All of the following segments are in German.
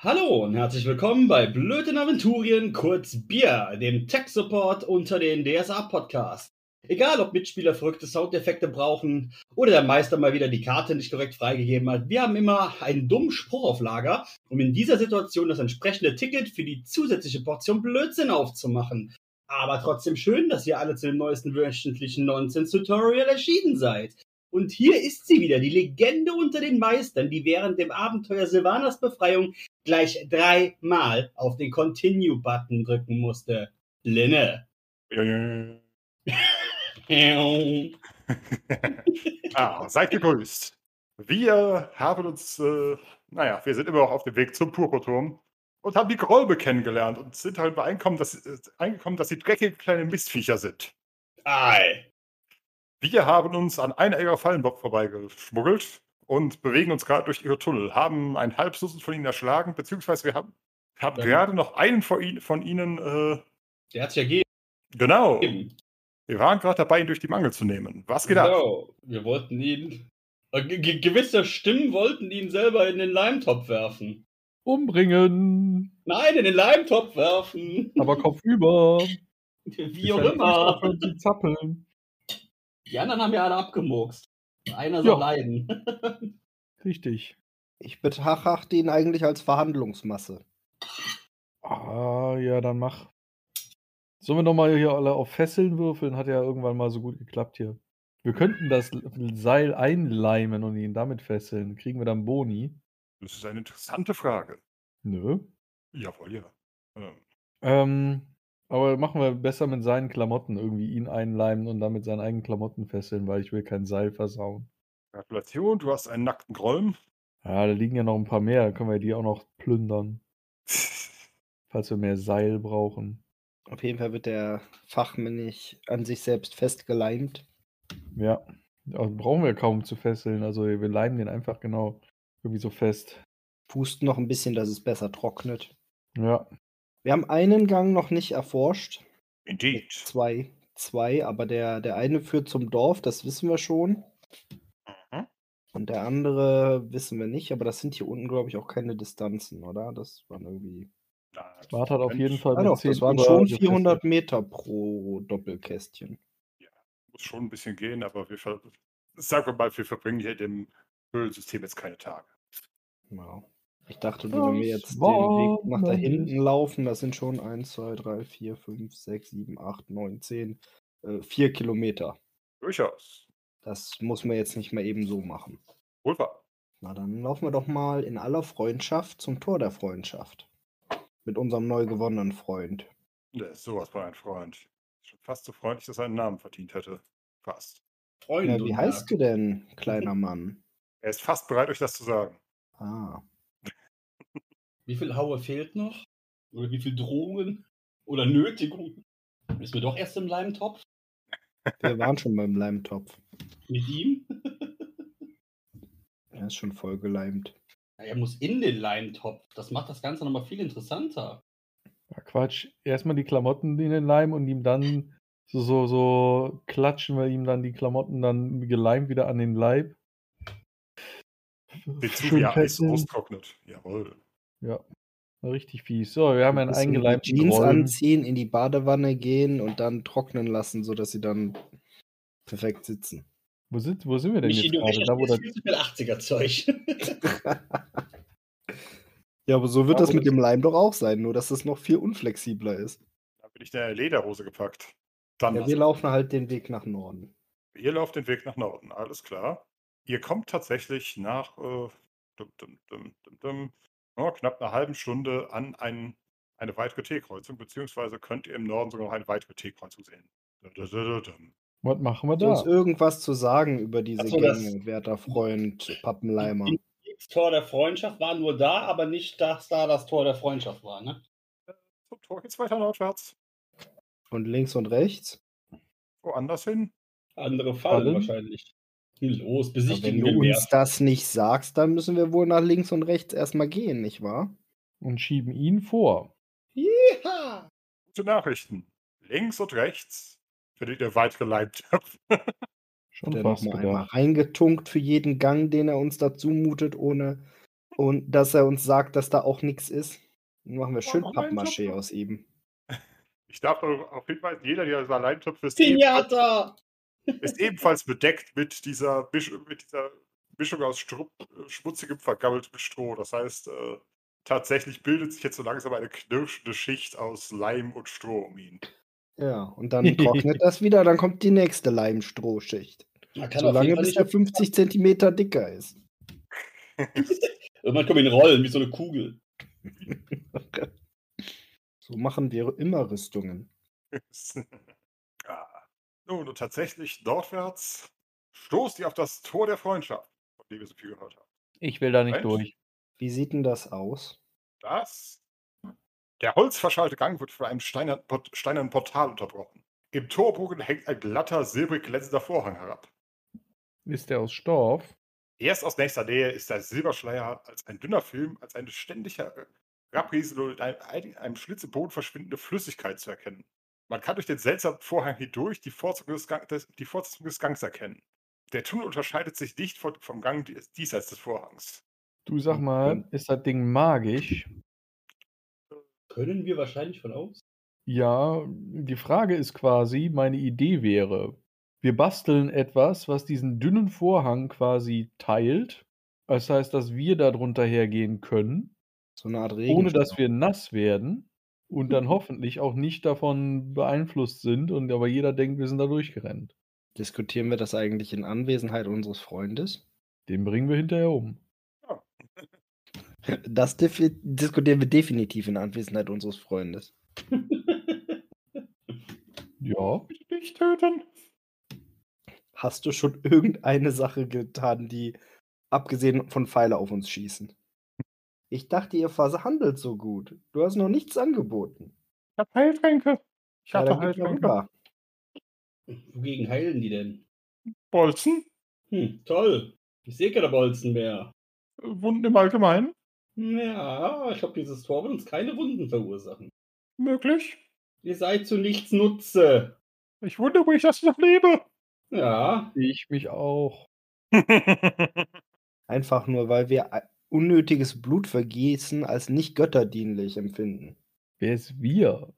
Hallo und herzlich willkommen bei Blöd in Aventurien, kurz Bier, dem Tech-Support unter den DSA-Podcasts. Egal, ob Mitspieler verrückte Soundeffekte brauchen oder der Meister mal wieder die Karte nicht korrekt freigegeben hat, wir haben immer einen dummen Spruch auf Lager, um in dieser Situation das entsprechende Ticket für die zusätzliche Portion Blödsinn aufzumachen. Aber trotzdem schön, dass ihr alle zu dem neuesten wöchentlichen Nonsense-Tutorial erschienen seid. Und hier ist sie wieder, die Legende unter den Meistern, die während dem Abenteuer Sylvanas Befreiung gleich 3-mal auf den Continue-Button drücken musste. Linne. Seid gegrüßt. Wir haben uns, wir sind immer noch auf dem Weg zum Purpurturm und haben die Gräume kennengelernt und sind halt übereingekommen, dass sie dreckige kleine Mistviecher sind. Ei. Wir haben uns an einer ihrer Fallen vorbeigeschmuggelt und bewegen uns gerade durch ihre Tunnel, haben ein halbes Dutzend von ihnen erschlagen, beziehungsweise wir haben gerade noch einen von ihnen, Der hat's ja gegeben. genau. Wir waren gerade dabei, ihn durch die Mangel zu nehmen. Was geht ab? So, wir wollten ihn. Gewisse Stimmen wollten ihn selber in den Leimtopf werfen. Umbringen! Nein, in den Leimtopf werfen! Aber kopfüber! Wie auch immer! Aufhören zu zappeln. Die anderen haben ja alle abgemurkst. Einer soll leiden. Richtig. Ich betrachte ihn eigentlich als Verhandlungsmasse. Ah, ja, dann mach. Sollen wir nochmal hier alle auf Fesseln würfeln? Hat ja irgendwann mal so gut geklappt hier. Wir könnten das Seil einleimen und ihn damit fesseln. Kriegen wir dann Boni? Das ist eine interessante Frage. Nö. Jawohl, ja. Aber machen wir besser mit seinen Klamotten. Irgendwie ihn einleimen und dann mit seinen eigenen Klamotten fesseln, weil ich will kein Seil versauen. Gratulation, du hast einen nackten Grolm. Ja, da liegen ja noch ein paar mehr. Da können wir die auch noch plündern. Falls wir mehr Seil brauchen. Auf jeden Fall wird der fachmännisch an sich selbst festgeleimt. Ja, brauchen wir kaum zu fesseln. Also wir leimen den einfach genau irgendwie so fest. Pusten noch ein bisschen, dass es besser trocknet. Ja. Wir haben einen Gang noch nicht erforscht. Indeed. Zwei, aber der eine führt zum Dorf, das wissen wir schon. Mhm. Und der andere wissen wir nicht, aber das sind hier unten, glaube ich, auch keine Distanzen, oder? Das waren irgendwie... Bart hat auf jeden Fall Ah doch, das waren schon 400 Meter pro Doppelkästchen. Ja, muss schon ein bisschen gehen, aber wir verbringen hier dem Höhlensystem jetzt keine Tage. Wow. Ich dachte, wenn wir jetzt den Weg nach da hinten laufen, das sind schon 1, 2, 3, 4, 5, 6, 7, 8, 9, 10, 4 Kilometer. Durchaus. Das muss man jetzt nicht mehr eben so machen. Wohl wahr. Na, dann laufen wir doch mal in aller Freundschaft zum Tor der Freundschaft. Mit unserem neu gewonnenen Freund. Der ist sowas von ein Freund. Schon fast so freundlich, dass er einen Namen verdient hätte. Fast. Freund. Ja, wie heißt du denn, kleiner Mann? Er ist fast bereit, euch das zu sagen. Ah. Wie viel Haue fehlt noch? Oder wie viel Drohungen? Oder Nötigungen? Ist mir doch erst im Leimtopf? Wir waren schon beim Leimtopf. Mit ihm? Er ist schon voll geleimt. Ja, er muss in den Leimtopf. Das macht das Ganze nochmal viel interessanter. Ja, Quatsch. Erstmal die Klamotten in den Leim und ihm dann so klatschen wir ihm dann die Klamotten dann geleimt wieder an den Leib. Schön Eis austrocknet. Jawohl. Ja. Richtig fies. So, wir haben einen eingeleimten Jeans Rollen. anziehen, in die Badewanne gehen und dann trocknen lassen, sodass sie dann perfekt sitzen. Wo sind wir denn jetzt gerade? Da, wo das viel zu viel 80er-Zeug. Ja, aber so wird das mit dem Leim doch auch sein, nur dass es noch viel unflexibler ist. Da bin ich in der Lederhose gepackt. Dann ja, wir laufen halt den Weg nach Norden. Ihr lauft den Weg nach Norden, alles klar. Ihr kommt tatsächlich nach knapp einer halben Stunde an eine weitere T-Kreuzung, beziehungsweise könnt ihr im Norden sogar noch eine weitere T-Kreuzung sehen. Was machen wir da? Uns irgendwas zu sagen über diese Gänge, werter Freund Pappenleimer. Das Tor der Freundschaft war nur da, aber nicht, dass da das Tor der Freundschaft war, ne? Zum Tor geht's weiter nordwärts. Und links und rechts? Woanders hin? Andere Fallen wahrscheinlich. Los, besichtigen wenn du uns das nicht sagst, dann müssen wir wohl nach links und rechts erstmal gehen, nicht wahr? Und schieben ihn vor. Ja! Gute Nachrichten. Links und rechts findet ihr weitere Leimtöpfe. Schon fast einmal reingetunkt für jeden Gang, den er uns dazu mutet, ohne Und dass er uns sagt, dass da auch nichts ist. Dann machen wir schön noch einen Pappmaché Job. aus ihm. Ich darf darauf hinweisen, jeder dieser Leintöpfe ist Pinata! ebenfalls bedeckt mit dieser Mischung aus schmutzigem, vergammeltem Stroh. Das heißt, tatsächlich bildet sich jetzt so langsam eine knirschende Schicht aus Leim und Stroh um ihn. Ja, und dann trocknet das wieder, dann kommt die nächste Leimstrohschicht. Man kann So auf jeden lange, Fall bis nicht er 50 Zentimeter dicker ist. Irgendwann kommen in Rollen wie so eine Kugel. So machen wir immer Rüstungen. Ja. Nun, und tatsächlich nordwärts stoßt ihr auf das Tor der Freundschaft, von dem wir so viel gehört haben. Ich will da nicht Mensch. durch. Wie sieht denn das aus? Der holzverschalte Gang wird von einem steinernen Portal unterbrochen. Im Torbogen hängt ein glatter, silbrig glänzender Vorhang herab. Ist der aus Storf? Erst aus nächster Nähe ist der Silberschleier als ein dünner Film, als eine ständige Abrieselung und in einem Schlitz im Boden verschwindende Flüssigkeit zu erkennen. Man kann durch den seltsamen Vorhang hindurch die Fortsetzung des Gangs erkennen. Der Tunnel unterscheidet sich nicht vom Gang diesseits des Vorhangs. Du sag mal, ist das Ding magisch? Können wir wahrscheinlich von aus? Ja, die Frage ist quasi, meine Idee wäre, wir basteln etwas, was diesen dünnen Vorhang quasi teilt. Das heißt, dass wir da drunter hergehen können, So eine Art ohne dass Regenschirm. wir nass werden und dann hoffentlich auch nicht davon beeinflusst sind und aber jeder denkt, wir sind da durchgerannt. Diskutieren wir das eigentlich in Anwesenheit unseres Freundes? Den bringen wir hinterher um. Das diskutieren wir definitiv in Anwesenheit unseres Freundes. Ja. Bitte nicht töten. Hast du schon irgendeine Sache getan, die abgesehen von Pfeile auf uns schießen? Ich dachte, ihr verhandelt so gut. Du hast noch nichts angeboten. Ich habe Heiltränke. Ich Ja, hatte dann gib mal Heiltränke. rüber. Wogegen heilen die denn? Bolzen? Toll. Ich sehe keine Bolzen mehr. Wunden im Allgemeinen? Ja, ich glaube, dieses Tor wird uns keine Wunden verursachen. Möglich. Ihr seid zu nichts Nutze. Ich wundere mich, dass ich noch lebe. Ja, Ich mich auch. Einfach nur, weil wir unnötiges Blutvergießen als nicht götterdienlich empfinden. Wer ist wir?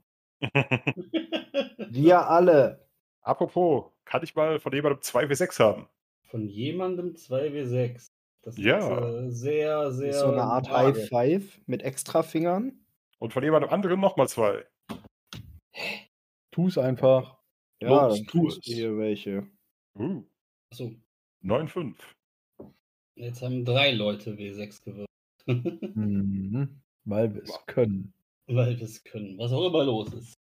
Wir alle. Apropos, kann ich mal von jemandem 2W6 haben? Von jemandem 2W6. Das Ja. ist sehr, sehr. Ist so eine Art vage. High Five mit Extrafingern. Und von jemandem anderen nochmal 2. Tu es einfach. Ja, Los, dann tu kriegst du es. hier welche. Achso, 9,5. jetzt haben 3 Leute W6 gewürfelt. Mhm. Weil wir es können. Weil wir es können. Was auch immer los ist.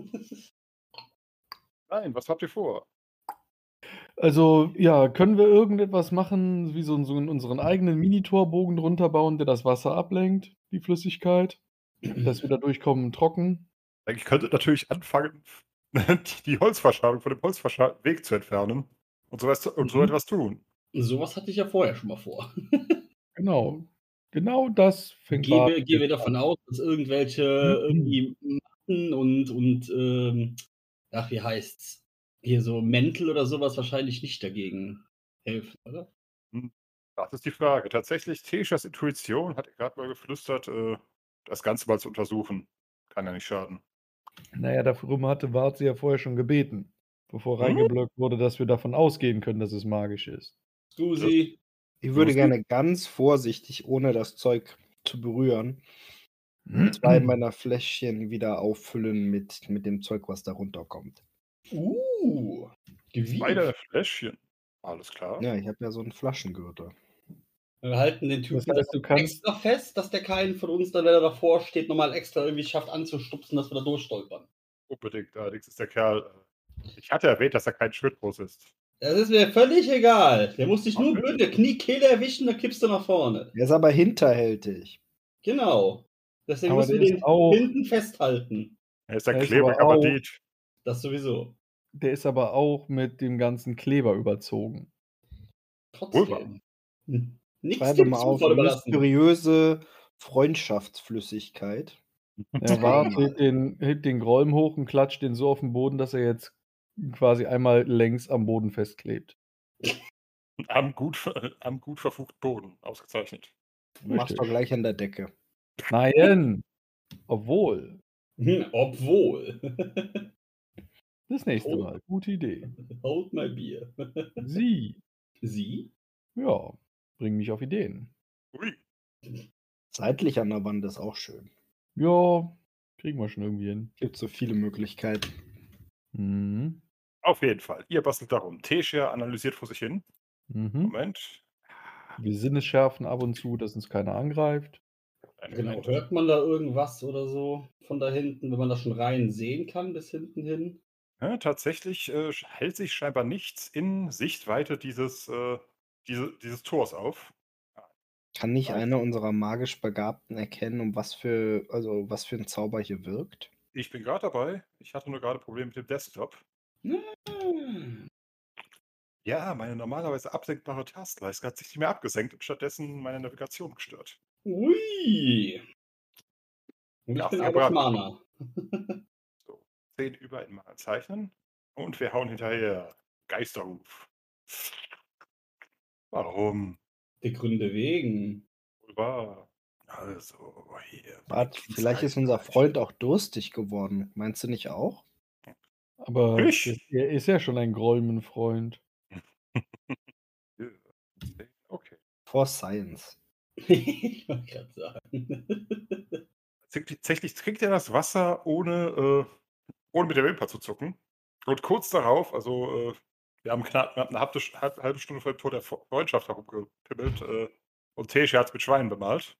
Nein, was habt ihr vor? Also, ja, können wir irgendetwas machen, wie so unseren eigenen Mini-Torbogen drunter bauen, der das Wasser ablenkt, die Flüssigkeit, dass wir da durchkommen trocken? Ich könnte natürlich anfangen, die Holzverschalung von dem holzverschalten Weg zu entfernen und so etwas tun. Sowas hatte ich ja vorher schon mal vor. Genau. Genau das fängt Gehen Bart wir jetzt davon an. aus, dass irgendwelche irgendwie Matten und ach, wie heißt's? Hier so Mäntel oder sowas wahrscheinlich nicht dagegen helfen, oder? Das ist die Frage. Tatsächlich, Teshas Intuition hat gerade mal geflüstert, das Ganze mal zu untersuchen. Kann ja nicht schaden. Naja, darum hatte Bart sie ja vorher schon gebeten, bevor Mhm. reingeblockt wurde, dass wir davon ausgehen können, dass es magisch ist. Scusi. Ich würde Los gerne ganz vorsichtig, ohne das Zeug zu berühren, 2 meiner Fläschchen wieder auffüllen mit dem Zeug, was da runterkommt. Beide Gewieft. Fläschchen. Alles klar. Ja, ich habe ja so einen Flaschengürtel. Wir halten den Typen Das heißt, du kannst extra fest, dass der keinen von uns dann, wenn er davor steht, nochmal extra irgendwie schafft anzustupsen, dass wir da durchstolpern. Unbedingt. Allerdings ist der Kerl. Ich hatte erwähnt, dass er kein Schritt groß ist. Das ist mir völlig egal. Der muss dich nur Okay. blöd in der Kniekehle erwischen, dann kippst du nach vorne. Der ist aber hinterhältig. Genau. Deswegen Aber müssen wir der den ist auch- hinten festhalten. Er ist ein Er ist klebriger aber auch- Bandit. Das sowieso. Der ist aber auch mit dem ganzen Kleber überzogen. Trotzdem. Nichts Schreibe dem mal auf, Zufall überlassen. mysteriöse Freundschaftsflüssigkeit. Er hebt den Gräum hoch und klatscht den so auf den Boden, dass er jetzt quasi einmal längs am Boden festklebt. Am gut verfugten Boden. Ausgezeichnet. Mach's doch Richtig. gleich an der Decke. Nein! Obwohl. Obwohl. Das nächste Oh. Mal. Gute Idee. Hold my beer. Sie. Sie? Ja, bringen mich auf Ideen. Ui. Seitlich an der Wand ist auch schön. Ja, kriegen wir schon irgendwie hin. Gibt so viele Möglichkeiten. Mhm. Auf jeden Fall. Ihr bastelt darum. Tessia analysiert vor sich hin. Mhm. Moment. Wir Sinnesschärfen ab und zu, dass uns keiner angreift. Einen Genau, Moment. hört man da irgendwas oder so von da hinten, wenn man da schon rein sehen kann bis hinten hin? Ja, tatsächlich hält sich scheinbar nichts in Sichtweite dieses Tors auf. Kann nicht Nein. einer unserer magisch Begabten erkennen, was für ein Zauber hier wirkt? Ich bin gerade dabei. Ich hatte nur gerade Probleme mit dem Desktop. Ja, meine normalerweise absenkbare Taskleiste hat sich nicht mehr abgesenkt und stattdessen meine Navigation gestört. Ui. Und ich Ja, bin sehr out of brav. Mana. So, 10 über in Mana zeichnen. Und wir hauen hinterher. Geisterruf. Warum? Die Gründe wegen. Wohl wahr. Also, hier. Bart, vielleicht ist unser Freund auch durstig geworden. Meinst du nicht auch? Aber Ich? er ist ja schon ein Grollman-Freund. Okay. For Science. Ich wollte gerade sagen. Tatsächlich trinkt er das Wasser ohne mit der Wimper zu zucken. Und kurz darauf, also wir haben knapp eine halbe Stunde vor der Freundschaft herumgepimmelt und Tessia hat es mit Schweinen bemalt.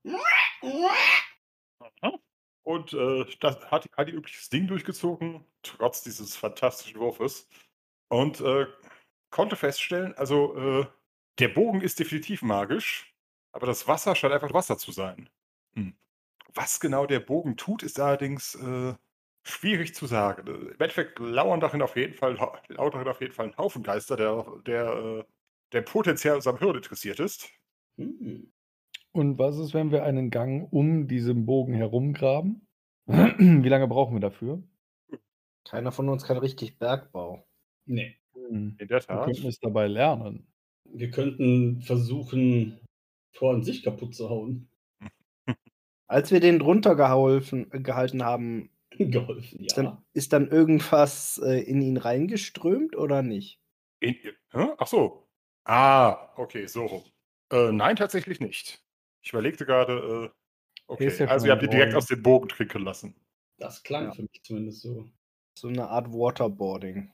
Und das hat ihr übliches Ding durchgezogen, trotz dieses fantastischen Wurfes. Und konnte feststellen, also der Bogen ist definitiv magisch, aber das Wasser scheint einfach Wasser zu sein. Was genau der Bogen tut, ist allerdings schwierig zu sagen. Im Endeffekt lauern darin auf jeden Fall ein Haufen Geister, der potenziell unserem Hirn interessiert ist. Und was ist, wenn wir einen Gang um diesen Bogen herumgraben? Wie lange brauchen wir dafür? Keiner von uns kann richtig Bergbau. Nee. In der Wir Tat. könnten es dabei lernen. Wir könnten versuchen, Tor an sich kaputt zu hauen. Als wir den drunter gehalten haben, Geholfen, ja. ist dann irgendwas in ihn reingeströmt oder nicht? Ach so. Ah, okay, so rum. Nein, tatsächlich nicht. Ich überlegte gerade, Er ist okay, ja also schon ihr ein habt ihn direkt Groll. aus dem Bogen trinken lassen. Das klang Ja. für mich zumindest so. So eine Art Waterboarding.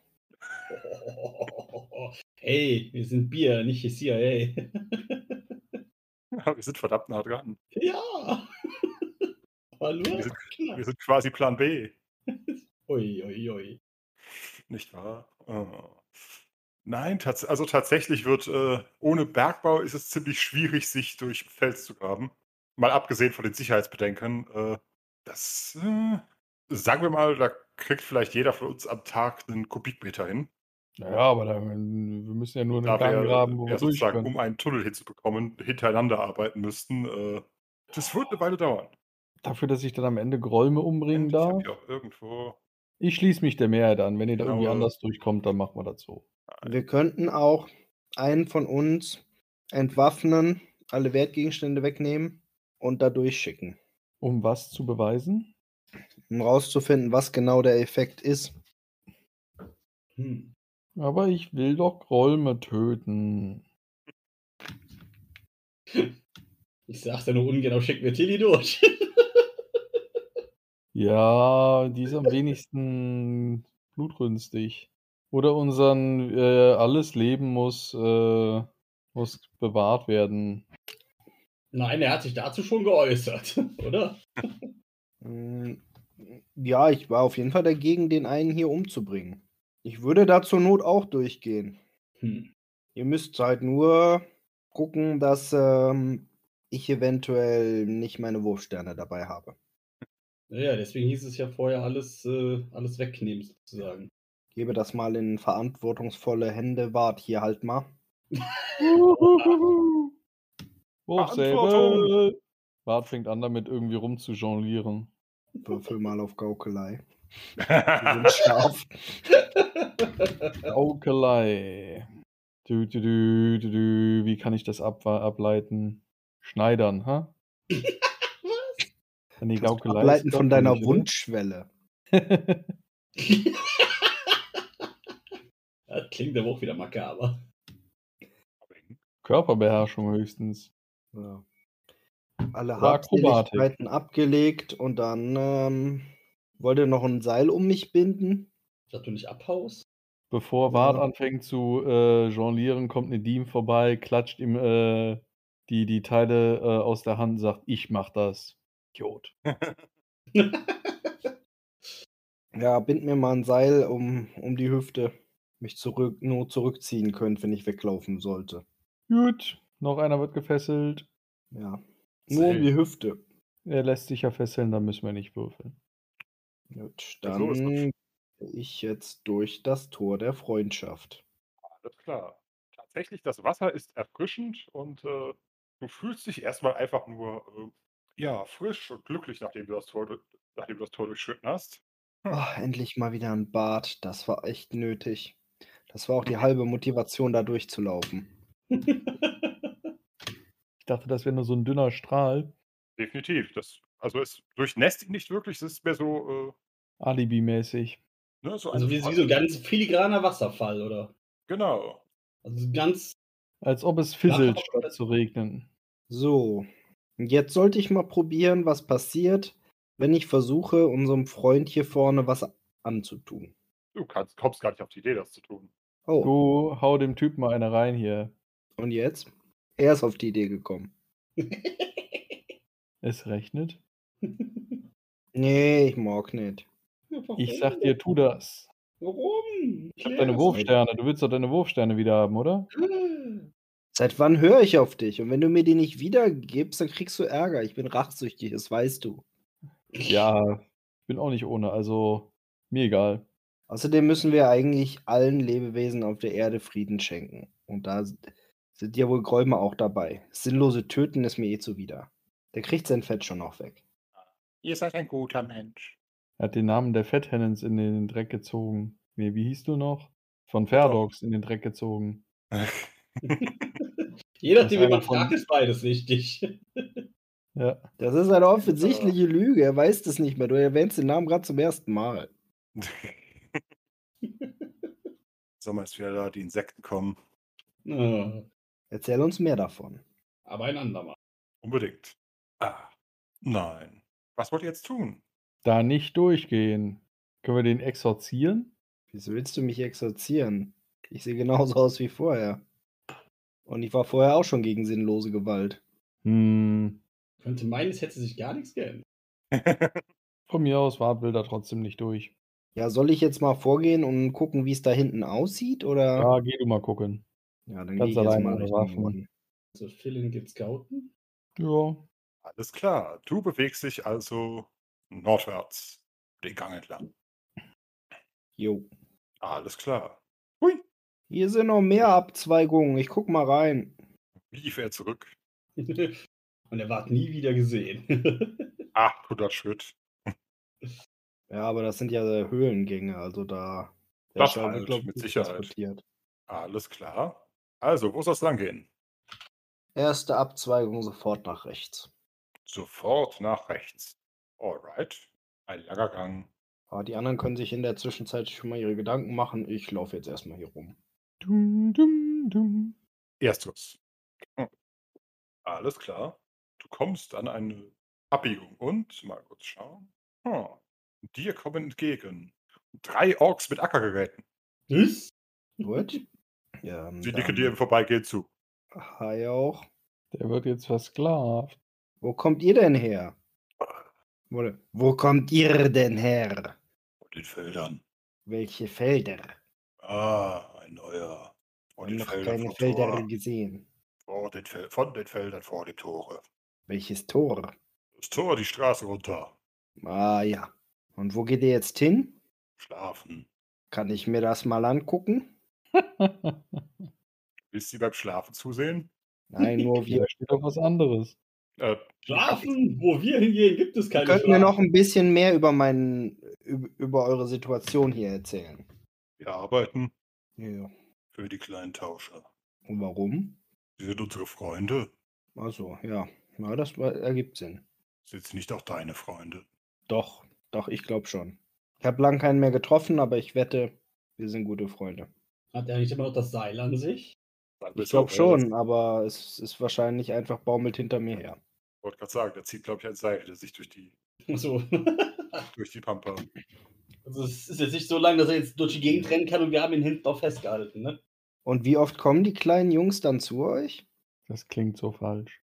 Hey, wir sind Bier, nicht die CIA. Ja, wir sind verdammt nah dran. Ja. Hallo? Wir sind quasi Plan B. Ui, ui, ui. Nicht wahr? Nein, also tatsächlich wird ohne Bergbau ist es ziemlich schwierig, sich durch Fels zu graben. Mal abgesehen von den Sicherheitsbedenken. Sagen wir mal, da kriegt vielleicht jeder von uns am Tag einen Kubikmeter hin. Naja, aber wir müssen ja nur einen Da Gang wir graben, wo wir ja durch sozusagen, können. um einen Tunnel hinzubekommen, hintereinander arbeiten müssten. Das wird eine Weile dauern. Dafür, dass ich dann am Ende Grollme umbringen Ich habe darf. hier auch irgendwo. Ich schließe mich der Mehrheit an. Wenn ihr da irgendwie Genaue- anders durchkommt, dann machen wir das so. Wir könnten auch einen von uns entwaffnen, alle Wertgegenstände wegnehmen und da durchschicken, Um was zu beweisen? um rauszufinden, was genau der Effekt ist. Aber ich will doch Grollme töten. Ich sag's ja nur ungenau, schicken wir Tilly durch. Ja, die ist am wenigsten blutrünstig. Oder unseren alles Leben muss bewahrt werden. Nein, er hat sich dazu schon geäußert, oder? Ja, ich war auf jeden Fall dagegen, den einen hier umzubringen. Ich würde da zur Not auch durchgehen. Ihr müsst halt nur gucken, dass ich eventuell nicht meine Wurfsterne dabei habe. Ja, deswegen hieß es ja vorher alles wegnehmen, sozusagen. Gebe das mal in verantwortungsvolle Hände. Wart hier halt mal. Wurf Verantwortung! selber. Bart fängt an, damit irgendwie rumzujonglieren. Würfel mal auf Gaukelei. Die sind scharf. Gaukelei. Wie kann ich das ableiten? Schneidern, ha? An die Gaukelei Ableiten ist von deiner glaubwürdig, oder? Wunschschwelle. Das klingt aber auch wieder makaber. Körperbeherrschung höchstens. Ja. Alle Oder Akrobatik. Habseligkeiten abgelegt und dann wollte noch ein Seil um mich binden. Dass du nicht abhaust? Bevor Ja. Ward anfängt zu jonglieren, kommt Nedim vorbei, klatscht ihm die Teile aus der Hand und sagt, ich mach das. Idiot. Ja, bind mir mal ein Seil um die Hüfte. Mich nur zurückziehen könnt, wenn ich weglaufen sollte. Gut, noch einer wird gefesselt. Ja. Nur um die Hüfte. Er lässt sich ja fesseln, dann müssen wir nicht würfeln. Gut, Ja, so ist das. dann gehe ich jetzt durch das Tor der Freundschaft. Alles klar. Tatsächlich, das Wasser ist erfrischend und du fühlst dich erstmal einfach nur frisch und glücklich, nachdem du das Tor durchschritten hast. Ach, endlich mal wieder ein Bad. Das war echt nötig. Das war auch die halbe Motivation, da durchzulaufen. Ich dachte, das wäre nur so ein dünner Strahl. Definitiv. Es durchnässt ihn nicht wirklich, es ist mehr so, Alibi-mäßig. so Also wie so ein ganz filigraner Wasserfall, oder? Genau. Also ganz. Als ob es fisselt, Ja. statt zu regnen. So, und jetzt sollte ich mal probieren, was passiert, wenn ich versuche, unserem Freund hier vorne was anzutun. Du kommst gar nicht auf die Idee, das zu tun. Oh, Du hau dem Typen mal eine rein hier. und jetzt? Er ist auf die Idee gekommen. Es rechnet. Nee, ich mag nicht. Ich sag dir, tu das. Warum? Ich hab deine Wurfsterne. Du willst doch deine Wurfsterne wieder haben, oder? Seit wann höre ich auf dich? Und wenn du mir die nicht wiedergibst, dann kriegst du Ärger. Ich bin rachsüchtig, das weißt du. Ja, ich bin auch nicht ohne, also mir egal. Außerdem müssen wir eigentlich allen Lebewesen auf der Erde Frieden schenken. Und da sind ja wohl Gräume auch dabei. Sinnlose Töten ist mir eh zuwider. Der kriegt sein Fett schon noch weg. Ihr seid ein guter Mensch. Er hat den Namen der Fetthennens in den Dreck gezogen. Nee, wie hieß du noch? Von Fairdogs in den Dreck gezogen. Je nachdem, wie einer man fragt, ist beides richtig. Ja. Das ist eine offensichtliche Lüge. Er weiß das nicht mehr. Du erwähnst den Namen gerade zum ersten Mal. Sommer ist wieder da, die Insekten kommen. Erzähl uns mehr davon. Aber ein andermal. Unbedingt. Nein. Was wollt ihr jetzt tun? Da nicht durchgehen. Können wir den exorzieren? Wieso willst du mich exorzieren? Ich sehe genauso aus wie vorher. Und ich war vorher auch schon gegen sinnlose Gewalt. Könnte meinen, es hätte sich gar nichts geändert. Von mir aus, Wart will da trotzdem nicht durch. Ja, soll ich jetzt mal vorgehen und gucken, wie es da hinten aussieht? Oder? Ja, geh du mal gucken. Ja, dann Ganz gehe ich jetzt allein mal ohne Richtung Waffen. Norden. Also Philin geht scouten. Ja. Alles klar. Du bewegst dich also nordwärts den Gang entlang. Jo. Alles klar. Hui. Hier sind noch mehr Abzweigungen. Ich guck mal rein. Rief er zurück. Und er ward nie wieder gesehen. 800 Schritt. Ja, aber das sind ja Höhlengänge, also da. Der Das Schall wird, halt, glaub ich, mit nicht Sicherheit. transportiert. Alles klar. Also, wo soll es lang gehen? Erste Abzweigung sofort nach rechts. Sofort nach rechts. Alright. Ein langer Gang. Aber die anderen können sich in der Zwischenzeit schon mal ihre Gedanken machen. Ich laufe jetzt erstmal hier rum. Dum, dum, dum. Erstes. Alles klar. Du kommst an eine Abbiegung und, mal kurz schauen. Dir kommen entgegen 3 Orks mit Ackergeräten. Was? Gut. Ja, Sie nicken dir im Vorbeigehen zu. Hi auch. Der wird jetzt versklavt. Wo kommt ihr denn her? Wo kommt ihr denn her? Von den Feldern. Welche Felder? Ein neuer. Von den Noch Feldern keine vom Felder Tor. gesehen. Von den Feldern vor dem Tore. Welches Tor? Das Tor, die Straße runter. Ah ja. Und wo geht ihr jetzt hin? Schlafen. Kann ich mir das mal angucken? Willst du beim Schlafen zusehen? Nein, nur wir. Da steht doch was anderes. Schlafen? Wo wir hingehen, gibt es keine Könnt mir Schlafen. noch ein bisschen mehr über über eure Situation hier erzählen. Wir arbeiten Ja. für die kleinen Tauscher. Und warum? Sie sind unsere Freunde. Also, ja. Ja, das ergibt Sinn. Sind sie nicht auch deine Freunde? Doch, ich glaube schon. Ich habe lang keinen mehr getroffen, aber ich wette, wir sind gute Freunde. Hat er nicht immer noch das Seil an sich? Ich glaube schon, aber es ist wahrscheinlich einfach baumelt hinter mir her. Ich wollte gerade sagen, der zieht, glaube ich, ein Seil, der sich durch die So. Pampa. Also es ist jetzt nicht so lang, dass er jetzt durch die Gegend rennen kann und wir haben ihn hinten auch festgehalten, ne? Und wie oft kommen die kleinen Jungs dann zu euch? Das klingt so falsch.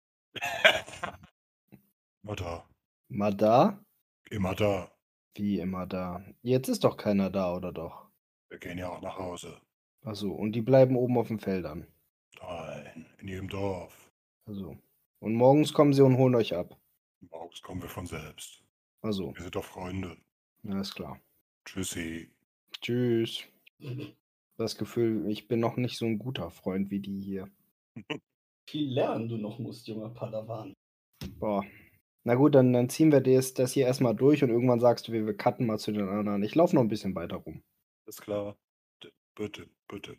Immer da. Mal da? Immer da. Wie immer da? Jetzt ist doch keiner da, oder doch? Wir gehen ja auch nach Hause. Achso, und die bleiben oben auf den Feldern. Nein, in jedem Dorf. Also. Und morgens kommen sie und holen euch ab. Morgens kommen wir von selbst. Also. Wir sind doch Freunde. Ja, ist klar. Tschüssi. Tschüss. Das Gefühl, ich bin noch nicht so ein guter Freund wie die hier. Viel lernen du noch musst, junger Padawan. Boah. Na gut, dann ziehen wir das hier erstmal durch und irgendwann sagst du, wir cutten mal zu den anderen. Ich laufe noch ein bisschen weiter rum. Ist klar. Bitte.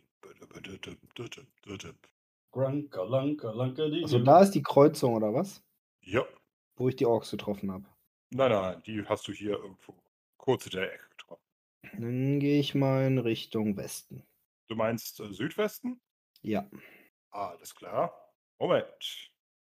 Granka, lanka, lanka, die. Also da ist die Kreuzung, oder was? Ja. Wo ich die Orks getroffen habe. Nein, die hast du hier irgendwo kurz in der Ecke getroffen. Dann gehe ich mal in Richtung Westen. Du meinst Südwesten? Ja. Alles klar. Moment.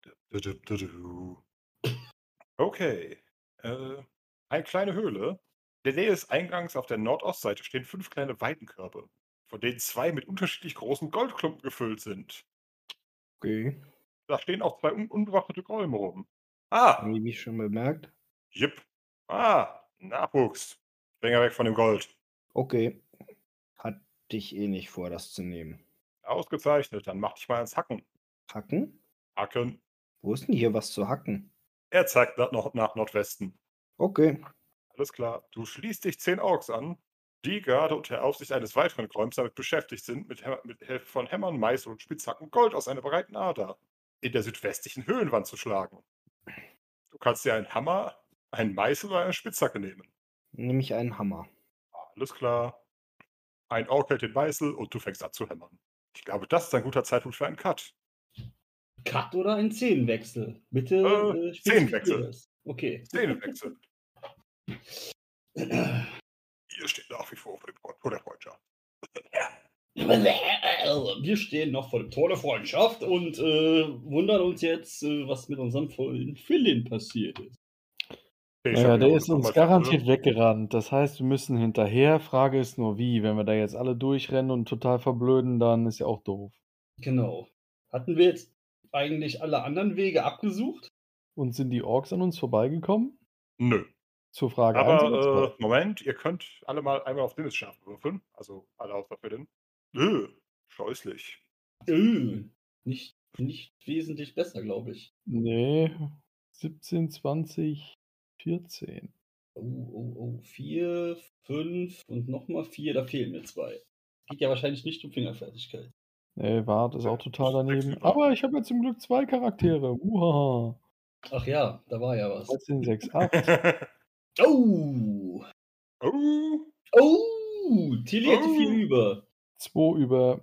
Okay. Eine kleine Höhle. In der Nähe des Eingangs auf der Nordostseite stehen 5 kleine Weidenkörbe, von denen 2 mit unterschiedlich großen Goldklumpen gefüllt sind. Okay. Da stehen auch 2 unbewaffnete Golme rum. Wie schon bemerkt. Jipp. Nachwuchs. Finger weg von dem Gold. Okay. Hatte ich eh nicht vor, das zu nehmen. Ausgezeichnet, dann mach dich mal ans Hacken. Hacken? Hacken. Wo ist denn hier was zu hacken? Er zeigt nach Nordwesten. Okay. Alles klar. Du schließt dich 10 Orks an, die gerade unter Aufsicht eines weiteren Gräums damit beschäftigt sind, mit Hilfe von Hämmern, Meißel und Spitzhacken Gold aus einer breiten Ader in der südwestlichen Höhlenwand zu schlagen. Du kannst dir einen Hammer, einen Meißel oder eine Spitzhacke nehmen. Nehme ich einen Hammer. Alles klar. Ein Ork hält den Meißel und du fängst an zu hämmern. Ich glaube, das ist ein guter Zeitpunkt für einen Cut. Cut oder ein Szenenwechsel? Bitte Szenenwechsel. das. Okay. Szenenwechsel. Ihr steht nach wie vor vor der Freundschaft. Wir stehen noch vor dem Tor der Freundschaft und wundern uns jetzt, was mit unserem vollen Philin passiert ist. Naja, der ist uns garantiert weggerannt. Das heißt, wir müssen hinterher. Frage ist nur wie. Wenn wir da jetzt alle durchrennen und total verblöden, dann ist ja auch doof. Genau. Hatten wir jetzt eigentlich alle anderen Wege abgesucht? Und sind die Orks an uns vorbeigekommen? Nö. Zur Frage 1 oder 2? Aber Moment, ihr könnt alle mal einmal auf Sinnesschärfe würfeln. Also alle außer Philin. Scheußlich. Nicht wesentlich besser, glaube ich. Nee, 17, 20, 14. Oh, 4, 5 und nochmal 4, da fehlen mir 2. Geht ja wahrscheinlich nicht um Fingerfertigkeit. Nee, Wart ist auch total das ist daneben. sexy, Aber ich habe ja zum Glück 2 Charaktere. Uhaha. Ach ja, da war ja was. 13, 6, 8. Oh! Tilly hätte 4 über. 2 über.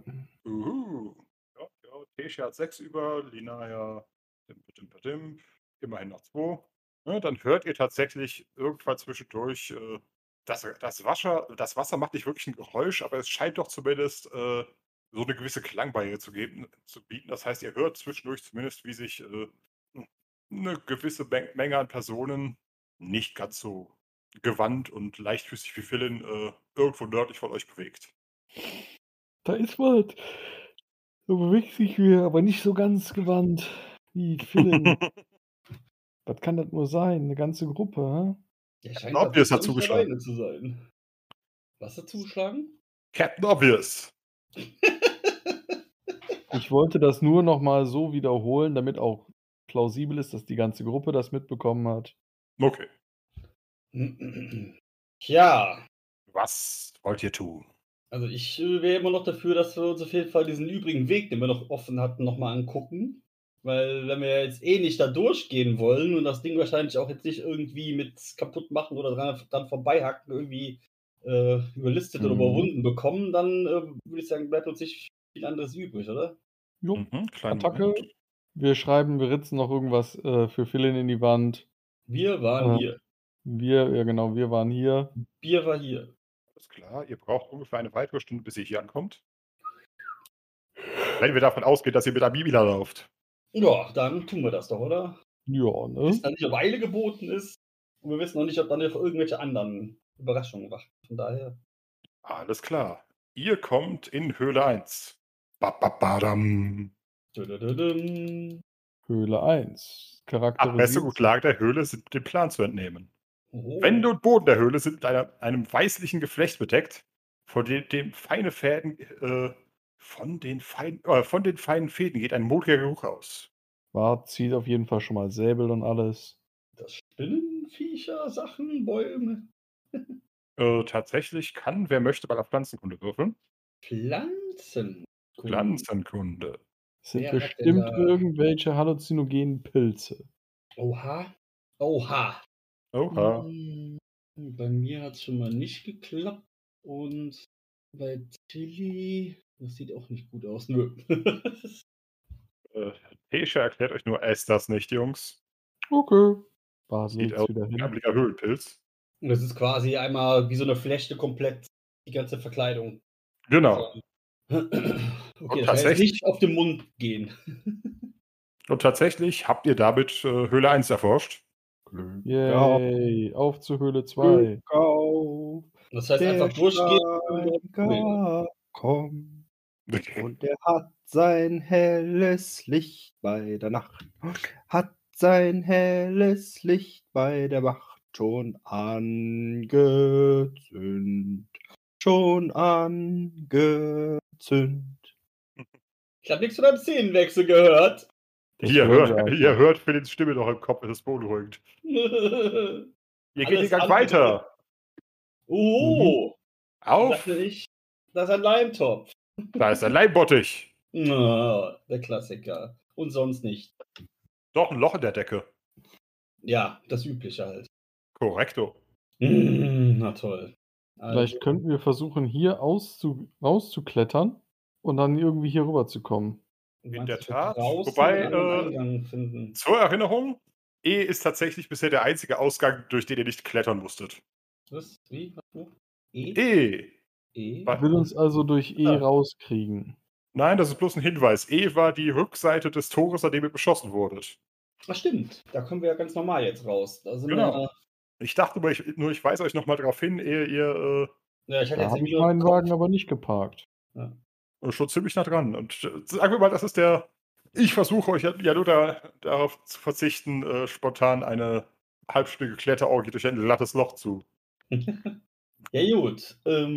Ja, Tesha hat 6 über, Linaya immerhin noch 2. Ja, dann hört ihr tatsächlich irgendwann zwischendurch, das Wasser macht nicht wirklich ein Geräusch, aber es scheint doch zumindest so eine gewisse Klangbarriere zu bieten. Das heißt, ihr hört zwischendurch zumindest, wie sich eine gewisse Menge an Personen, nicht ganz so gewandt und leichtfüßig wie Philin, irgendwo nördlich von euch bewegt. Da ist was. Da bewegt sich wieder, aber nicht so ganz gewandt wie Philin. Was kann das nur sein? Eine ganze Gruppe, hä? Der scheint Obvious da hat nicht zugeschlagen. alleine zu sein. Was hat zugeschlagen? Captain Obvious. Ich wollte das nur noch mal so wiederholen, damit auch plausibel ist, dass die ganze Gruppe das mitbekommen hat. Okay. Tja, Was wollt ihr tun? also ich wäre immer noch dafür, dass wir uns auf jeden Fall diesen übrigen Weg, den wir noch offen hatten, nochmal angucken. Weil wenn wir jetzt eh nicht da durchgehen wollen und das Ding wahrscheinlich auch jetzt nicht irgendwie mit kaputt machen oder dran vorbeihacken, irgendwie überlistet oder überwunden bekommen, dann würde ich sagen, bleibt uns nicht viel anderes übrig, oder? Jo, Kleinen Attacke Moment. Wir ritzen noch irgendwas für Philin in die Wand. Wir waren Äh, hier. wir waren hier. Bier war hier. Alles klar, ihr braucht ungefähr eine weitere Stunde, bis ihr hier ankommt. Wenn wir davon ausgehen, dass ihr mit Amibila lauft. Ja, dann tun wir das doch, oder? Ja, Wir ne? wissen nicht, ob Eile geboten ist. Und wir wissen noch nicht, ob dann noch irgendwelche anderen Überraschungen wachen. Von daher. Alles klar. Ihr kommt in Höhle 1. Bababadam. Dödödödüm. Höhle 1. Abmessung und Lage der Höhle sind dem Plan zu entnehmen. Oh. Wände und Boden der Höhle sind mit einem weißlichen Geflecht bedeckt, von den feinen Fäden geht ein modriger Geruch aus. Bart zieht auf jeden Fall schon mal Säbel und alles. Das Spinnenviecher, Sachen, Bäume. Tatsächlich kann, wer möchte, mal auf Pflanzenkunde würfeln. Pflanzen. Pflanzenkunde. Es sind Wer hat bestimmt denn da- irgendwelche halluzinogenen Pilze. Oha. Oha. Oha. Bei mir hat es schon mal nicht geklappt. Und bei Tilly, das sieht auch nicht gut aus. Nö. Tesha erklärt euch nur, esst das nicht, Jungs. Okay. Bart Sieht legt's aus wieder wie ein hin. gammeliger Höhlenpilz. Und das ist quasi einmal wie so eine Flechte komplett die ganze Verkleidung. Genau. Okay, das kann jetzt tatsächlich- nicht auf den Mund gehen. Und tatsächlich habt ihr damit Höhle 1 erforscht. Yay. Auf zur Höhle 2. Auf Das heißt der einfach durchgehen. Steiger kommt und er hat sein helles Licht bei der Nacht, hat sein helles Licht bei der Wacht schon angezündet, Ich habe nichts von einem Szenenwechsel gehört. Das Ihr hören wir hört einfach. Philins Stimme noch im Kopf, es ist beunruhigend. Ihr geht Alles den Gang andere- weiter. Oh, Auf, dachte ich, das ist ein Leimtopf. da ist ein Leimbottich. Na, der Klassiker. Und sonst nicht. Doch ein Loch in der Decke. Ja, das Übliche halt. Korrekto. Na toll. Vielleicht könnten wir versuchen, hier rauszuklettern und dann irgendwie hier rüber zu kommen. in der Tat. Draußen Wobei, einen anderen Eingang finden. Zur Erinnerung, E ist tatsächlich bisher der einzige Ausgang, durch den ihr nicht klettern musstet. Was? Wie? Was noch? E? E. E? Was? Will uns also durch E Ja. rauskriegen. Nein, das ist bloß ein Hinweis. E war die Rückseite des Tores, an dem ihr beschossen wurdet. Ach stimmt, da kommen wir ja ganz normal jetzt raus. Da sind Genau. wir, Ich dachte nur, ich weise euch nochmal darauf hin, ehe ihr ja, ich hatte Da jetzt habe ich irgendwie nur meinen im Kopf. Wagen aber nicht geparkt. schon ziemlich nah dran. Und sagen wir mal, das ist der. Ich versuche euch ja nur darauf zu verzichten, spontan eine halbstündige Kletterorgie durch ein glattes Loch zu. Ja gut,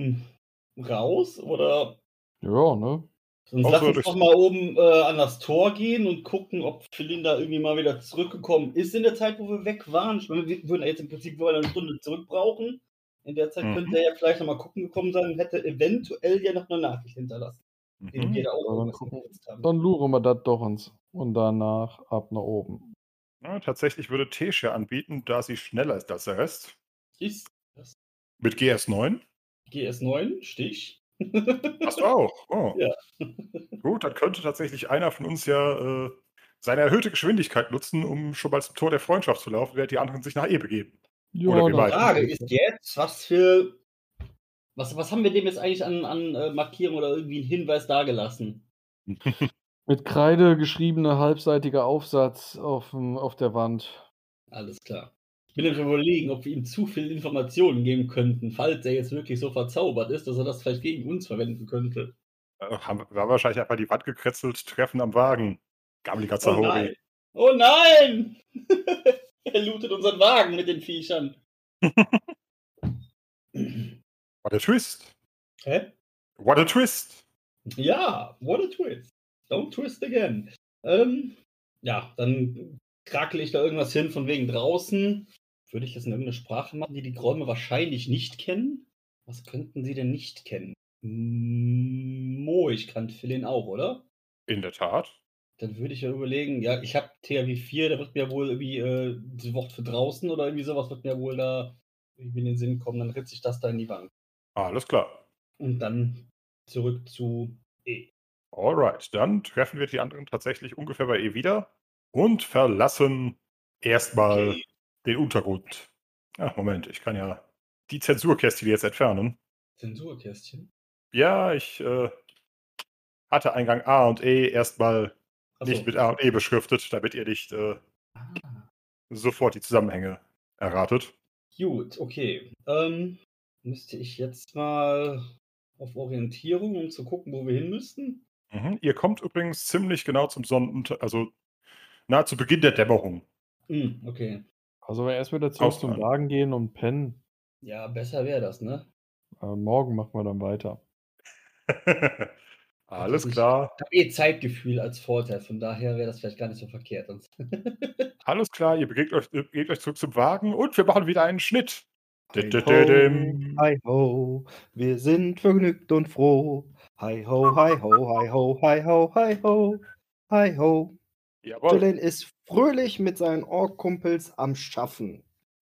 raus oder Ja, ne? sonst Auch lass so uns durch- doch mal oben an das Tor gehen und gucken, ob Philin da irgendwie mal wieder zurückgekommen ist in der Zeit, wo wir weg waren. Ich meine, wir würden ja jetzt im Prinzip nur eine Stunde zurück brauchen. In der Zeit könnte er ja vielleicht noch mal gucken gekommen sein und hätte eventuell ja noch eine Nachricht hinterlassen, den wir da auch Ja, dann irgendwas gucken. gesetzt haben. Dann luren wir das doch uns. Und danach ab nach oben. Ja, tatsächlich würde Tesha anbieten, da sie schneller ist als der Rest. Ist das Mit GS9. GS9, Stich? Hast du auch. Oh. Ja. Gut, dann könnte tatsächlich einer von uns ja seine erhöhte Geschwindigkeit nutzen, um schon mal zum Tor der Freundschaft zu laufen, während die anderen sich nach E begeben. Ja, Oder wie das weit? Die Frage ist jetzt, was haben wir dem jetzt eigentlich an Markierung oder irgendwie einen Hinweis dagelassen? mit Kreide geschriebener halbseitiger Aufsatz auf der Wand. Alles klar. Ich bin nämlich am überlegen, ob wir ihm zu viel Informationen geben könnten, falls er jetzt wirklich so verzaubert ist, dass er das vielleicht gegen uns verwenden könnte. Haben wir wahrscheinlich einfach die Wand gekretzelt, Treffen am Wagen. Gammeliger Oh Zahori. nein! Oh nein! Er lootet unseren Wagen mit den Viechern. What a twist. Hä? What a twist. Ja, what a twist. Don't twist again. Ja, dann krakel ich da irgendwas hin von wegen draußen. Würde ich das in irgendeiner Sprache machen, die die Räume wahrscheinlich nicht kennen? Was könnten sie denn nicht kennen? Ich kann Philin auch, oder? In der Tat. Dann würde ich ja überlegen, ja, ich habe THW 4, da wird mir wohl irgendwie das Wort für draußen oder irgendwie sowas wird mir wohl da irgendwie in den Sinn kommen. Dann ritze ich das da in die Bank. Alles klar. Und dann zurück zu E. Alright, dann treffen wir die anderen tatsächlich ungefähr bei ihr wieder und verlassen erstmal Okay. den Untergrund. Ach, Moment, ich kann ja die Zensurkästchen jetzt entfernen. Zensurkästchen. Ja, ich hatte Eingang A und E erstmal nicht Achso. mit A und E beschriftet, damit ihr nicht Ah, sofort die Zusammenhänge erratet. gut, okay. Müsste ich jetzt mal auf Orientierung, um zu gucken, wo wir hin müssten? Ihr kommt übrigens ziemlich genau zum Sonnenunter, also nahezu Beginn der Dämmerung. Okay. Also erst wieder zurück zum Ausnahme. Wagen gehen und pennen. Ja, besser wäre das, ne? Morgen machen wir dann weiter. Alles Ich klar. habe Zeitgefühl als Vorteil, von daher wäre das vielleicht gar nicht so verkehrt. Alles klar, ihr begegt euch zurück zum Wagen und wir machen wieder einen Schnitt. Hi ho, Dididim. hi ho, wir sind vergnügt und froh. Hi ho, hi ho, hi ho, hi ho, hi ho, hi ho. Jawohl. Dylan ist fröhlich mit seinen Ork-Kumpels am Schaffen.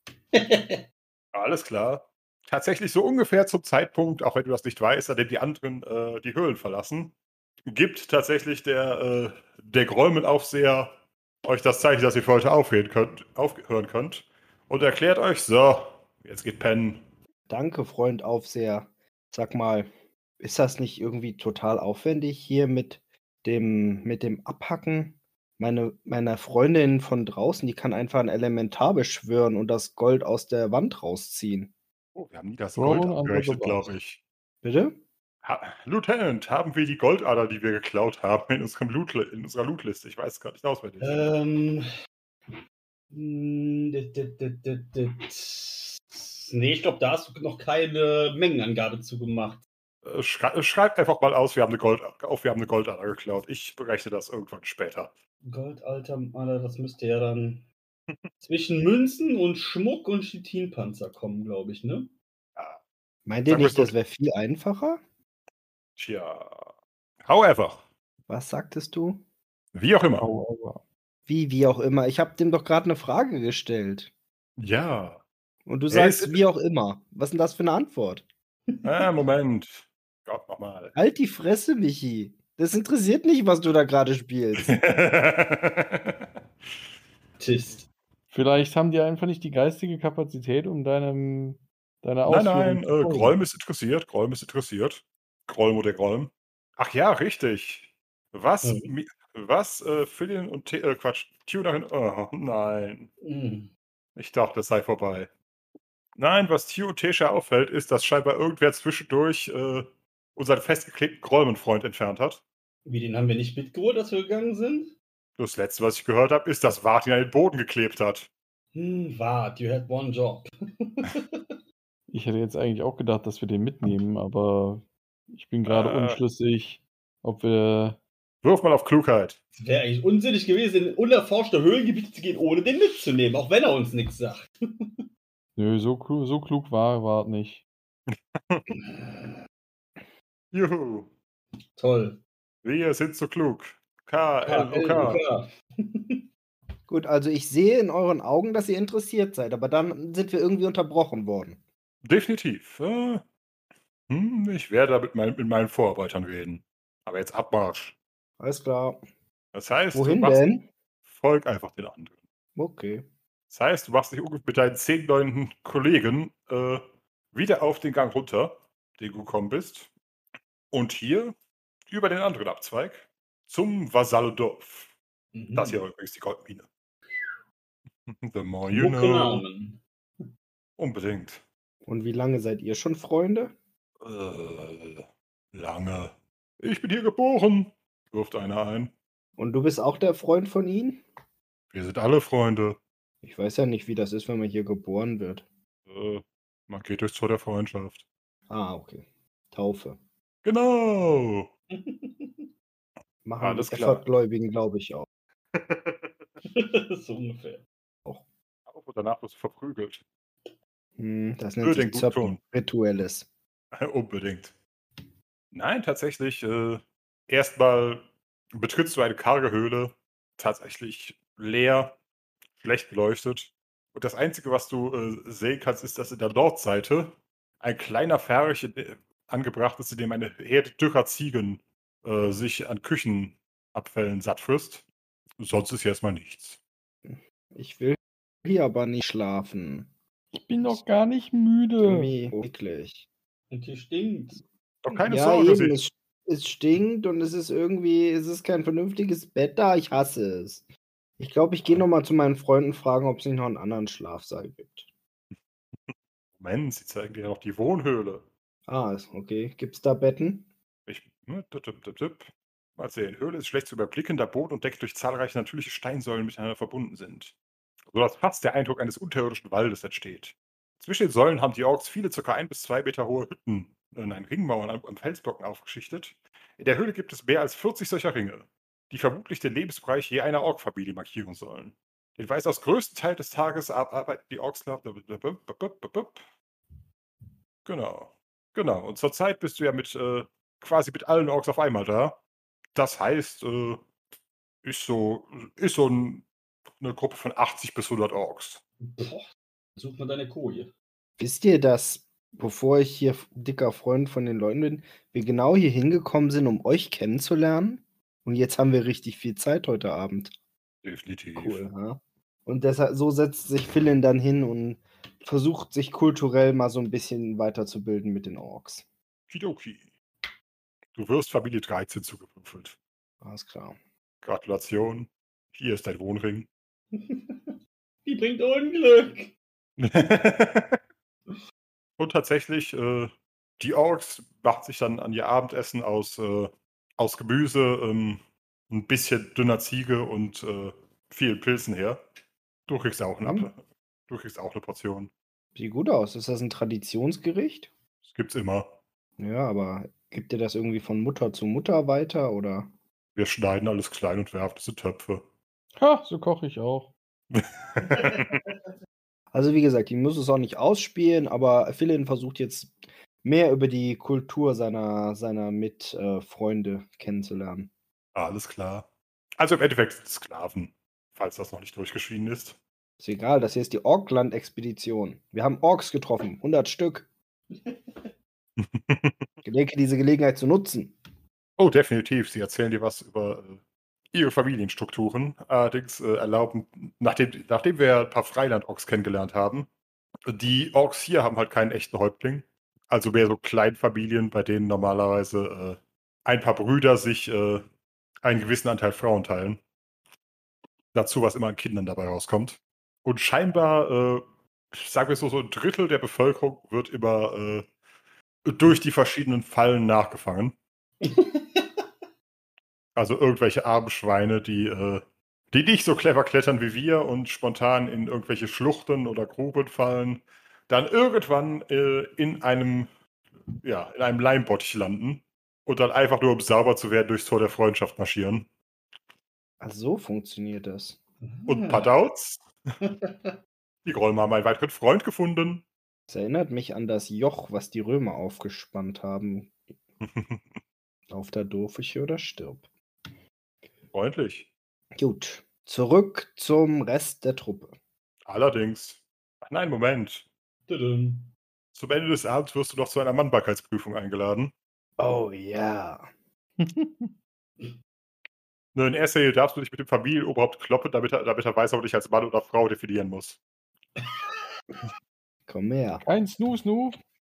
Alles klar. Tatsächlich so ungefähr zum Zeitpunkt, auch wenn du das nicht weißt, an dem die anderen die Höhlen verlassen, gibt tatsächlich der Gräumelaufseher euch das Zeichen, dass ihr für heute aufhören könnt und erklärt euch, so, jetzt geht pennen. Danke, Freund Aufseher. Sag mal, ist das nicht irgendwie total aufwendig hier mit dem Abhacken? Meine Freundin von draußen, die kann einfach ein Elementar beschwören und das Gold aus der Wand rausziehen. Oh, wir haben nie das Thrown Gold under the abgerechnet, bus. glaube ich. Bitte? Lieutenant, haben wir die Goldader, die wir geklaut haben, in unserer Lootliste? Ich weiß es gar nicht auswendig. Nee, ich glaube, da hast du noch keine Mengenangabe zu gemacht. Schreibt einfach mal aus, wir haben eine Goldader geklaut. Ich berechne das irgendwann später. Goldalter, das müsste ja dann zwischen Münzen und Schmuck und Chitinpanzer kommen, glaube ich, ne? Ja, Meint ihr Sagen wir nicht, so. das wäre viel einfacher? Tja. However, Was sagtest du? wie auch immer. However. Wie auch immer. Ich habe dem doch gerade eine Frage gestellt. Ja. Und du Er sagst, ist- wie auch immer. Was ist denn das für eine Antwort? Moment. Gott, nochmal. Halt die Fresse, Michi. Das interessiert nicht, was du da gerade spielst. Tist. Vielleicht haben die einfach nicht die geistige Kapazität, um deiner Nein, Ausführung nein, zu folgen. Grollm ist interessiert. Grollm oder Grollm. Ach ja, richtig. Was, Mhm. Philin und Tunerin. Oh, nein. Mhm. Ich dachte, es sei vorbei. Nein, was Tio und Tesha auffällt, ist, dass scheinbar irgendwer zwischendurch unseren festgeklebten Grollman-Freund entfernt hat. Wie, den haben wir nicht mitgeholt, als wir gegangen sind? Das letzte, was ich gehört habe, ist, dass Wart ihn an den Boden geklebt hat. Wart, you had one job. Ich hätte jetzt eigentlich auch gedacht, dass wir den mitnehmen, aber ich bin gerade unschlüssig, ob wir. Wirf mal auf Klugheit. Es wäre eigentlich unsinnig gewesen, in unerforschte Höhlengebiete zu gehen, ohne den mitzunehmen, auch wenn er uns nichts sagt. Nö, so klug war Wart nicht. Juhu. Toll. Wir sind so klug. K-L-U-K. LUK. Gut, also ich sehe in euren Augen, dass ihr interessiert seid, aber dann sind wir irgendwie unterbrochen worden. Definitiv. Ich werde mit meinen Vorarbeitern reden. Aber jetzt Abmarsch. Alles klar. Das heißt, Wohin denn? Folg einfach den anderen. Okay. Das heißt, du machst dich ungefähr mit deinen 10 neuen Kollegen wieder auf den Gang runter, den du gekommen bist. Und hier über den anderen Abzweig zum Vasallendorf. Das hier war übrigens die Goldmine. The more you Mucke know. Namen. Unbedingt. Und wie lange seid ihr schon Freunde? Lange. Ich bin hier geboren, wirft einer ein. Und du bist auch der Freund von ihnen? Wir sind alle Freunde. Ich weiß ja nicht, wie das ist, wenn man hier geboren wird. Man geht durchs Tor der Freundschaft. Ah, okay. Taufe. Genau. Machen Alles die klar. Effortgläubigen, glaube ich, auch. So ungefähr. Aber danach wirst du verprügelt. Das nennt Für sich den guten Ton. Zöpfen-Rituelles. Unbedingt. Nein, tatsächlich. Erstmal betrittst du eine karge Höhle. Tatsächlich leer, schlecht beleuchtet. Und das Einzige, was du sehen kannst, ist, dass in der Nordseite ein kleiner Pferch angebracht ist, in dem eine Herde dürrer Ziegen sich an Küchenabfällen satt frisst. Sonst ist hier erstmal nichts. Ich will hier aber nicht schlafen. Ich bin noch gar nicht müde. Irgendwie eklig. Und hier stinkt's. Doch keine Ja, Sorge, eben, es stinkt und es ist kein vernünftiges Bett da. Ich hasse es. Ich glaube, ich gehe nochmal zu meinen Freunden fragen, ob es nicht noch einen anderen Schlafsaal gibt. Moment, sie zeigen dir ja noch die Wohnhöhle. Ah, okay. Gibt's da Betten? Mal sehen. Höhle ist schlecht zu überblicken, da Boden und Decke durch zahlreiche natürliche Steinsäulen miteinander verbunden sind, sodass fast der Eindruck eines unterirdischen Waldes entsteht. Zwischen den Säulen haben die Orks viele ca. 1 bis 2 Meter hohe Hütten in einen Ringmauern an Felsblocken aufgeschichtet. In der Höhle gibt es mehr als 40 solcher Ringe, die vermutlich den Lebensbereich je einer Ork-Familie markieren sollen. Den weitaus größten Teil des Tages arbeiten die Orks. Genau. Und zurzeit bist du ja quasi mit allen Orks auf einmal da. Das heißt, ist so eine Gruppe von 80 bis 100 Orks. Boah, such mal deine Koje. Wisst ihr, dass, bevor ich hier dicker Freund von den Leuten bin, wir genau hier hingekommen sind, um euch kennenzulernen? Und jetzt haben wir richtig viel Zeit heute Abend. Definitiv. Cool, ja. Und deshalb, so setzt sich Philin dann hin und versucht, sich kulturell mal so ein bisschen weiterzubilden mit den Orks. Kidoki. Du wirst Familie 13 zugewürfelt. Alles klar. Gratulation. Hier ist dein Wohnring. Die bringt Unglück. Und tatsächlich, die Orks machen sich dann an ihr Abendessen aus Gemüse, ein bisschen dünner Ziege und vielen Pilzen her. Du kriegst auch Du kriegst auch eine Portion. Sieht gut aus. Ist das ein Traditionsgericht? Das gibt's immer. Ja, aber gibt ihr das irgendwie von Mutter zu Mutter weiter, oder? Wir schneiden alles klein und werfen es in Töpfe. Ha, so koche ich auch. Also wie gesagt, ich muss es auch nicht ausspielen, aber Philin versucht jetzt mehr über die Kultur seiner Mitfreunde kennenzulernen. Alles klar. Also im Endeffekt sind es Sklaven, falls das noch nicht durchgeschieden ist. Ist egal, das hier ist die Orkland-Expedition. Wir haben Orks getroffen, 100 Stück. Ich denke, diese Gelegenheit zu nutzen. Oh, definitiv. Sie erzählen dir was über ihre Familienstrukturen. Allerdings nachdem wir ein paar Freiland-Orks kennengelernt haben, die Orks hier haben halt keinen echten Häuptling. Also mehr so Kleinfamilien, bei denen normalerweise ein paar Brüder sich einen gewissen Anteil Frauen teilen. Dazu, was immer an Kindern dabei rauskommt. Und scheinbar, sagen wir so ein Drittel der Bevölkerung wird immer durch die verschiedenen Fallen nachgefangen. Also irgendwelche armen Schweine, die nicht so clever klettern wie wir und spontan in irgendwelche Schluchten oder Gruben fallen, dann irgendwann in einem Leimbottich landen und dann einfach nur, um sauber zu werden, durchs Tor der Freundschaft marschieren. Ach, so funktioniert das. Und Padauts, die Grollm haben einen weiteren Freund gefunden. Das erinnert mich an das Joch, was die Römer aufgespannt haben. Auf der Dorfiche oder stirb. Freundlich. Gut, zurück zum Rest der Truppe. Allerdings. Ach nein, Moment. Tudum. Zum Ende des Abends wirst du noch zu einer Mannbarkeitsprüfung eingeladen. Oh ja. Nur in erster Linie darfst du dich mit dem Familienoberhaupt kloppen, damit er weiß, ob er dich als Mann oder Frau definieren muss. Komm her. Kein Snoo-Snoo.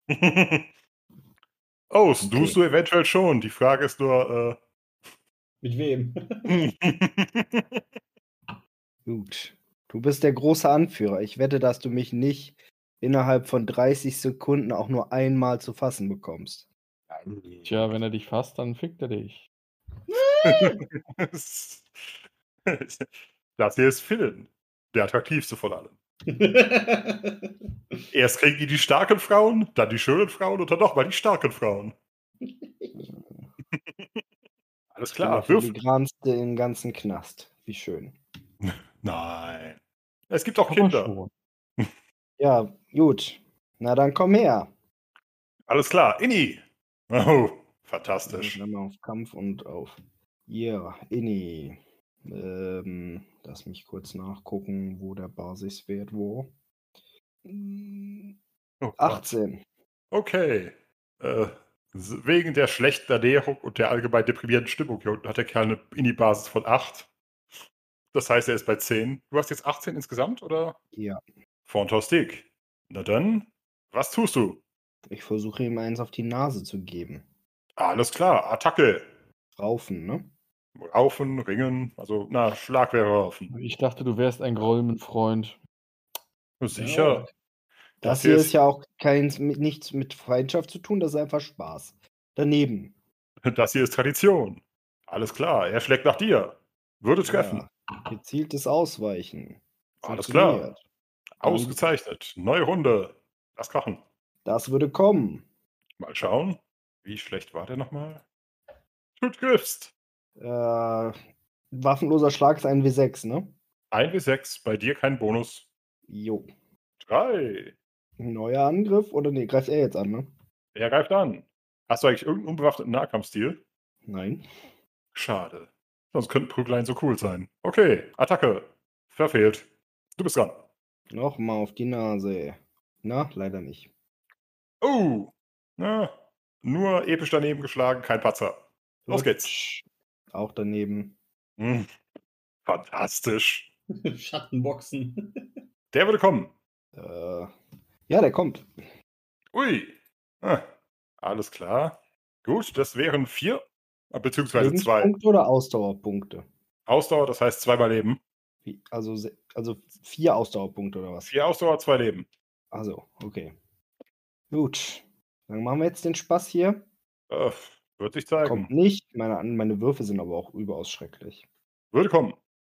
Oh, snoost du eventuell schon. Die Frage ist nur, Mit wem? Gut. Du bist der große Anführer. Ich wette, dass du mich nicht innerhalb von 30 Sekunden auch nur einmal zu fassen bekommst. Tja, wenn er dich fasst, dann fickt er dich. Das hier ist Philin, der attraktivste von allen. Erst kriegen die starken Frauen, dann die schönen Frauen und dann nochmal die starken Frauen. Alles klar, Der filigranste im ganzen Knast. Wie schön. Nein. Es gibt auch Aber Kinder. schon. Ja, gut. Na dann komm her. Alles klar, Inni. Oh, fantastisch. Einmal auf Kampf und auf. Ja, Inni. Lass mich kurz nachgucken, wo der Basiswert war. Oh, 18. okay. Wegen der schlechten Ernährung und der allgemein deprimierenden Stimmung hier unten hat der Kerl eine Ini-Basis von 8. Das heißt, er ist bei 10. Du hast jetzt 18 insgesamt, oder? Ja. Fantastik. Na dann, was tust du? Ich versuche ihm eins auf die Nase zu geben. Alles klar, Attacke. Raufen, ne? Raufen, Ringen, also, na, Schlag wäre Raufen. Ich dachte, du wärst ein Grolmen-Freund. Sicher. Das hier ist ja auch nichts mit Freundschaft zu tun, das ist einfach Spaß. Daneben. Das hier ist Tradition. Alles klar, er schlägt nach dir. Würde treffen. Ja, gezieltes Ausweichen. Alles klar. Funktioniert. Ausgezeichnet. Neue Runde. Lass krachen. Das würde kommen. Mal schauen. Wie schlecht war der nochmal? Du triffst. Waffenloser Schlag ist ein W6, ne? 1W6, bei dir kein Bonus. Jo. 3. Neuer Angriff oder nee, greift er jetzt an, ne? Er greift an. Hast du eigentlich irgendeinen unbewaffneten Nahkampfstil? Nein. Schade. Sonst könnten Prügeleien so cool sein. Okay, Attacke. Verfehlt. Du bist dran. Nochmal auf die Nase. Na, leider nicht. Oh. Na, nur episch daneben geschlagen, kein Patzer. Los geht's. Hutsch. Auch daneben. Fantastisch. Schattenboxen. Der würde kommen. Ja, der kommt. Ui. Alles klar. Gut, das wären 4, beziehungsweise 2. Lebenspunkte oder Ausdauerpunkte? Ausdauer, das heißt 2 Leben. Also 4 Ausdauerpunkte oder was? 4 Ausdauer, 2 Leben. Also, okay. Gut. Dann machen wir jetzt den Spaß hier. Wird sich zeigen. Kommt nicht. Meine Würfe sind aber auch überaus schrecklich. Würde kommen.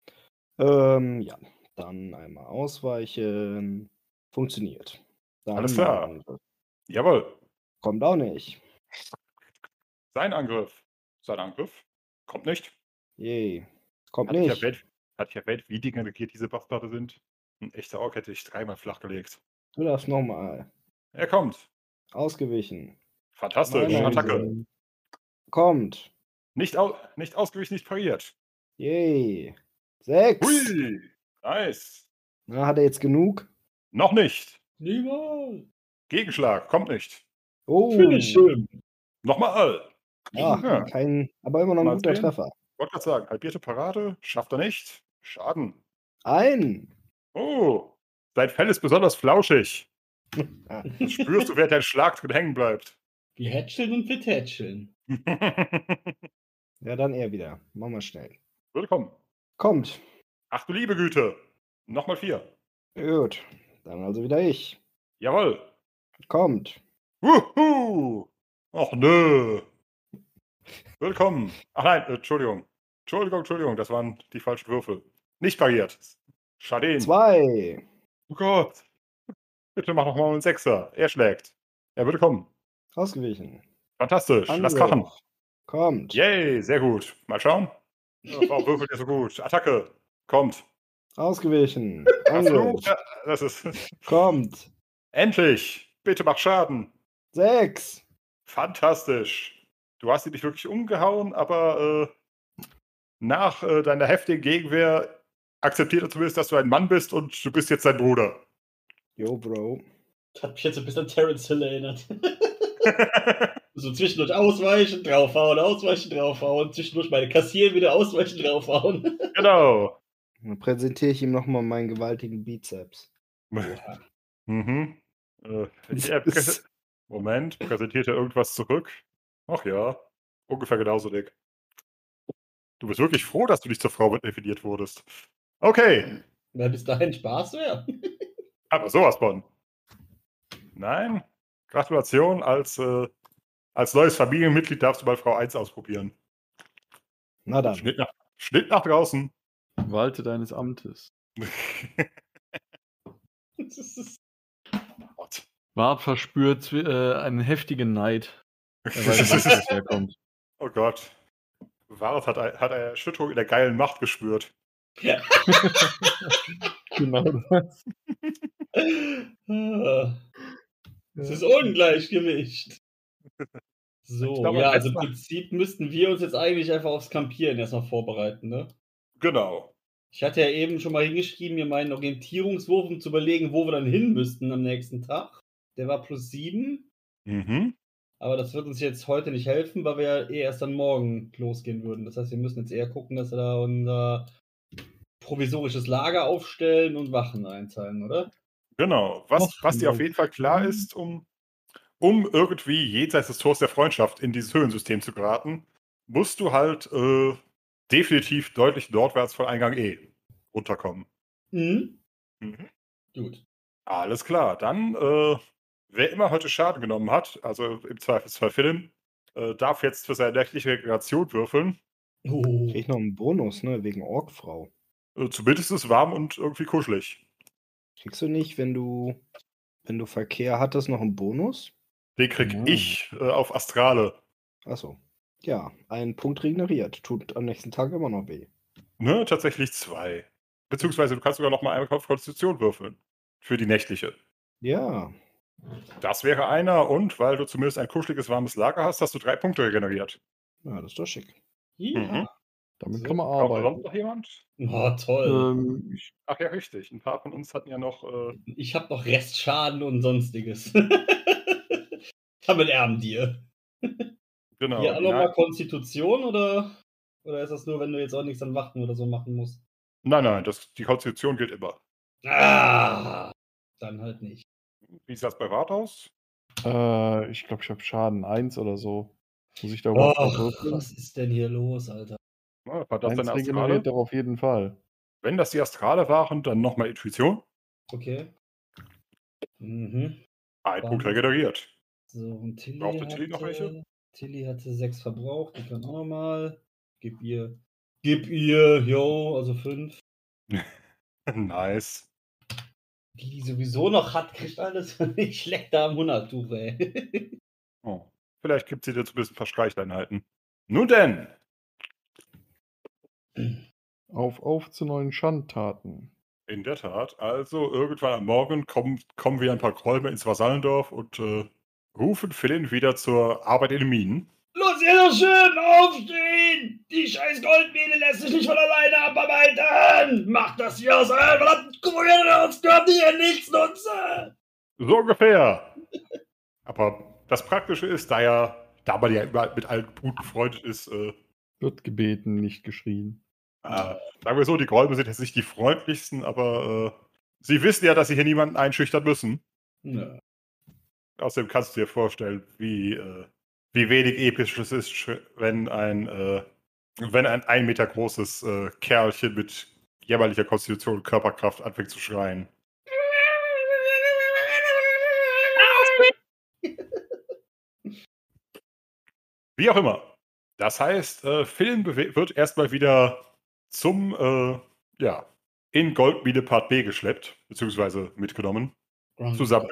Ja. Dann einmal ausweichen. Funktioniert. Dann Alles klar. Angriff. Jawohl. Kommt auch nicht. Sein Angriff. Sein Angriff. Kommt nicht. Yay. Kommt Hatte ich nicht. erwähnt, wie degeneriert diese Bastarde sind? Ein echter Ork hätte ich 3-mal flachgelegt. Du darfst nochmal. Er kommt. Ausgewichen. Fantastisch. Meine Attacke. Güte. Kommt. Nicht ausgewichen, nicht pariert. Yay. 6. Hui. Nice. Na, hat er jetzt genug? Noch nicht. Niemals. Gegenschlag. Kommt nicht. Oh. Finish schön. Nochmal. Ja, Ja. aber immer noch ein Mal guter sehen. Treffer. Wollte gerade sagen, halbierte Parade. Schafft er nicht. Schaden. Ein. Oh. Sein Fell ist besonders flauschig. Ah, Das spürst du, während dein Schlag drin hängen bleibt. Wir hätscheln und wir tätscheln. ja, dann er wieder. Machen wir schnell. Würde kommen. Kommt. Ach du liebe Güte. Nochmal 4. Gut. Dann also wieder ich. Jawohl. Kommt. Wuhu. Ach nö. Willkommen. Ach nein, Entschuldigung. Entschuldigung, das waren die falschen Würfel. Nicht pariert. Schaden. 2. Oh Gott. Bitte mach noch mal einen 6er. Er schlägt. Er würde kommen. Ausgewichen. Fantastisch. Lass Angriff. krachen. Kommt. Yay, sehr gut. Mal schauen. Warum würfelt ihr so gut? Attacke. Kommt. Ausgewichen. Verflucht. Angriff. Das ist. Kommt. Endlich. Bitte mach Schaden. 6. Fantastisch. Du hast ihn nicht wirklich umgehauen, aber nach deiner heftigen Gegenwehr akzeptiert er zumindest, dass du ein Mann bist und du bist jetzt sein Bruder. Yo, Bro. Das hat mich jetzt ein bisschen an Terence Hill erinnert. So zwischendurch ausweichen, draufhauen, zwischendurch meine kassieren, wieder ausweichen, draufhauen. Genau. Dann präsentiere ich ihm nochmal meinen gewaltigen Bizeps. Mhm. Moment, präsentiert er irgendwas zurück? Ach ja, ungefähr genauso dick. Du bist wirklich froh, dass du nicht zur Frau definiert wurdest. Okay, Weil bis dahin Spaß wäre. aber sowas von. Nein, Gratulation, als neues Familienmitglied darfst du mal Frau 1 ausprobieren. Na dann. Schnitt nach draußen. Walte deines Amtes. Gott. Wart verspürt einen heftigen Neid. Er weiß nicht, wo das herkommt. Oh Gott. Wart hat eine Erschütterung in der geilen Macht gespürt. Genau das. Es ist Ungleichgewicht. So, Ich glaube, ja, beim also im letzten Mal- Prinzip müssten wir uns jetzt eigentlich einfach aufs Kampieren erstmal vorbereiten, ne? Genau. Ich hatte ja eben schon mal hingeschrieben, mir meinen Orientierungswurf, um zu überlegen, wo wir dann hin müssten am nächsten Tag. Der war +7. Mhm. Aber das wird uns jetzt heute nicht helfen, weil wir ja erst dann morgen losgehen würden. Das heißt, wir müssen jetzt eher gucken, dass wir da unser provisorisches Lager aufstellen und Wachen einteilen, oder? Genau. Was dir auf jeden Fall klar ist, um irgendwie jenseits des Tors der Freundschaft in dieses Höhlensystem zu geraten, musst du halt definitiv deutlich nordwärts von Eingang E runterkommen. Mhm. Mhm. Gut. Alles klar. Dann, wer immer heute Schaden genommen hat, also im Zweifelsfall Philipp, darf jetzt für seine nächtliche Regeneration würfeln. Krieg ich noch einen Bonus, ne? Wegen Orkfrau. Zumindest ist es warm und irgendwie kuschelig. Kriegst du nicht, wenn du Verkehr hattest, noch einen Bonus? Den krieg ich auf Astrale. Achso. Ja, ein Punkt regeneriert. Tut am nächsten Tag immer noch weh. Ne, tatsächlich 2. Beziehungsweise du kannst sogar noch mal einmal auf Konstitution würfeln. Für die nächtliche. Ja. Das wäre einer und weil du zumindest ein kuscheliges, warmes Lager hast, hast du 3 Punkte regeneriert. Ja, das ist doch schick. Ja. Damit Sehr kann man Braucht sonst arbeiten. noch jemand? Oh, toll. Ach ja, richtig. Ein paar von uns hatten ja noch. Ich habe noch Restschaden und sonstiges. Damit erben dir. Genau. Hier auch nochmal Konstitution oder ist das nur, wenn du jetzt auch nichts an Wachen oder so machen musst? Nein, die Konstitution gilt immer. Ah, dann halt nicht. Wie sieht das bei Wart aus? Ich glaube, ich habe Schaden 1 oder so. Muss ich da überhaupt noch würfeln? Was ist denn hier los, Alter? War das 1 deine Astrale? regeneriert doch auf jeden Fall. Wenn das die Astrale waren, dann nochmal Intuition. Okay. Mhm. Ein Punkt Bam. regeneriert. So, und Tilly Brauchte Tilly noch welche? Tilly hatte 6 verbraucht, die kann auch nochmal. Gib ihr, yo, also 5. Nice. Die sowieso noch hat, kriegt alles nicht schlechter am 100-Tuch, ey. Oh. Vielleicht gibt sie dir zumindest ein paar Streichleinheiten. Nun denn! Auf zu neuen Schandtaten. In der Tat. Also irgendwann am Morgen kommen wieder ein paar Gräume ins Vasallendorf und rufen Philin wieder zur Arbeit in den Minen. Los, ihr doch schön aufstehen! Die scheiß Goldmine lässt sich nicht von alleine abarbeiten! Macht das hier aus euren verdammten Kugeln, sonst könnt ihr hier nichts nutzen! So ungefähr. Aber das Praktische ist, da man ja immer mit allen gut befreundet ist, Wird gebeten, nicht geschrien. sagen wir so, die Gräume sind jetzt nicht die freundlichsten, aber sie wissen ja, dass sie hier niemanden einschüchtern müssen. Ja. Außerdem kannst du dir vorstellen, wie wenig episch es ist, wenn ein 1 Meter großes Kerlchen mit jämmerlicher Konstitution und Körperkraft anfängt zu schreien. Wie auch immer. Das heißt, Philin wird erstmal wieder zum, in Goldmine Part B geschleppt, beziehungsweise mitgenommen. Zusammen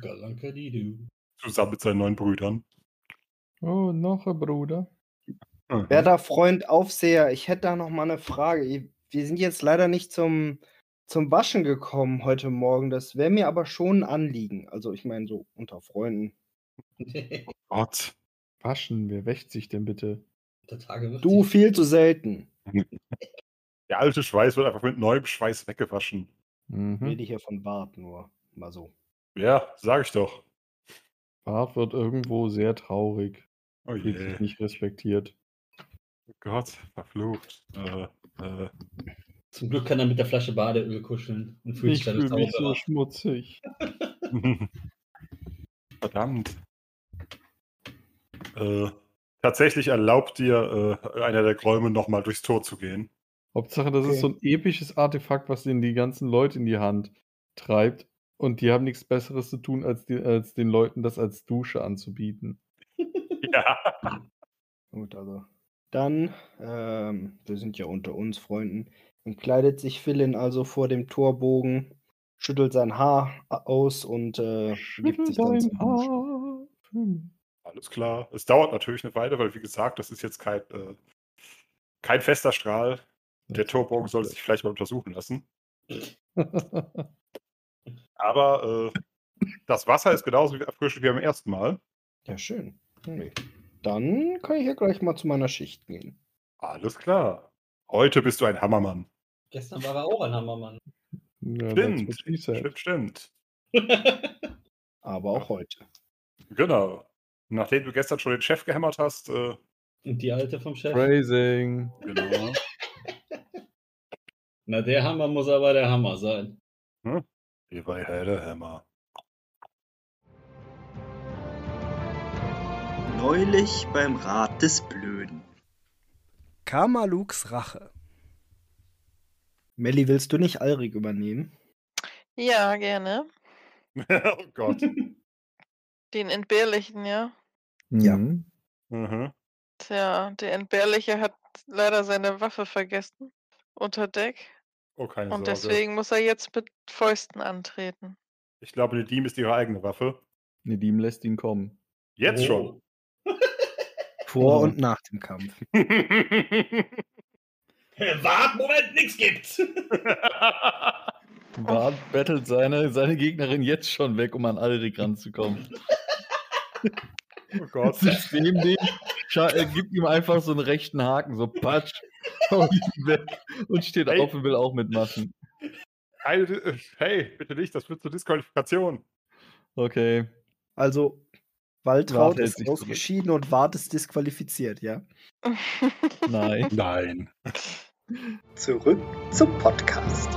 mit seinen 9 Brüdern. Oh, noch ein Bruder. Werter Freund Aufseher, ich hätte da noch mal eine Frage. Wir sind jetzt leider nicht zum Waschen gekommen heute Morgen. Das wäre mir aber schon ein Anliegen. Also ich meine so unter Freunden. Oh Gott. Waschen, wer wäscht sich denn bitte? Du viel zu selten. Der alte Schweiß wird einfach mit neuem Schweiß weggewaschen. Rede hier von Bart nur. Mal so. Ja, sag ich doch. Bart wird irgendwo sehr traurig. Oh Fühlt sich je. nicht respektiert. Oh Gott, verflucht. Zum Glück kann er mit der Flasche Badeöl kuscheln und fühlt Ich sich dann fühle mich so Zauberer. schmutzig. Verdammt. Tatsächlich erlaubt dir einer der Gräume nochmal durchs Tor zu gehen. Hauptsache, das ist so ein episches Artefakt, was den die ganzen Leute in die Hand treibt. Und die haben nichts Besseres zu tun, als den Leuten das als Dusche anzubieten. Ja. Gut, also. Dann, wir sind ja unter uns Freunden, entkleidet sich Philin also vor dem Torbogen, schüttelt sein Haar aus und gibt sich dann zum Duschen. Alles klar. Es dauert natürlich eine Weile, weil wie gesagt, das ist jetzt kein fester Strahl. Der Torbogen sollte sich vielleicht mal untersuchen lassen. Aber das Wasser ist genauso erfrischend wie beim ersten Mal. Ja, schön. Okay. Dann kann ich ja gleich mal zu meiner Schicht gehen. Alles klar. Heute bist du ein Hammermann. Gestern war er auch ein Hammermann. Ja, Stimmt. that's what she said. Stimmt. Aber auch heute. Genau. Nachdem du gestern schon den Chef gehämmert hast, Und die alte vom Chef? Phrasing. genau. Na, der Hammer muss aber der Hammer sein. Wie bei Hellehammer. Neulich beim Rat des Blöden. Kamaluks Rache. Melli, willst du nicht Alrik übernehmen? Ja, gerne. Oh Gott. Den Entbehrlichen, ja. Ja. Mhm. Tja, der Entbehrliche hat leider seine Waffe vergessen. Unter Deck. Oh, keine Und Sorge. deswegen muss er jetzt mit Fäusten antreten. Ich glaube, die Diem ist ihre eigene Waffe. Nedim lässt ihn kommen. Jetzt Oh. Vor Ja. und nach dem Kampf. schon. Wart, Moment, nix gibt's! Bart battelt seine Gegnerin jetzt schon weg, um an Alrik ranzukommen. Oh Gott. Sitzt neben dem, gibt ihm einfach so einen rechten Haken, so patsch, haut ihn weg und steht Hey. auf und will auch mitmachen. Hey, bitte nicht, das wird zur Disqualifikation. Okay. Also, Waltraud Wart hält ist sich zurück. ausgeschieden und Wart ist disqualifiziert, ja? Nein. Nein. Zurück zum Podcast.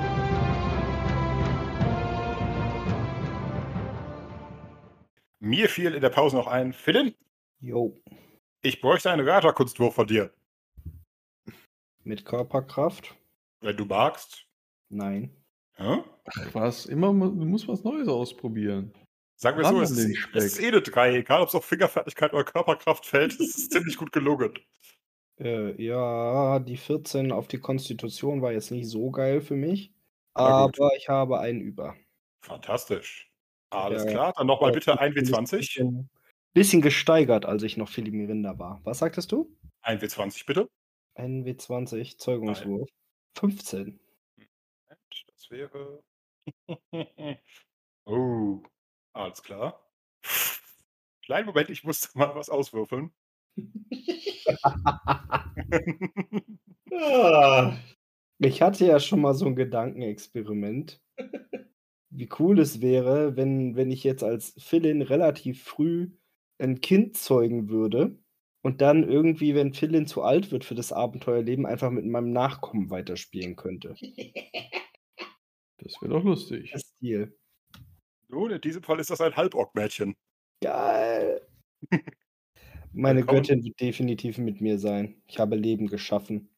Mir fiel in der Pause noch ein, Philin, Jo. ich bräuchte einen Raterkunstwurf von dir. Mit Körperkraft? Wenn du magst. Nein. Hä? Ach, was? Du musst was Neues ausprobieren. Sagen wir so, Ran es an den ist, Speck. es ist eh eine 3, egal ob es auf Fingerfertigkeit oder Körperkraft fällt, es ist ziemlich gut gelungen. Ja, die 14 auf die Konstitution war jetzt nicht so geil für mich. Na gut. Aber ich habe einen über. Fantastisch. Alles Ja. klar, dann nochmal bitte 1W20. Bisschen gesteigert, als ich noch Philipp Mirinda war. Was sagtest du? 1W20 bitte. Ein W20 Zeugungswurf. 15. Das wäre. Oh, alles klar. Kleinen Moment, ich muss mal was auswürfeln. Ah, Ich hatte ja schon mal so ein Gedankenexperiment. Wie cool es wäre, wenn ich jetzt als Philin relativ früh ein Kind zeugen würde und dann irgendwie, wenn Philin zu alt wird für das Abenteuerleben, einfach mit meinem Nachkommen weiterspielen könnte. Das wäre doch lustig. Das Stil. Nun, in diesem Fall ist das ein Halborg-Mädchen. Geil. Meine Willkommen. Göttin wird definitiv mit mir sein. Ich habe Leben geschaffen.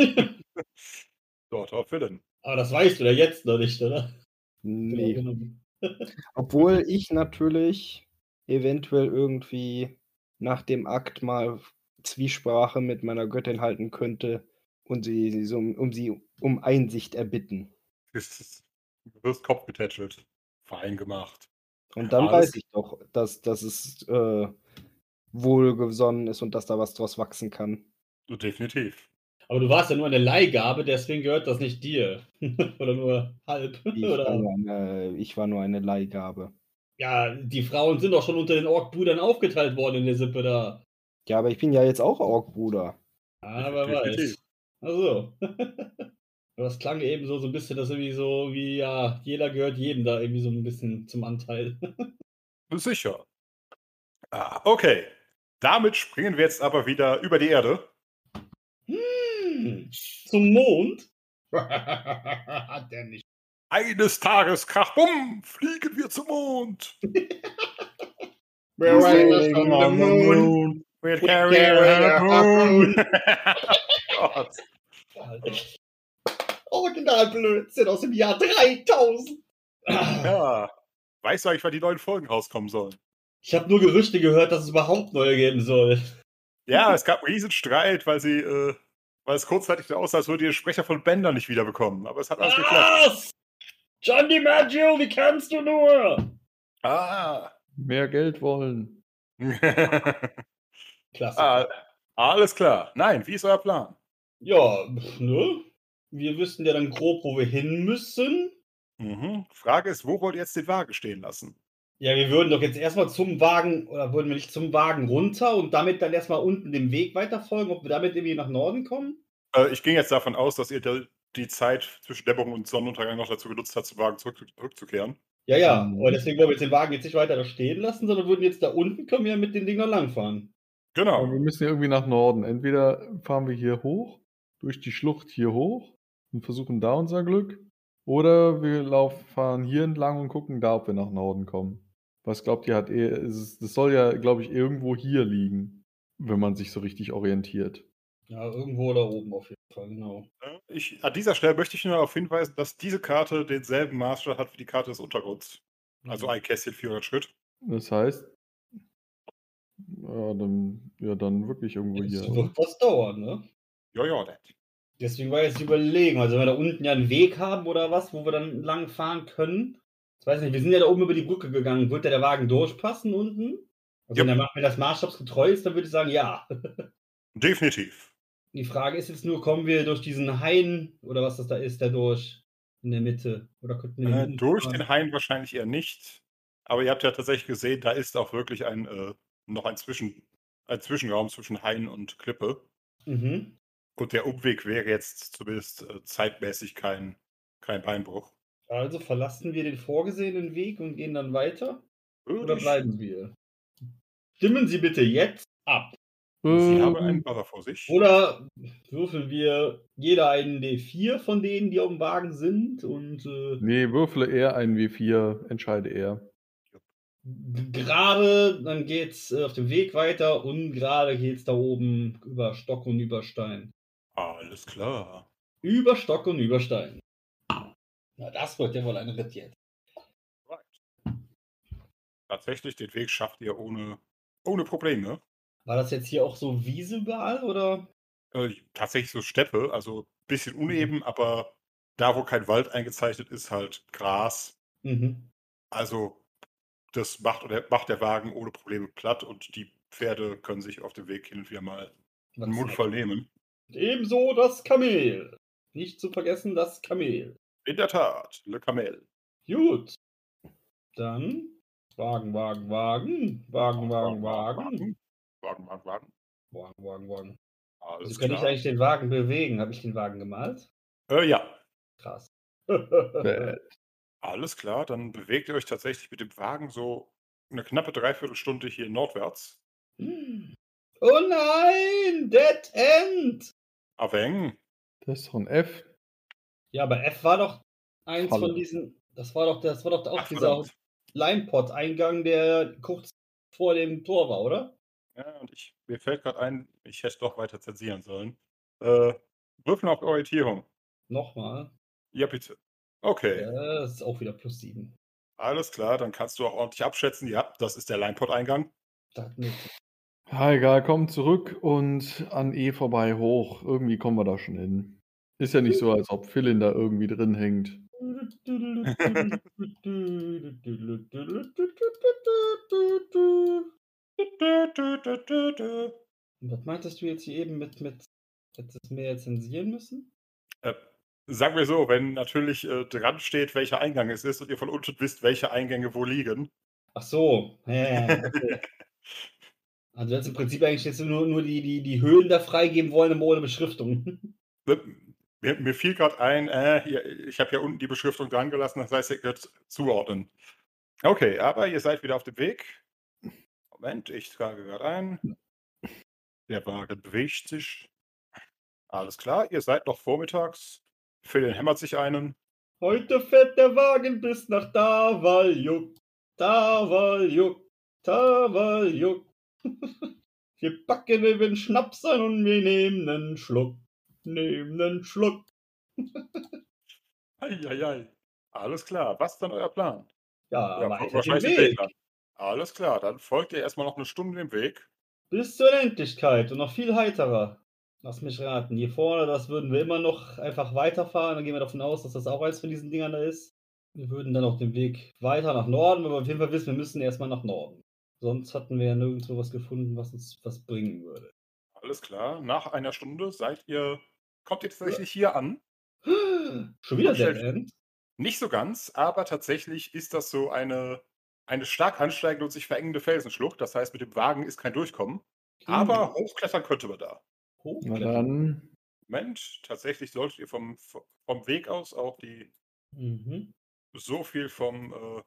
Dort auf Philin. aber das weißt du ja jetzt noch nicht, oder? Nee. Genau. Obwohl ich natürlich eventuell irgendwie nach dem Akt mal Zwiesprache mit meiner Göttin halten könnte und sie so, um Einsicht erbitten. Du wirst Kopf getätschelt. Fein gemacht. Und dann Alles- weiß ich doch, dass es wohlgesonnen ist und dass da was draus wachsen kann. So, definitiv. Aber du warst ja nur eine Leihgabe, deswegen gehört das nicht dir. Oder nur halb. Ich war nur eine Leihgabe. Ja, die Frauen sind doch schon unter den Ork-Brüdern aufgeteilt worden in der Sippe da. Ja, aber ich bin ja jetzt auch Ork-Bruder. Aber Definitiv. weiß. Also. Das klang eben so ein bisschen, dass irgendwie so wie, ja, jeder gehört jedem da irgendwie so ein bisschen zum Anteil. Sicher. Okay. Damit springen wir jetzt aber wieder über die Erde. Zum Mond? Hat der nicht. Eines Tages, krach, bumm, fliegen wir zum Mond. We're riding on the moon. We're carrying carrying a a harpoon. Gott. Original Blödsinn aus dem Jahr 3000. Ja. Weißt du eigentlich, wann die neuen Folgen rauskommen sollen? Ich habe nur Gerüchte gehört, dass es überhaupt neue geben soll. Ja, es gab einen riesen Streit, weil es kurzzeitig so aussah, als würde ihr Sprecher von Bender nicht wiederbekommen. Aber es hat alles geklappt. Was? John DiMaggio, wie kannst du nur? Mehr Geld wollen. Klasse. Alles klar. Nein, wie ist euer Plan? Ja, ne? Wir wüssten ja dann grob, wo wir hin müssen. Frage ist, wo wollt ihr jetzt den Wagen stehen lassen? Ja, wir würden doch jetzt erstmal zum Wagen, oder würden wir nicht zum Wagen runter und damit dann erstmal unten dem Weg weiterfolgen, ob wir damit irgendwie nach Norden kommen? Ich ging jetzt davon aus, dass ihr die Zeit zwischen Dämmerung und Sonnenuntergang noch dazu genutzt habt, zum Wagen zurückzukehren. Ja. Und deswegen wollen wir jetzt den Wagen jetzt nicht weiter da stehen lassen, sondern würden jetzt da unten, können wir ja mit den Dingern langfahren. Genau. Aber wir müssen ja irgendwie nach Norden. Entweder fahren wir hier hoch, durch die Schlucht hier hoch und versuchen da unser Glück. Oder wir fahren hier entlang und gucken da, ob wir nach Norden kommen. Was glaubt ihr, das soll ja, glaube ich, irgendwo hier liegen, wenn man sich so richtig orientiert. Ja, irgendwo da oben auf jeden Fall, genau. An dieser Stelle möchte ich nur darauf hinweisen, dass diese Karte denselben Maßstab hat wie die Karte des Untergrunds. Also ein Kästchen 400 Schritt. Das heißt, dann wirklich irgendwo hier. Jetzt wird das dauern, ne? Ja, das. Deswegen war jetzt überlegen, also wenn wir da unten ja einen Weg haben oder was, wo wir dann lang fahren können. Ich weiß nicht, wir sind ja da oben über die Brücke gegangen. Wird der Wagen durchpassen unten? Also Jupp. wenn das maßstabsgetreu ist, dann würde ich sagen, ja. Definitiv. Die Frage ist jetzt nur, kommen wir durch diesen Hain oder was das da ist, da durch in der Mitte? Oder könnten wir den Durch umfahren? den Hain wahrscheinlich eher nicht. Aber ihr habt ja tatsächlich gesehen, da ist auch wirklich noch ein Zwischenraum zwischen Hain und Klippe. Mhm. Und der Umweg wäre jetzt zumindest zeitmäßig kein Beinbruch. Also verlassen wir den vorgesehenen Weg und gehen dann weiter? Oder bleiben wir? Stimmen Sie bitte jetzt ab. Sie haben einen Buzzer vor sich. Oder würfeln wir jeder einen D4 von denen, die auf dem Wagen sind und Nee, würfle eher einen W4, entscheide eher. gerade, dann geht's auf dem Weg weiter und gerade geht's da oben über Stock und über Stein. Alles klar. Über Stock und über Stein. Na, das wird ja wohl ein Ritt jetzt. Tatsächlich, den Weg schafft ihr ohne Probleme. War das jetzt hier auch so Wiese überall, oder? Tatsächlich so Steppe, also ein bisschen uneben, aber da, wo kein Wald eingezeichnet ist, halt Gras. Mhm. Also das macht der Wagen ohne Probleme platt und die Pferde können sich auf dem Weg hin und wieder mal Was einen Mund voll nehmen. Ebenso das Kamel. Nicht zu vergessen das Kamel. In der Tat, Le Camel. Gut. Dann Wagen. Wagen. Also Alles kann ich klar. eigentlich den Wagen bewegen? Habe ich den Wagen gemalt? Ja. Krass. Alles klar, dann bewegt ihr euch tatsächlich mit dem Wagen so eine knappe Dreiviertelstunde hier nordwärts. Oh nein, Dead End. Aveng. Das ist doch ein F. Ja, aber F war doch eins Falle. von diesen. Das war doch auch Ach, dieser verdammt. Limepod-Eingang, der kurz vor dem Tor war, oder? Ja, und mir fällt gerade ein, ich hätte doch weiter zensieren sollen. Würfeln auf Orientierung. Nochmal. Ja, bitte. Okay, Das ist auch wieder +7. alles klar, dann kannst du auch ordentlich abschätzen. Ja, das ist der Limepod-Eingang. Das nicht. Ja, egal, komm zurück und an E vorbei hoch. Irgendwie kommen wir da schon hin. Ist ja nicht so, als ob Philin da irgendwie drin hängt. Was meintest du jetzt hier eben mit hättest du mehr zensieren müssen? Sagen wir so, wenn natürlich dran steht, welcher Eingang es ist und ihr von unten wisst, welche Eingänge wo liegen. Ach so. Okay. Also jetzt im Prinzip eigentlich jetzt nur die Höhlen da freigeben wollen, aber ohne Beschriftung. Mir fiel gerade ein, ich habe hier unten die Beschriftung dran gelassen, das heißt, ihr könnt zuordnen. Okay, aber ihr seid wieder auf dem Weg. Moment, ich trage gerade ein. Der Wagen bewegt sich. Alles klar, ihr seid noch vormittags. Philin hämmert sich einen. Heute fährt der Wagen bis nach Tavaljuk. Tavaljuk. Wir packen eben Schnaps an und wir nehmen einen Schluck. Eieiei. Alles klar, was ist dann euer Plan? Ja, weiter den wahrscheinlich den Weg. Weg lang. Alles klar, dann folgt ihr erstmal noch eine Stunde dem Weg. Bis zur Endlichkeit und noch viel heiterer. Lass mich raten. Hier vorne, das würden wir immer noch einfach weiterfahren. Dann gehen wir davon aus, dass das auch eins von diesen Dingern da ist. Wir würden dann auf dem Weg weiter nach Norden, aber auf jeden Fall wissen, wir müssen erstmal nach Norden. Sonst hatten wir ja nirgendwo was gefunden, was uns was bringen würde. Alles klar, nach einer Stunde kommt ihr tatsächlich hier an. Schon wieder Und Dead End? Nicht so ganz, aber tatsächlich ist das so eine stark ansteigende und sich verengende Felsenschlucht. Das heißt, mit dem Wagen ist kein Durchkommen. Aber hochklettern könnte man da. Na dann. Moment, tatsächlich solltet ihr vom Weg aus auch so viel vom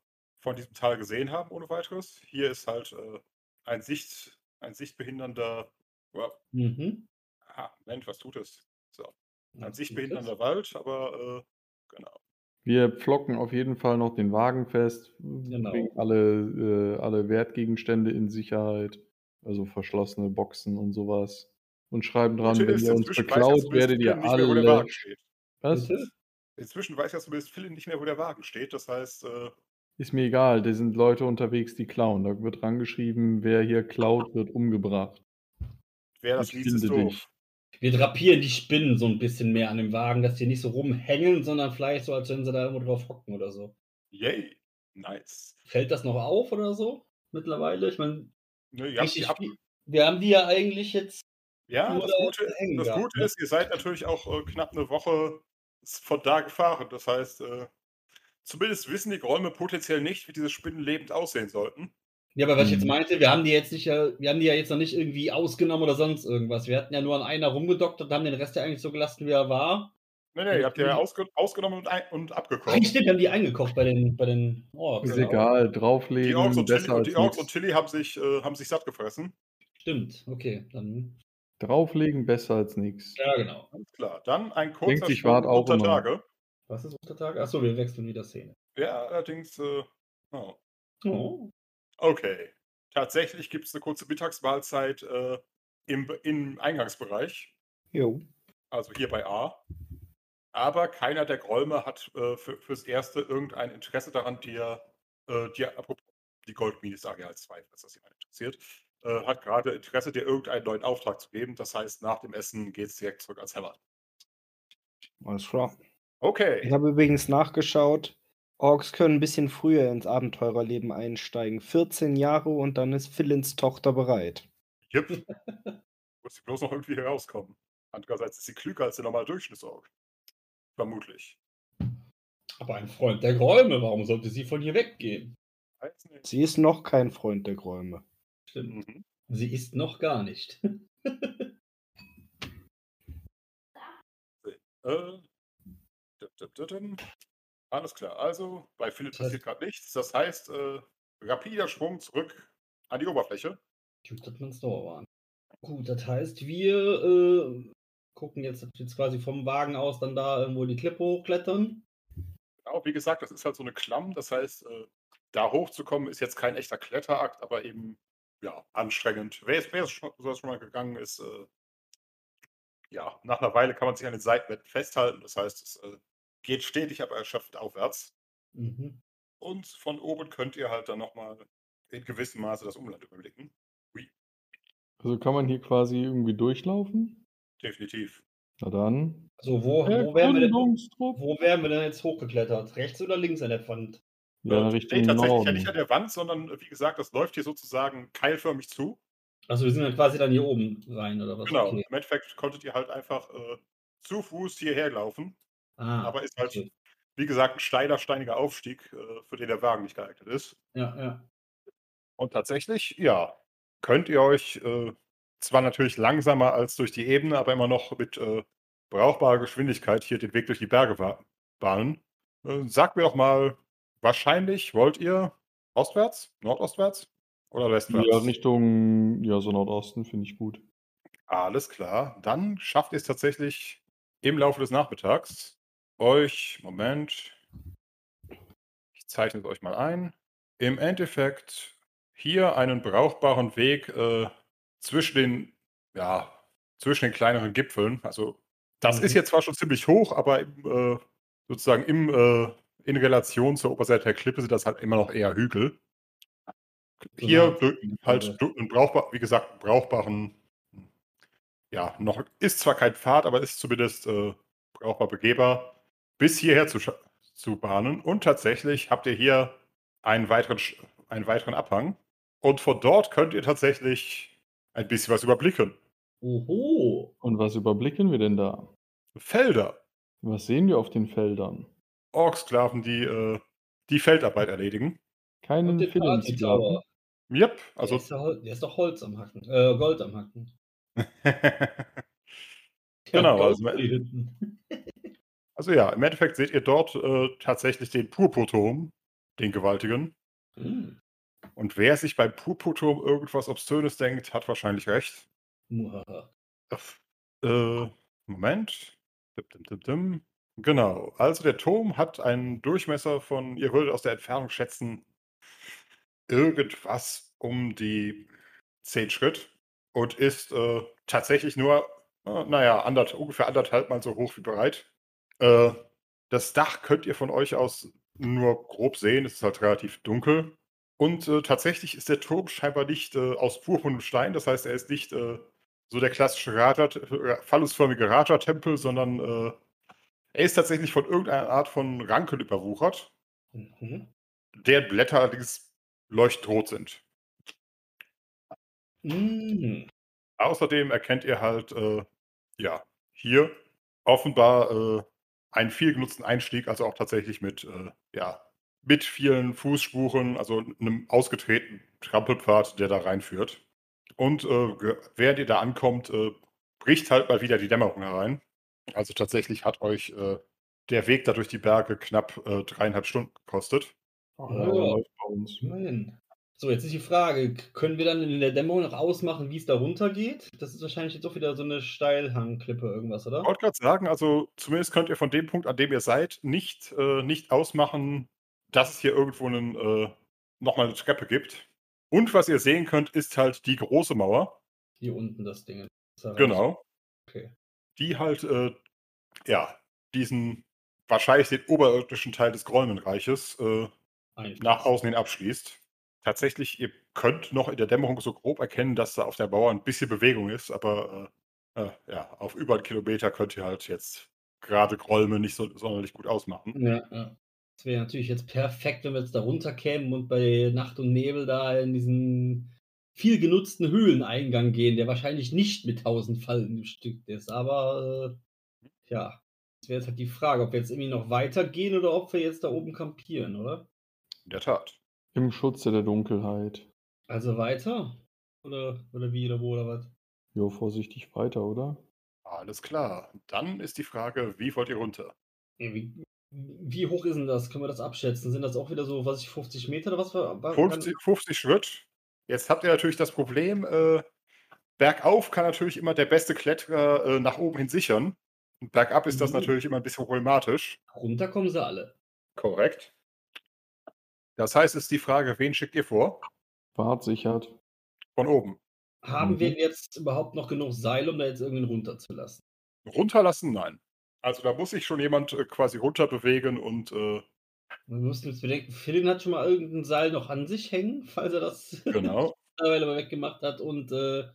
von diesem Tal gesehen haben, ohne weiteres. Hier ist halt ein sichtbehindernder. Mhm. Moment, was tut es? So. Ein Was tut sichtbehindernder Wald, aber genau. Wir pflocken auf jeden Fall noch den Wagen fest, Genau. bringen alle Wertgegenstände in Sicherheit, also verschlossene Boxen und sowas. Und schreiben dran, Gute wenn ist, ihr uns inzwischen weiß ja beklaut, zumindest werdet Philin ihr nicht mehr, wo der Wagen alle. steht. Was? Bitte? Inzwischen weiß ja zumindest Philin nicht mehr, wo der Wagen steht. Das heißt, Ist mir egal, da sind Leute unterwegs, die klauen. Da wird dran geschrieben, wer hier klaut, wird umgebracht. wer das Ich liest, ist finde dich. doof. Wir drapieren die Spinnen so ein bisschen mehr an dem Wagen, dass die nicht so rumhängen, sondern vielleicht so, als wenn sie da irgendwo drauf hocken oder so. Yay. Nice. Fällt das noch auf oder so mittlerweile? Ich meine, Ne, ihr habt die richtig wir haben die ja eigentlich jetzt Ja, nur das da Gute, hängen das gehabt, Gute ne? ist, ihr seid natürlich auch knapp eine Woche von da gefahren. Das heißt, zumindest wissen die Räume potenziell nicht, wie diese Spinnen lebend aussehen sollten. Ja, aber was ich jetzt Mhm. meinte, wir haben die jetzt noch nicht irgendwie ausgenommen oder sonst irgendwas. Wir hatten ja nur an einer rumgedoktert und haben den Rest ja eigentlich so gelassen, wie er war. Ne, ihr habt ja ausgenommen und Ach, abgekocht. stimmt, wir haben die eingekocht bei den Orks. Ist Ja. egal, Die drauflegen, Orks und besser als Tilly und nichts. Tilly haben sich satt gefressen. Stimmt, okay, dann. Drauflegen, besser als nichts. Ja, genau. Alles klar. Dann ein Denkt kurzer sich Sprung Wart auch unter immer. Tage. Was ist unter Tage? Achso, wir wechseln wieder Szene. Ja, allerdings, Oh. okay. Tatsächlich gibt es eine kurze Mittagsmahlzeit im Eingangsbereich, Jo. also hier bei A. Aber keiner der Gräume hat fürs Erste irgendein Interesse daran, apropos, die Goldmine ist Areal 2, falls das jemand interessiert, hat gerade Interesse, dir irgendeinen neuen Auftrag zu geben. Das heißt, nach dem Essen geht es direkt zurück ans Hämmern. Alles klar. Ich Okay. habe übrigens nachgeschaut. Orks können ein bisschen früher ins Abenteurerleben einsteigen. 14 Jahre und dann ist Philins Tochter bereit. Jupp. Muss sie bloß noch irgendwie herauskommen. Andererseits ist sie klüger als der normale Durchschnittsorg. Vermutlich. Aber ein Freund der Räume, warum sollte sie von hier weggehen? Weiß nicht. Sie ist noch kein Freund der Gräume. Stimmt. Mhm. Sie ist noch gar nicht. Alles klar. Also, bei Philipp Das heißt- passiert gerade nichts. Das heißt, rapider Schwung zurück an die Oberfläche. Gut, dass wir ins Dauer waren. Gut, das heißt, wir gucken jetzt quasi vom Wagen aus dann da irgendwo die Klippe hochklettern. Genau, wie gesagt, das ist halt so eine Klamm. Das heißt, da hochzukommen ist jetzt kein echter Kletterakt, aber eben ja, anstrengend. Wer schon mal gegangen ist, ja, nach einer Weile kann man sich an den Seitenwänden festhalten. Das heißt, es geht stetig, aber erschöpft aufwärts. Mhm. Und von oben könnt ihr halt dann nochmal in gewissem Maße das Umland überblicken. Ui, Also kann man hier quasi irgendwie durchlaufen? definitiv. Na dann. So, wo wären wir denn jetzt hochgeklettert? Rechts oder links an der Wand? Ja, in Nee, Richtung tatsächlich ja nicht Norden. an der Wand, sondern wie gesagt, das läuft hier sozusagen keilförmig zu. Also wir sind dann quasi dann hier oben rein, oder was? Genau, Okay. im Endeffekt konntet ihr halt einfach zu Fuß hierher laufen. Aber ist halt, okay. wie gesagt, ein steiniger Aufstieg, für den der Wagen nicht geeignet ist. Ja. Und tatsächlich, ja, könnt ihr euch zwar natürlich langsamer als durch die Ebene, aber immer noch mit brauchbarer Geschwindigkeit hier den Weg durch die Berge bahnen. Sagt mir doch mal, wahrscheinlich wollt ihr ostwärts, nordostwärts oder westwärts? Ja, Richtung, ja, so Nordosten finde ich gut. Alles klar, dann schafft ihr es tatsächlich im Laufe des Nachmittags, Moment, ich zeichne es euch mal ein, im Endeffekt hier einen brauchbaren Weg zwischen den kleineren Gipfeln. Also das ist jetzt zwar schon ziemlich hoch, aber sozusagen in Relation zur Oberseite der Klippe sind das halt immer noch eher Hügel. Hier halt einen brauchbaren, ja, noch ist zwar kein Pfad, aber ist zumindest brauchbar begehbar, bis hierher zu bahnen. Und tatsächlich habt ihr hier einen weiteren Abhang. Und von dort könnt ihr tatsächlich ein bisschen was überblicken. Oho. Und was überblicken wir denn da? Felder. Was sehen wir auf den Feldern? Orksklaven, die Feldarbeit erledigen. Keinen Und den Philin-Sklaven. Party-Tower. Yep, Der also ist doch Holz am Hacken. Gold am Hacken. Genau, Gold hinten. also ja, im Endeffekt seht ihr dort tatsächlich den Purpurturm, den gewaltigen. Hm. Und wer sich beim Purpurturm irgendwas Obszönes denkt, hat wahrscheinlich recht. Muhaha. Moment. Dim. Genau. Also der Turm hat einen Durchmesser von, ihr würdet aus der Entfernung schätzen, irgendwas um die 10 Schritt und ist tatsächlich nur, naja, ungefähr 1,5 Mal so hoch wie breit. Das Dach könnt ihr von euch aus nur grob sehen, es ist halt relativ dunkel. Und tatsächlich ist der Turm scheinbar nicht aus purpurnem Stein, das heißt, er ist nicht so der klassische phallusförmige Raja-Tempel, sondern er ist tatsächlich von irgendeiner Art von Ranken überwuchert, Mhm. deren Blätter allerdings leuchtrot sind. Mhm. Außerdem erkennt ihr halt, ja, hier offenbar einen viel genutzten Einstieg, also auch tatsächlich mit vielen Fußspuren, also einem ausgetretenen Trampelpfad, der da reinführt. Und während ihr da ankommt, bricht halt mal wieder die Dämmerung herein. Also tatsächlich hat euch der Weg da durch die Berge knapp 3,5 Stunden gekostet. Ah, Ja, ja, aber ja. läuft bei uns. Immerhin. So, jetzt ist die Frage, können wir dann in der Dämmerung noch ausmachen, wie es da runtergeht? Das ist wahrscheinlich jetzt auch wieder so eine Steilhangklippe irgendwas, Ich oder? wollte gerade sagen, also zumindest könnt ihr von dem Punkt, an dem ihr seid, nicht ausmachen, dass es hier irgendwo nochmal eine Treppe gibt. Und was ihr sehen könnt, ist halt die große Mauer. Hier unten das Ding. Das erreicht. Genau. Okay. Die halt, diesen, wahrscheinlich den oberirdischen Teil des Gräumenreiches nach außen hin abschließt. Tatsächlich, ihr könnt noch in der Dämmerung so grob erkennen, dass da auf der Mauer ein bisschen Bewegung ist, aber ja, auf über 1 Kilometer könnt ihr halt jetzt gerade Gräume nicht so sonderlich gut ausmachen. Ja. Das wäre natürlich jetzt perfekt, wenn wir jetzt da runterkämen und bei Nacht und Nebel da in diesen viel genutzten Höhleneingang gehen, der wahrscheinlich nicht mit 1000 Fallen bestückt ist. Aber ja, das wäre jetzt halt die Frage, ob wir jetzt irgendwie noch weitergehen oder ob wir jetzt da oben kampieren, oder? In der Tat. Im Schutze der Dunkelheit. Also weiter? Oder wie oder wo oder was? Jo, vorsichtig weiter, oder? Alles klar. Dann ist die Frage, wie wollt ihr runter? Ja, wie hoch ist denn das? Können wir das abschätzen? Sind das auch wieder so, 50 Meter oder was? 50 Schritt. Jetzt habt ihr natürlich das Problem, bergauf kann natürlich immer der beste Kletterer nach oben hin sichern. Und bergab ist das natürlich immer ein bisschen problematisch. Runter kommen sie alle. Korrekt. Das heißt, es ist die Frage, wen schickt ihr vor? Bart sichert. Von oben. Haben wir jetzt überhaupt noch genug Seil, um da jetzt irgendwen runterzulassen? Runterlassen? Nein. Also da muss sich schon jemand quasi runterbewegen und Wir müssen jetzt bedenken, Philin hat schon mal irgendein Seil noch an sich hängen, falls er das genau. mittlerweile mal weggemacht hat. Und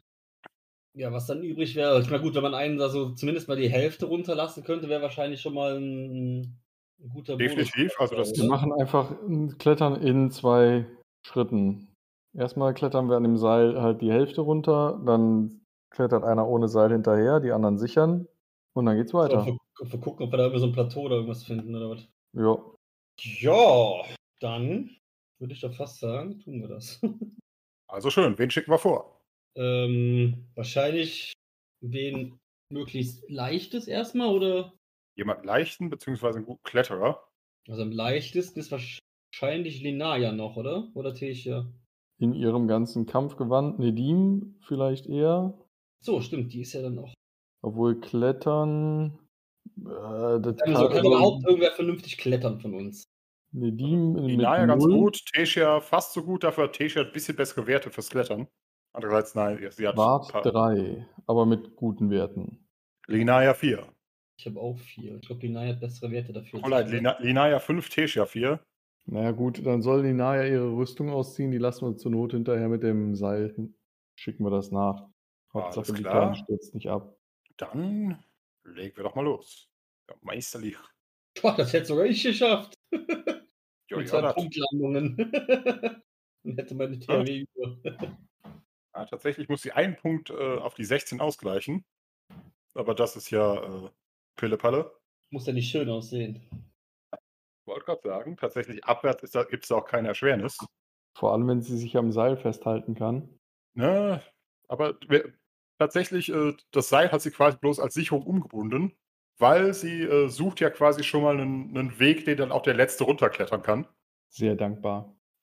ja, was dann übrig wäre, ich meine, gut, wenn man einen da so zumindest mal die Hälfte runterlassen könnte, wäre wahrscheinlich schon mal ein guter Definitiv, also das Wir machen einfach Klettern in 2 Schritten. Erstmal klettern wir an dem Seil halt die Hälfte runter, dann klettert einer ohne Seil hinterher, die anderen sichern und dann geht's weiter. Ob wir gucken, ob wir da irgendwie so ein Plateau oder irgendwas finden oder was. Ja. Ja, dann würde ich doch fast sagen, tun wir das. Also schön, wen schicken wir vor? Wahrscheinlich wen möglichst leichtes erstmal, oder? Jemand leichten, beziehungsweise einen guten Kletterer. Also am leichtesten ist wahrscheinlich Linaya noch, oder? Oder Tessia? In ihrem ganzen Kampfgewand Nedim vielleicht eher. So, stimmt, die ist ja dann auch. Obwohl Klettern. Das Kann überhaupt irgendwer vernünftig klettern von uns? Nedim mit Linaya ganz 0. gut, Tessia fast so gut, dafür hat Tessia ein bisschen bessere Werte fürs Klettern. Andererseits nein, sie hat Bart 3, aber mit guten Werten. Linaya 4. Ich habe auch 4. Ich glaube, Linaya hat bessere Werte dafür. Linaya 5, Tessia 4. Naja gut, dann soll Linaya ihre Rüstung ausziehen, die lassen wir zur Not hinterher mit dem Seil hin. Schicken wir das nach. Hauptsache Alles die klar. Kleine stürzt nicht ab. Dann legen wir doch mal los. Ja, meisterlich. Boah, das hätte sogar ich geschafft. Jo, Mit ja, 2 das. Punktlandungen. Dann hätte meine THW über. Ja, tatsächlich muss sie einen Punkt auf die 16 ausgleichen. Aber das ist ja Pille-Palle. Muss ja nicht schön aussehen. Ich wollte gerade sagen, tatsächlich abwärts gibt es da auch keine Erschwernis. Vor allem, wenn sie sich am Seil festhalten kann. Ne, aber tatsächlich, das Seil hat sie quasi bloß als Sicherung umgebunden, weil sie sucht ja quasi schon mal einen Weg, den dann auch der Letzte runterklettern kann. Sehr dankbar.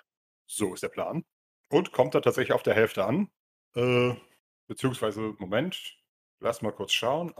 So ist der Plan. Und kommt dann tatsächlich auf der Hälfte an. Beziehungsweise, Moment, lass mal kurz schauen.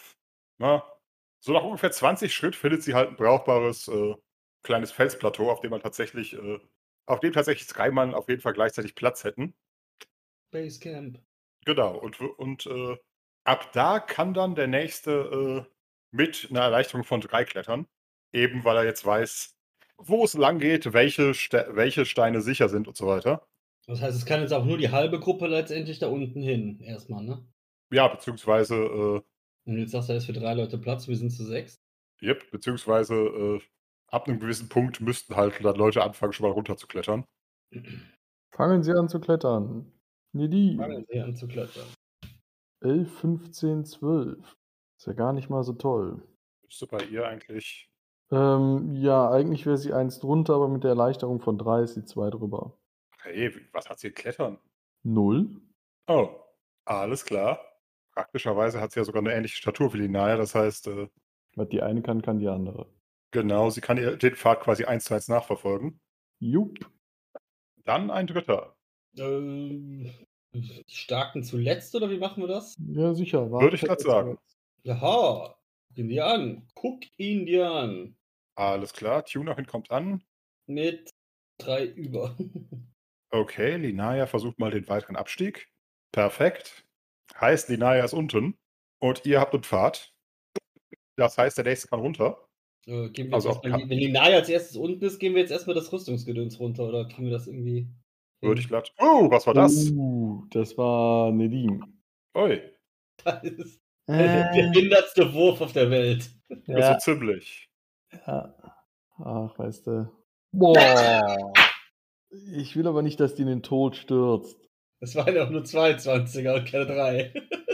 So nach ungefähr 20 Schritt findet sie halt ein brauchbares kleines Felsplateau, auf dem tatsächlich 3 Mann auf jeden Fall gleichzeitig Platz hätten. Basecamp. Genau, und ab da kann dann der Nächste mit einer Erleichterung von 3 klettern. Eben weil er jetzt weiß, wo es lang geht, welche Steine sicher sind und so weiter. Das heißt, es kann jetzt auch nur die halbe Gruppe letztendlich da unten hin, erstmal, ne? Ja, beziehungsweise, Und jetzt sagst du, da ist für 3 Leute Platz, wir sind zu 6. beziehungsweise ab einem gewissen Punkt müssten halt dann Leute anfangen, schon mal runter zu klettern. Fangen Sie an zu klettern. Nedim. Fangen sie an zu klettern. 11, 15, 12. Ist ja gar nicht mal so toll. Müsste bei ihr eigentlich. Ja, eigentlich wäre sie 1 drunter, aber mit der Erleichterung von 3 ist sie 2 drüber. Hey, was hat sie klettern? 0. Oh, alles klar. Praktischerweise hat sie ja sogar eine ähnliche Statur wie Linaya, das heißt, Was die eine kann, kann die andere. genau, sie kann den Pfad quasi 1:1 nachverfolgen. Jupp. Dann ein dritter. Die Starken zuletzt, oder wie machen wir das? Ja, sicher. Würde ich grad sagen. Jaha, guck ihn dir an. Guck ihn dir an. Alles klar, Tunerin kommt an. Mit 3 über. Okay, Linaya versucht mal den weiteren Abstieg. Perfekt. Heißt, Linaya ist unten und ihr habt einen Pfad. Das heißt, der nächste kann runter. Gehen wir jetzt Also erstmal, wenn die Naya als erstes unten ist, gehen wir jetzt erstmal das Rüstungsgedöns runter, oder kriegen wir das irgendwie? Würde ich glatt. Oh, was war das? Das war Nedim. Ui, Das ist der behindertste Wurf auf der Welt. das ist so ziemlich. Ja. Ach, weißt du. Boah. Ich will aber nicht, dass die in den Tod stürzt. Das waren ja auch nur 22er und keine 3.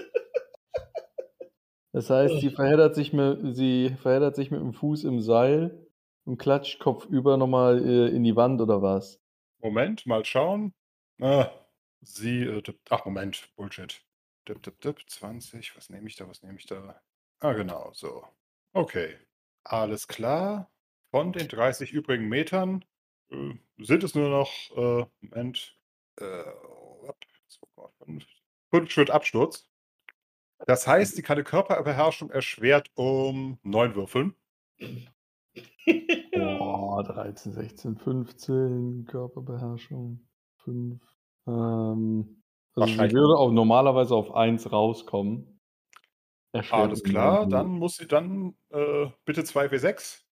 Das heißt, sie verheddert sich mit dem Fuß im Seil und klatscht kopfüber nochmal in die Wand oder was? Moment, mal schauen. Moment, Bullshit. 20, was nehme ich da? Genau, so. Okay, alles klar. Von den 30 übrigen Metern sind es nur noch, Moment, 5 Schritt Absturz. Das heißt, sie kann eine Körperbeherrschung erschwert um 9 würfeln. Boah, 13, 16, 15, Körperbeherrschung, 5. Also sie Wahrscheinlich. würde auch normalerweise auf 1 rauskommen. Erschwert Alles um klar, 9 dann muss sie bitte 2 W6.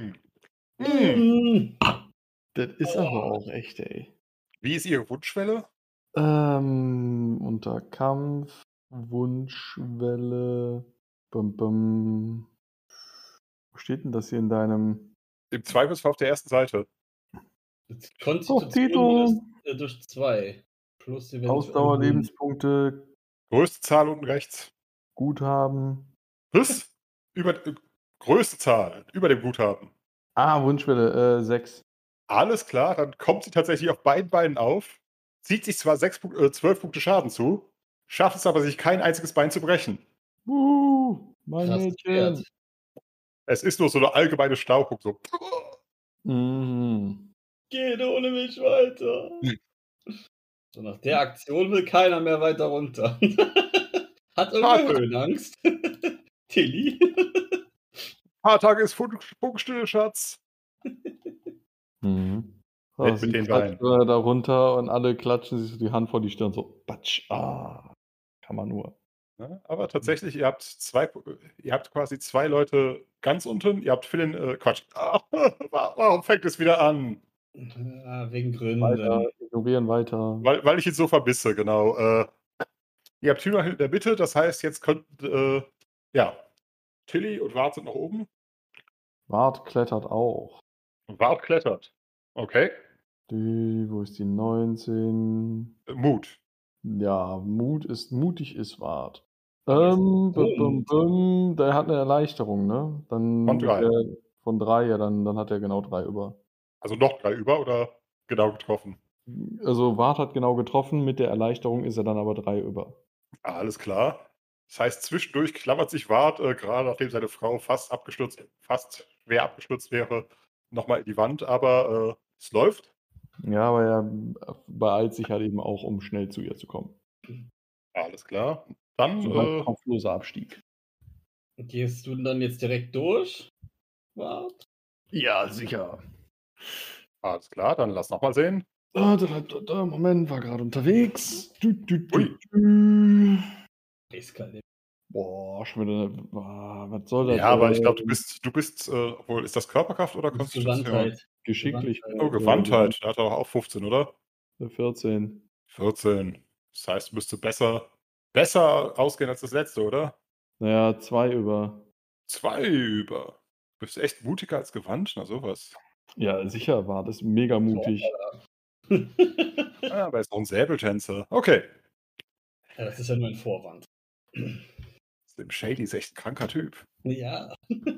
Das ist aber auch echt, ey. Wie ist Ihre Wunschschwelle? Unter Kampf, Wunschwelle, Wo steht denn das hier in deinem Im Zweifelsfall auf der ersten Seite. Konstitution durch 2. Plus eventuell Ausdauer, Lebenspunkte, Größte Zahl unten rechts. Guthaben. Was? Größte Zahl über dem Guthaben. Wunschwelle, 6. Alles klar, dann kommt sie tatsächlich auf beiden Beinen auf, zieht sich zwar 12 Punkte Schaden zu, schafft es aber, sich kein einziges Bein zu brechen. Mein Krasses Mädchen. Pferd. Es ist nur so eine allgemeine Stauchung, so. Mhm. Geht ohne mich weiter. So, nach der Aktion will keiner mehr weiter runter. Hat irgendwer Höhenangst? Tilly? Ein paar Tage ist Funkstille, Schatz. Mhm. Mit Sie den klatscht Beinen. da runter und alle klatschen sich so die Hand vor die Stirn, so patsch. Kann man nur. Ja, aber tatsächlich, ihr habt quasi 2 Leute ganz unten, ihr habt Philin, Quatsch. Warum fängt es wieder an? Wegen Gründen. Weiter, ignorieren weiter. Weil ich ihn so verbisse, genau. Ihr habt Tüner in der Mitte, das heißt, jetzt könnt, Tilly und Wart sind nach oben. Wart klettert auch. Wart klettert. Okay. Wo ist die 19? Mut. Ja, mutig ist Wart. Der Der hat eine Erleichterung, ne? Dann Von 3. Von 3, ja, dann hat er genau 3 über. Also noch 3 über oder genau getroffen? Also Wart hat genau getroffen, mit der Erleichterung ist er dann aber 3 über. Alles klar. Das heißt, zwischendurch klammert sich Wart, gerade nachdem seine Frau fast schwer abgestürzt wäre, nochmal in die Wand, aber es läuft. Ja, aber er beeilt sich halt eben auch, um schnell zu ihr zu kommen. Alles klar. Dann, So ein kopfloser Abstieg. Gehst du dann jetzt direkt durch? Wart? Ja, sicher. alles klar, dann lass nochmal sehen. Moment, war gerade unterwegs. Ui. Eiskalt. Boah, schon wieder. Was soll das? Ja, aber ich glaube, du bist, obwohl, ist das Körperkraft oder Das ist Konstitution? Gewandtheit. Geschicklich. Oh, Gewandtheit. Da hat er auch 15, oder? 14. 14. Das heißt, müsste besser ausgehen als das letzte, oder? Naja, 2 über. 2 über. Du bist echt mutiger als gewandt, na sowas. Ja, sicher war das mega mutig. Ah, aber er ist auch ein Säbeltänzer. Okay. Ja, das ist ja nur ein Vorwand. Slim Shady ist echt ein kranker Typ. Ja.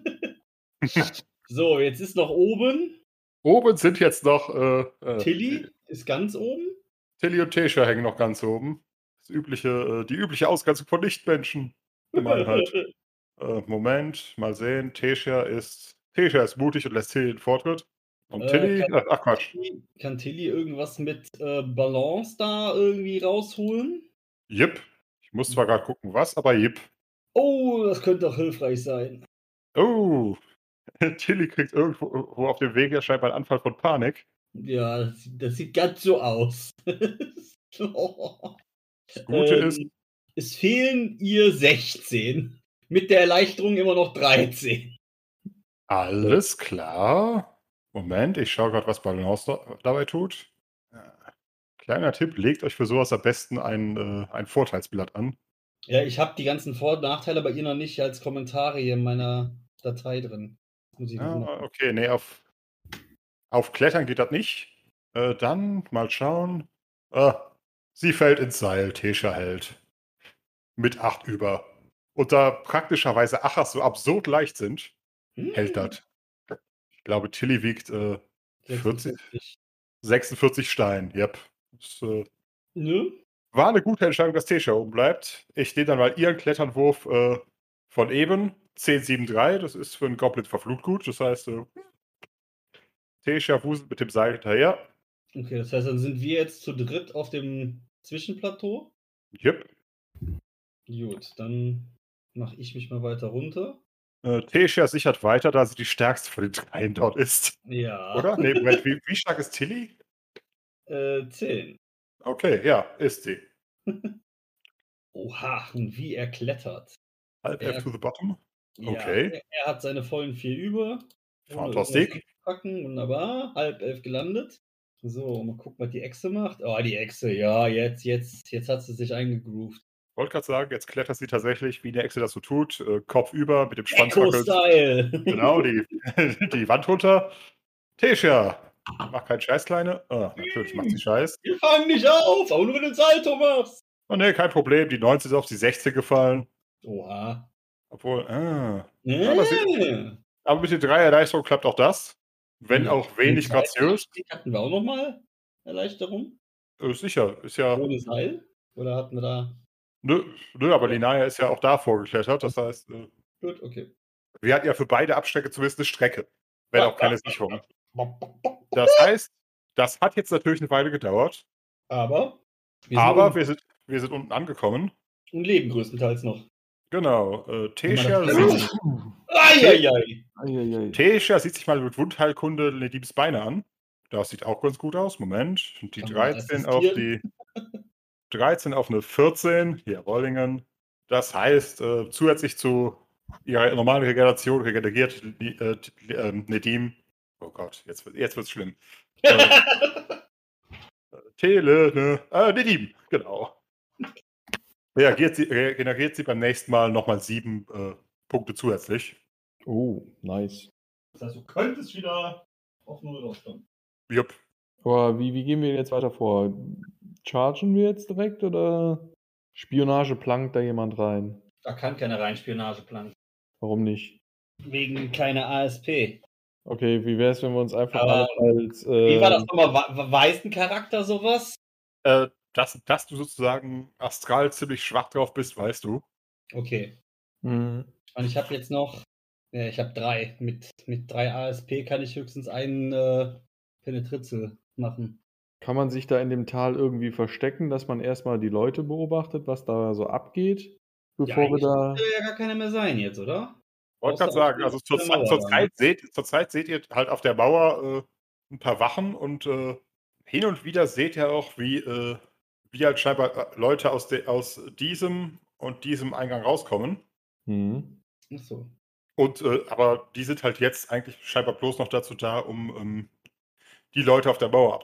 So, jetzt ist noch oben. Oben sind jetzt noch Tilly ist ganz oben. Tilly und Tesha hängen noch ganz oben. Die übliche Ausgrenzung von Nichtmenschen. Gemeinheit. Moment, mal sehen. Tesha ist mutig und lässt Tilly den Vortritt. Und Tilly, ach Quatsch. Kann Tilly irgendwas mit Balance da irgendwie rausholen? Jip. Ich muss zwar gerade gucken, was, aber jip. Oh, das könnte doch hilfreich sein. Oh. Tilly kriegt irgendwo auf dem Weg ja scheinbar einen Anfall von Panik. Ja, das sieht ganz so aus. Oh. Das Gute ist, es fehlen ihr 16. Mit der Erleichterung immer noch 13. alles klar. Moment, ich schaue gerade, was Balance dabei tut. Kleiner Tipp, legt euch für sowas am besten ein Vorteilsblatt an. Ja, ich habe die ganzen Vor- und Nachteile bei ihr noch nicht als Kommentare hier in meiner Datei drin. Muss ich noch machen. Okay, nee, auf Klettern geht das nicht. Dann mal schauen. Sie fällt ins Seil, Tesha hält. Mit 8 über. Und da praktischerweise Achas so absurd leicht sind, hält das. Ich glaube, Tilly wiegt 46 Stein. Yep. Das, Ne? war eine gute Entscheidung, dass Tesha oben bleibt. Ich nehme dann mal ihren Kletternwurf von eben. 10,73. Das ist für einen Goblin verflucht gut. Das heißt, Tesha wuselt mit dem Seil hinterher. Okay, das heißt, dann sind wir jetzt zu dritt auf dem Zwischenplateau. Yep. Gut, dann mache ich mich mal weiter runter. Tesha sichert weiter, da sie die stärkste von den dreien dort ist. Ja. Oder? Nee, Moment, wie stark ist Tilly? 10. Okay, ja, ist sie. Oha, und wie er klettert. Halb Ja. F to the bottom. Ja, Okay. er hat seine vollen 4 über. Fantastik. Packen, wunderbar. Halb 11 gelandet. So, mal gucken, was die Echse macht. Oh, die Echse, ja, jetzt hat sie sich eingegroovt. Ich wollte gerade sagen, jetzt klettert sie tatsächlich, wie eine Echse das so tut, Kopf über, mit dem Schwanz wackelt. Echo-Style. Genau, die Wand runter. Tesha, mach keinen Scheiß, Kleine. Natürlich macht sie Scheiß. Wir fangen nicht auf, aber nur wenn du ein Salto machst. Oh ne, kein Problem, die 19 ist auf die 16 gefallen. Oha. Obwohl, Nee. aber mit der Dreierleistung klappt auch das. Wenn Ja, auch wenig graziös. Hatten wir auch nochmal Erleichterung? Sicher, ist ja. Ohne Seil? Oder hatten wir da. Nö, aber Linaya ist ja auch da vorgeklettert. Das heißt, Gut, okay. wir hatten ja für beide Abstrecke zumindest eine Strecke. Wenn auch keine Sicherung. Das heißt, das hat jetzt natürlich eine Weile gedauert. Aber wir sind unten angekommen. Und leben größtenteils noch. Genau. Tesha sieht sich mal mit Wundheilkunde Nedims Beine an. Das sieht auch ganz gut aus. Moment. Die 13 auf die 13 auf eine 14. Hier, Rollingen. Das heißt, zusätzlich zu ihrer normalen Regeneration regeneriert Nedim. Oh Gott, jetzt wird's schlimm. Nedim, genau. Regeneriert sie beim nächsten Mal nochmal 7 Punkte zusätzlich. Oh, nice. Das heißt, du könntest wieder auf 0 rauskommen. Jupp. Aber wie gehen wir jetzt weiter vor? Chargen wir jetzt direkt oder Spionage plankt da jemand rein? Da kann keiner rein Spionage planen. Warum nicht? Wegen keiner ASP. Okay, wie wäre es, wenn wir uns einfach alle als. Wie war das nochmal? Weiß ein Charakter sowas? Dass du sozusagen astral ziemlich schwach drauf bist, weißt du. Okay. Mhm. Und ich habe jetzt noch. Ja, ich habe 3. Mit 3 ASP kann ich höchstens einen Penetritzel machen. Kann man sich da in dem Tal irgendwie verstecken, dass man erstmal die Leute beobachtet, was da so abgeht, Ja, bevor wir eigentlich da. dürfte ja gar keiner mehr sein jetzt, oder? Wollte Außer gerade auf sagen, der also Mauer da, ne? zurzeit seht ihr halt auf der Mauer ein paar Wachen und hin und wieder seht ihr auch, wie halt scheinbar Leute aus diesem und diesem Eingang rauskommen. Mhm. Ach so. Und aber die sind halt jetzt eigentlich scheinbar bloß noch dazu da, um die Leute auf der Mauer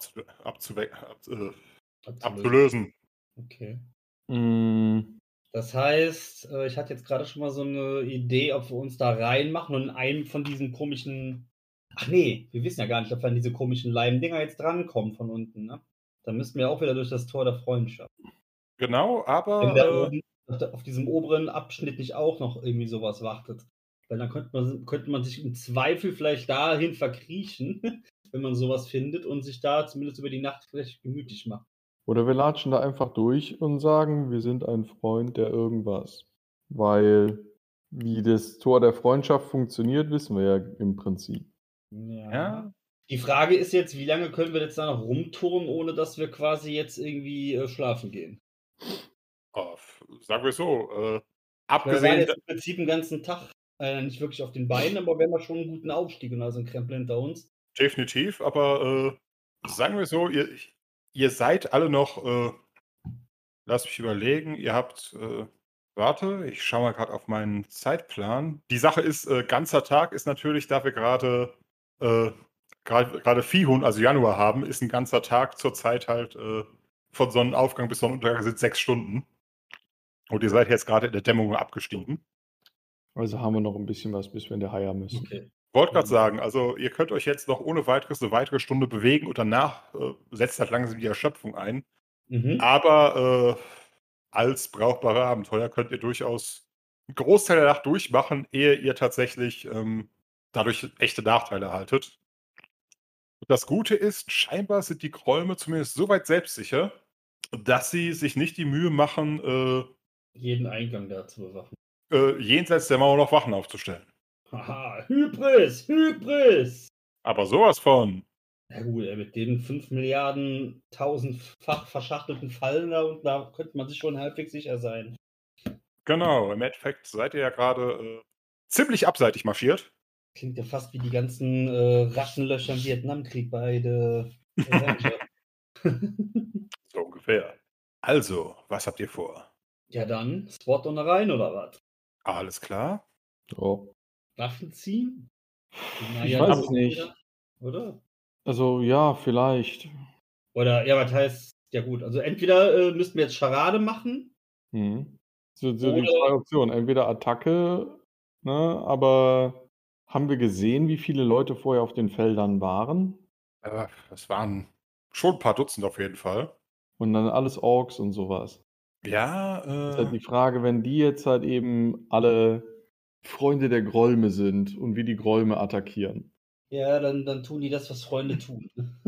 abzulösen. Okay. Mhm. Das heißt, ich hatte jetzt gerade schon mal so eine Idee, ob wir uns da reinmachen und in einem von diesen komischen. Ach nee, wir wissen ja gar nicht, ob wir an diese komischen Leim-Dinger jetzt drankommen von unten, ne? Dann müssten wir auch wieder durch das Tor der Freundschaft. Genau, Wenn da aber oben auf diesem oberen Abschnitt nicht auch noch irgendwie sowas wartet. Weil dann könnte man sich im Zweifel vielleicht dahin verkriechen, wenn man sowas findet und sich da zumindest über die Nacht vielleicht gemütlich macht. Oder wir latschen da einfach durch und sagen, wir sind ein Freund der irgendwas. Weil, wie das Tor der Freundschaft funktioniert, wissen wir ja im Prinzip. ja, Die Frage ist jetzt, wie lange können wir jetzt da noch rumturnen, ohne dass wir quasi jetzt irgendwie schlafen gehen? sagen wir so, Wir waren abgesehen, jetzt im Prinzip den ganzen Tag nicht wirklich auf den Beinen, aber wir haben ja schon einen guten Aufstieg und also einen Krempel hinter uns. definitiv, aber sagen wir so, ihr seid alle noch, lass mich überlegen, ihr habt, warte, ich schaue mal gerade auf meinen Zeitplan. Die Sache ist, ganzer Tag ist natürlich, da wir gerade Viehhuhn, also Januar haben, ist ein ganzer Tag zurzeit halt von Sonnenaufgang bis Sonnenuntergang sind 6 Stunden. Und ihr seid jetzt gerade in der Dämmerung abgestiegen. Also haben wir noch ein bisschen was, bis wir in der Haia müssen. Okay. Wollte gerade sagen, also ihr könnt euch jetzt noch ohne weiteres eine weitere Stunde bewegen und danach setzt halt langsam die Erschöpfung ein. Mhm. Aber als brauchbare Abenteuer könnt ihr durchaus einen Großteil der Nacht durchmachen, ehe ihr tatsächlich dadurch echte Nachteile erhaltet. Und das Gute ist, scheinbar sind die Gräume zumindest so weit selbstsicher, dass sie sich nicht die Mühe machen, Jeden Eingang da zu bewachen. jenseits der Mauer noch Wachen aufzustellen. Haha, Hybris! Hybris! Aber sowas von. Ja gut, mit den 5 Milliarden tausendfach verschachtelten Fallen da und da könnte man sich schon halbwegs sicher sein. Genau, im Endeffekt seid ihr ja gerade ziemlich abseitig marschiert. Klingt ja fast wie die ganzen Raschenlöcher im Vietnamkrieg bei The Avenger. So ungefähr. Also, was habt ihr vor? Ja dann, SWAT und rein oder was? Alles klar? Ja. Waffen ziehen? Ich weiß es nicht. Oder? Also ja, vielleicht. Oder, ja, was heißt, ja gut, also entweder müssten wir jetzt Scharade machen. Mhm. So die Oder- 2 Optionen. Entweder Attacke, ne, aber haben wir gesehen, wie viele Leute vorher auf den Feldern waren? Es waren schon ein paar Dutzend auf jeden Fall. Und dann alles Orks und sowas. Ja, Ist halt die Frage, wenn die jetzt halt eben alle Freunde der Grolme sind und wir die Grolme attackieren. Ja, dann tun die das, was Freunde tun.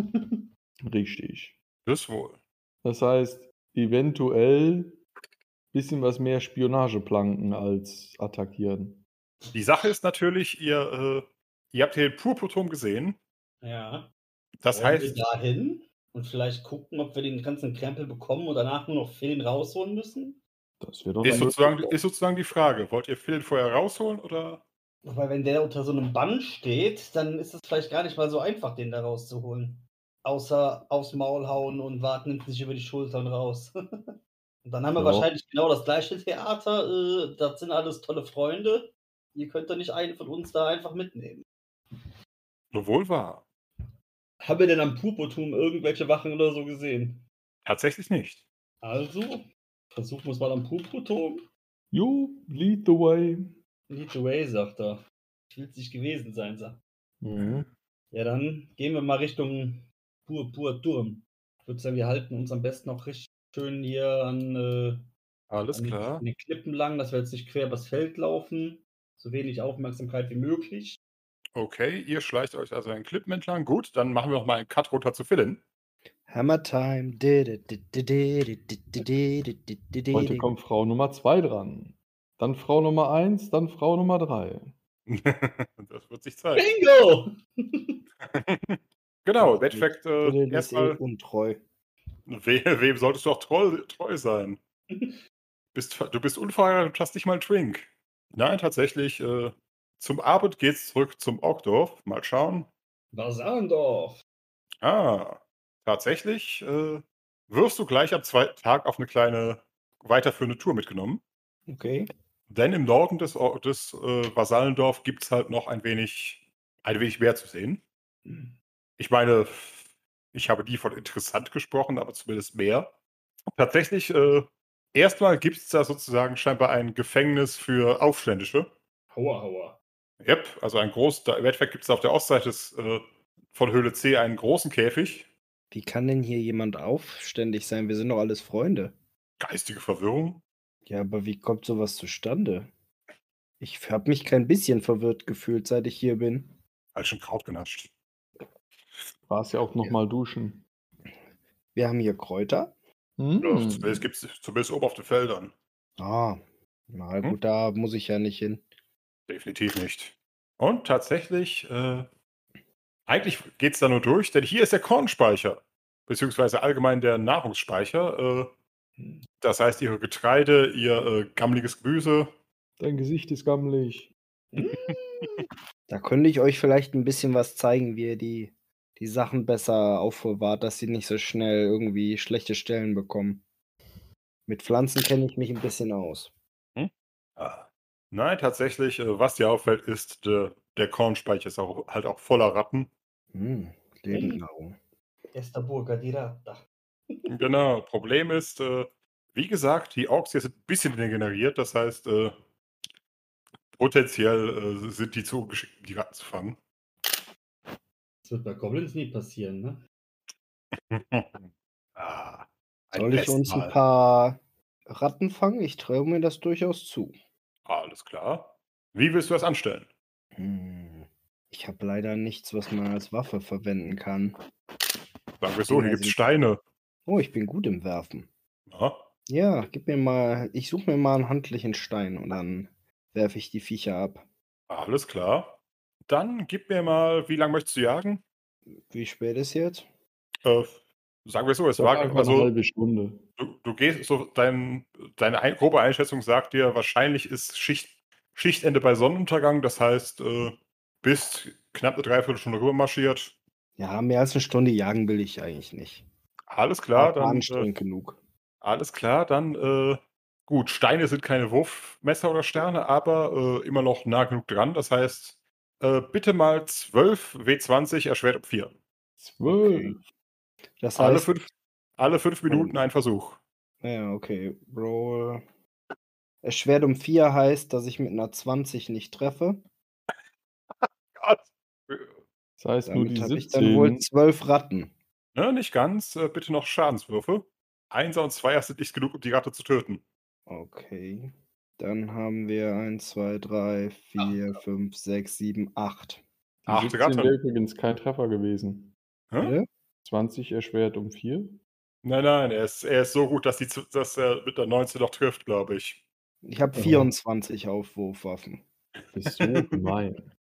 Richtig. das wohl. Das heißt, eventuell bisschen was mehr Spionageplanken als attackieren. Die Sache ist natürlich, ihr habt hier den Purpurturm gesehen. Ja. Das Wollen heißt, wir dahin und vielleicht gucken, ob wir den ganzen Krempel bekommen und danach nur noch Philin rausholen müssen? Das wäre doch ist eine sozusagen die Frage. Wollt ihr Phil vorher rausholen oder? Weil wenn der unter so einem Bann steht, dann ist es vielleicht gar nicht mal so einfach, den da rauszuholen. Außer aufs Maul hauen und warten, nimmt sich über die Schultern raus. Und dann haben wir Ja. wahrscheinlich genau das gleiche Theater. Das sind alles tolle Freunde. Ihr könnt doch nicht einen von uns da einfach mitnehmen. Nur wohl wahr. Haben wir denn am Purpurturm irgendwelche Wachen oder so gesehen? Tatsächlich nicht. Also, versuchen wir es mal am Purpurturm. Jo, lead the way. Lead the way, sagt er. Ich will es nicht gewesen sein, sagt Mhm. Ja, dann gehen wir mal Richtung Purpurturm. Ich würde sagen, wir halten uns am besten auch richtig schön hier an Alles klar. den Klippen lang, dass wir jetzt nicht quer übers Feld laufen. So wenig Aufmerksamkeit wie möglich. Okay, ihr schleicht euch also einen Klippen entlang. Gut, dann machen wir noch mal einen Cut runter zu Philin. Hammer Time. Heute kommt Frau Nummer 2 dran. Dann Frau Nummer 1, dann Frau Nummer 3. Das wird sich zeigen. Bingo! Genau, im Endeffekt Oder ist erstmal, untreu. wem solltest du auch treu sein? Du bist unverheiratet und hast nicht mal einen Twink. Nein, tatsächlich, zum Abend geht's zurück zum Orkdorf. Mal schauen. Basarendorf. Tatsächlich wirst du gleich am zweiten Tag auf eine kleine weiterführende Tour mitgenommen. Okay. Denn im Norden des Vasallendorf gibt es halt noch ein wenig mehr zu sehen. Ich meine, ich habe nie von interessant gesprochen, aber zumindest mehr. Tatsächlich, erstmal gibt es da sozusagen scheinbar ein Gefängnis für Aufständische. Hauer. Yep, also im Endeffekt gibt es auf der Ostseite von Höhle C einen großen Käfig. Wie kann denn hier jemand aufständig sein? Wir sind doch alles Freunde. Geistige Verwirrung. Ja, aber wie kommt sowas zustande? Ich habe mich kein bisschen verwirrt gefühlt, seit ich hier bin. Falschen Kraut genascht. Warst ja auch nochmal duschen. Wir haben hier Kräuter. Ja, zumindest gibt es zumindest oben auf den Feldern. Ah, na gut, da muss ich ja nicht hin. Definitiv nicht. Und tatsächlich, eigentlich geht es da nur durch, denn hier ist der Kornspeicher, beziehungsweise allgemein der Nahrungsspeicher. Das heißt, ihre Getreide, ihr gammeliges Gemüse. Dein Gesicht ist gammelig. Da könnte ich euch vielleicht ein bisschen was zeigen, wie ihr die Sachen besser aufbewahrt, dass sie nicht so schnell irgendwie schlechte Stellen bekommen. Mit Pflanzen kenne ich mich ein bisschen aus. Nein, tatsächlich, was dir auffällt, ist, der Kornspeicher ist halt auch voller Ratten. Lebendnahrung. Esta burga di ratta. Genau, Problem ist, wie gesagt, die Orks hier sind ein bisschen degeneriert, das heißt, potenziell sind die zu ungeschickt, um die Ratten zu fangen. Das wird bei Goblins nie passieren, ne? Soll ich uns ein paar Ratten fangen? Ich traue mir das durchaus zu. Alles klar. Wie willst du das anstellen? Ich habe leider nichts, was man als Waffe verwenden kann. Sagen wir so, hier gibt es Steine. Oh, ich bin gut im Werfen. Ja. Ja, ich suche mir mal einen handlichen Stein und dann werfe ich die Viecher ab. Alles klar. Dann gib mir mal, wie lange möchtest du jagen? Wie spät ist jetzt? Sagen wir so, es Das war einfach eine halbe Stunde. Du gehst so, deine grobe Einschätzung sagt dir, wahrscheinlich ist Schichtende bei Sonnenuntergang, das heißt, bist knapp eine Dreiviertelstunde rüber marschiert. Ja, mehr als eine Stunde jagen will ich eigentlich nicht. Alles klar, War dann anstrengend genug. alles klar, dann gut, Steine sind keine Wurfmesser oder Sterne, aber immer noch nah genug dran. Das heißt, bitte mal 12 W20 erschwert um 4. 12. Das Alle heißt, 5 Minuten ein Versuch. ja, okay. Roll. Erschwert um 4 heißt, dass ich mit einer 20 nicht treffe. Gott. Das heißt nur Damit die habe ich dann wohl 17. 12 Ratten. Ne, nicht ganz. Bitte noch Schadenswürfe. 1er und 2er sind nicht genug, um die Ratte zu töten. Okay. Dann haben wir 1, 2, 3, 4, 5, 6, 7, 8. Die 8 17 Ratten. wäre übrigens kein Treffer gewesen. Hä? Bitte? 20 erschwert um 4. Nein, er ist so gut, dass er mit der 19 noch trifft, glaube ich. Ich habe 24 Aufwurfwaffen. Ist so gemein.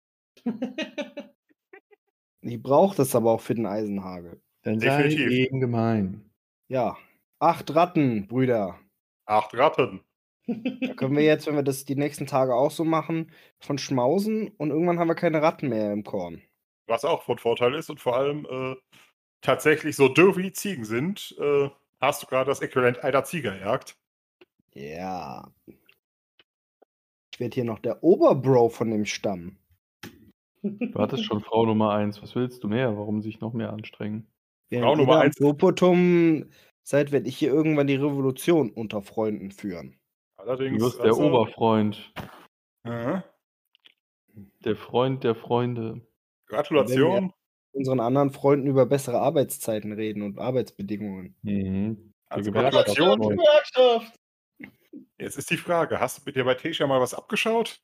Ich brauche das aber auch für den Eisenhagel. Dann sei Definitiv. eben gemein. Ja. 8 Ratten, Brüder. 8 Ratten. Da können wir jetzt, wenn wir das die nächsten Tage auch so machen, von schmausen und irgendwann haben wir keine Ratten mehr im Korn. Was auch von Vorteil ist und vor allem tatsächlich so dürr wie die Ziegen sind, hast du gerade das Äquivalent einer Ziege erjagt. Ja. Ich werde hier noch der Oberbro von dem Stamm. Du hattest schon Frau Nummer 1. Was willst du mehr? Warum sich noch mehr anstrengen? Frau Nummer 1. Propotum seid, werde ich hier irgendwann die Revolution unter Freunden führen. Allerdings. Du wirst der Oberfreund. Der Freund der Freunde. Gratulation. Mit unseren anderen Freunden über bessere Arbeitszeiten reden und Arbeitsbedingungen. Mhm. Also Gewerkschaftsfreund. Gewerkschaft! Jetzt ist die Frage, hast du mit dir bei Tesha mal was abgeschaut?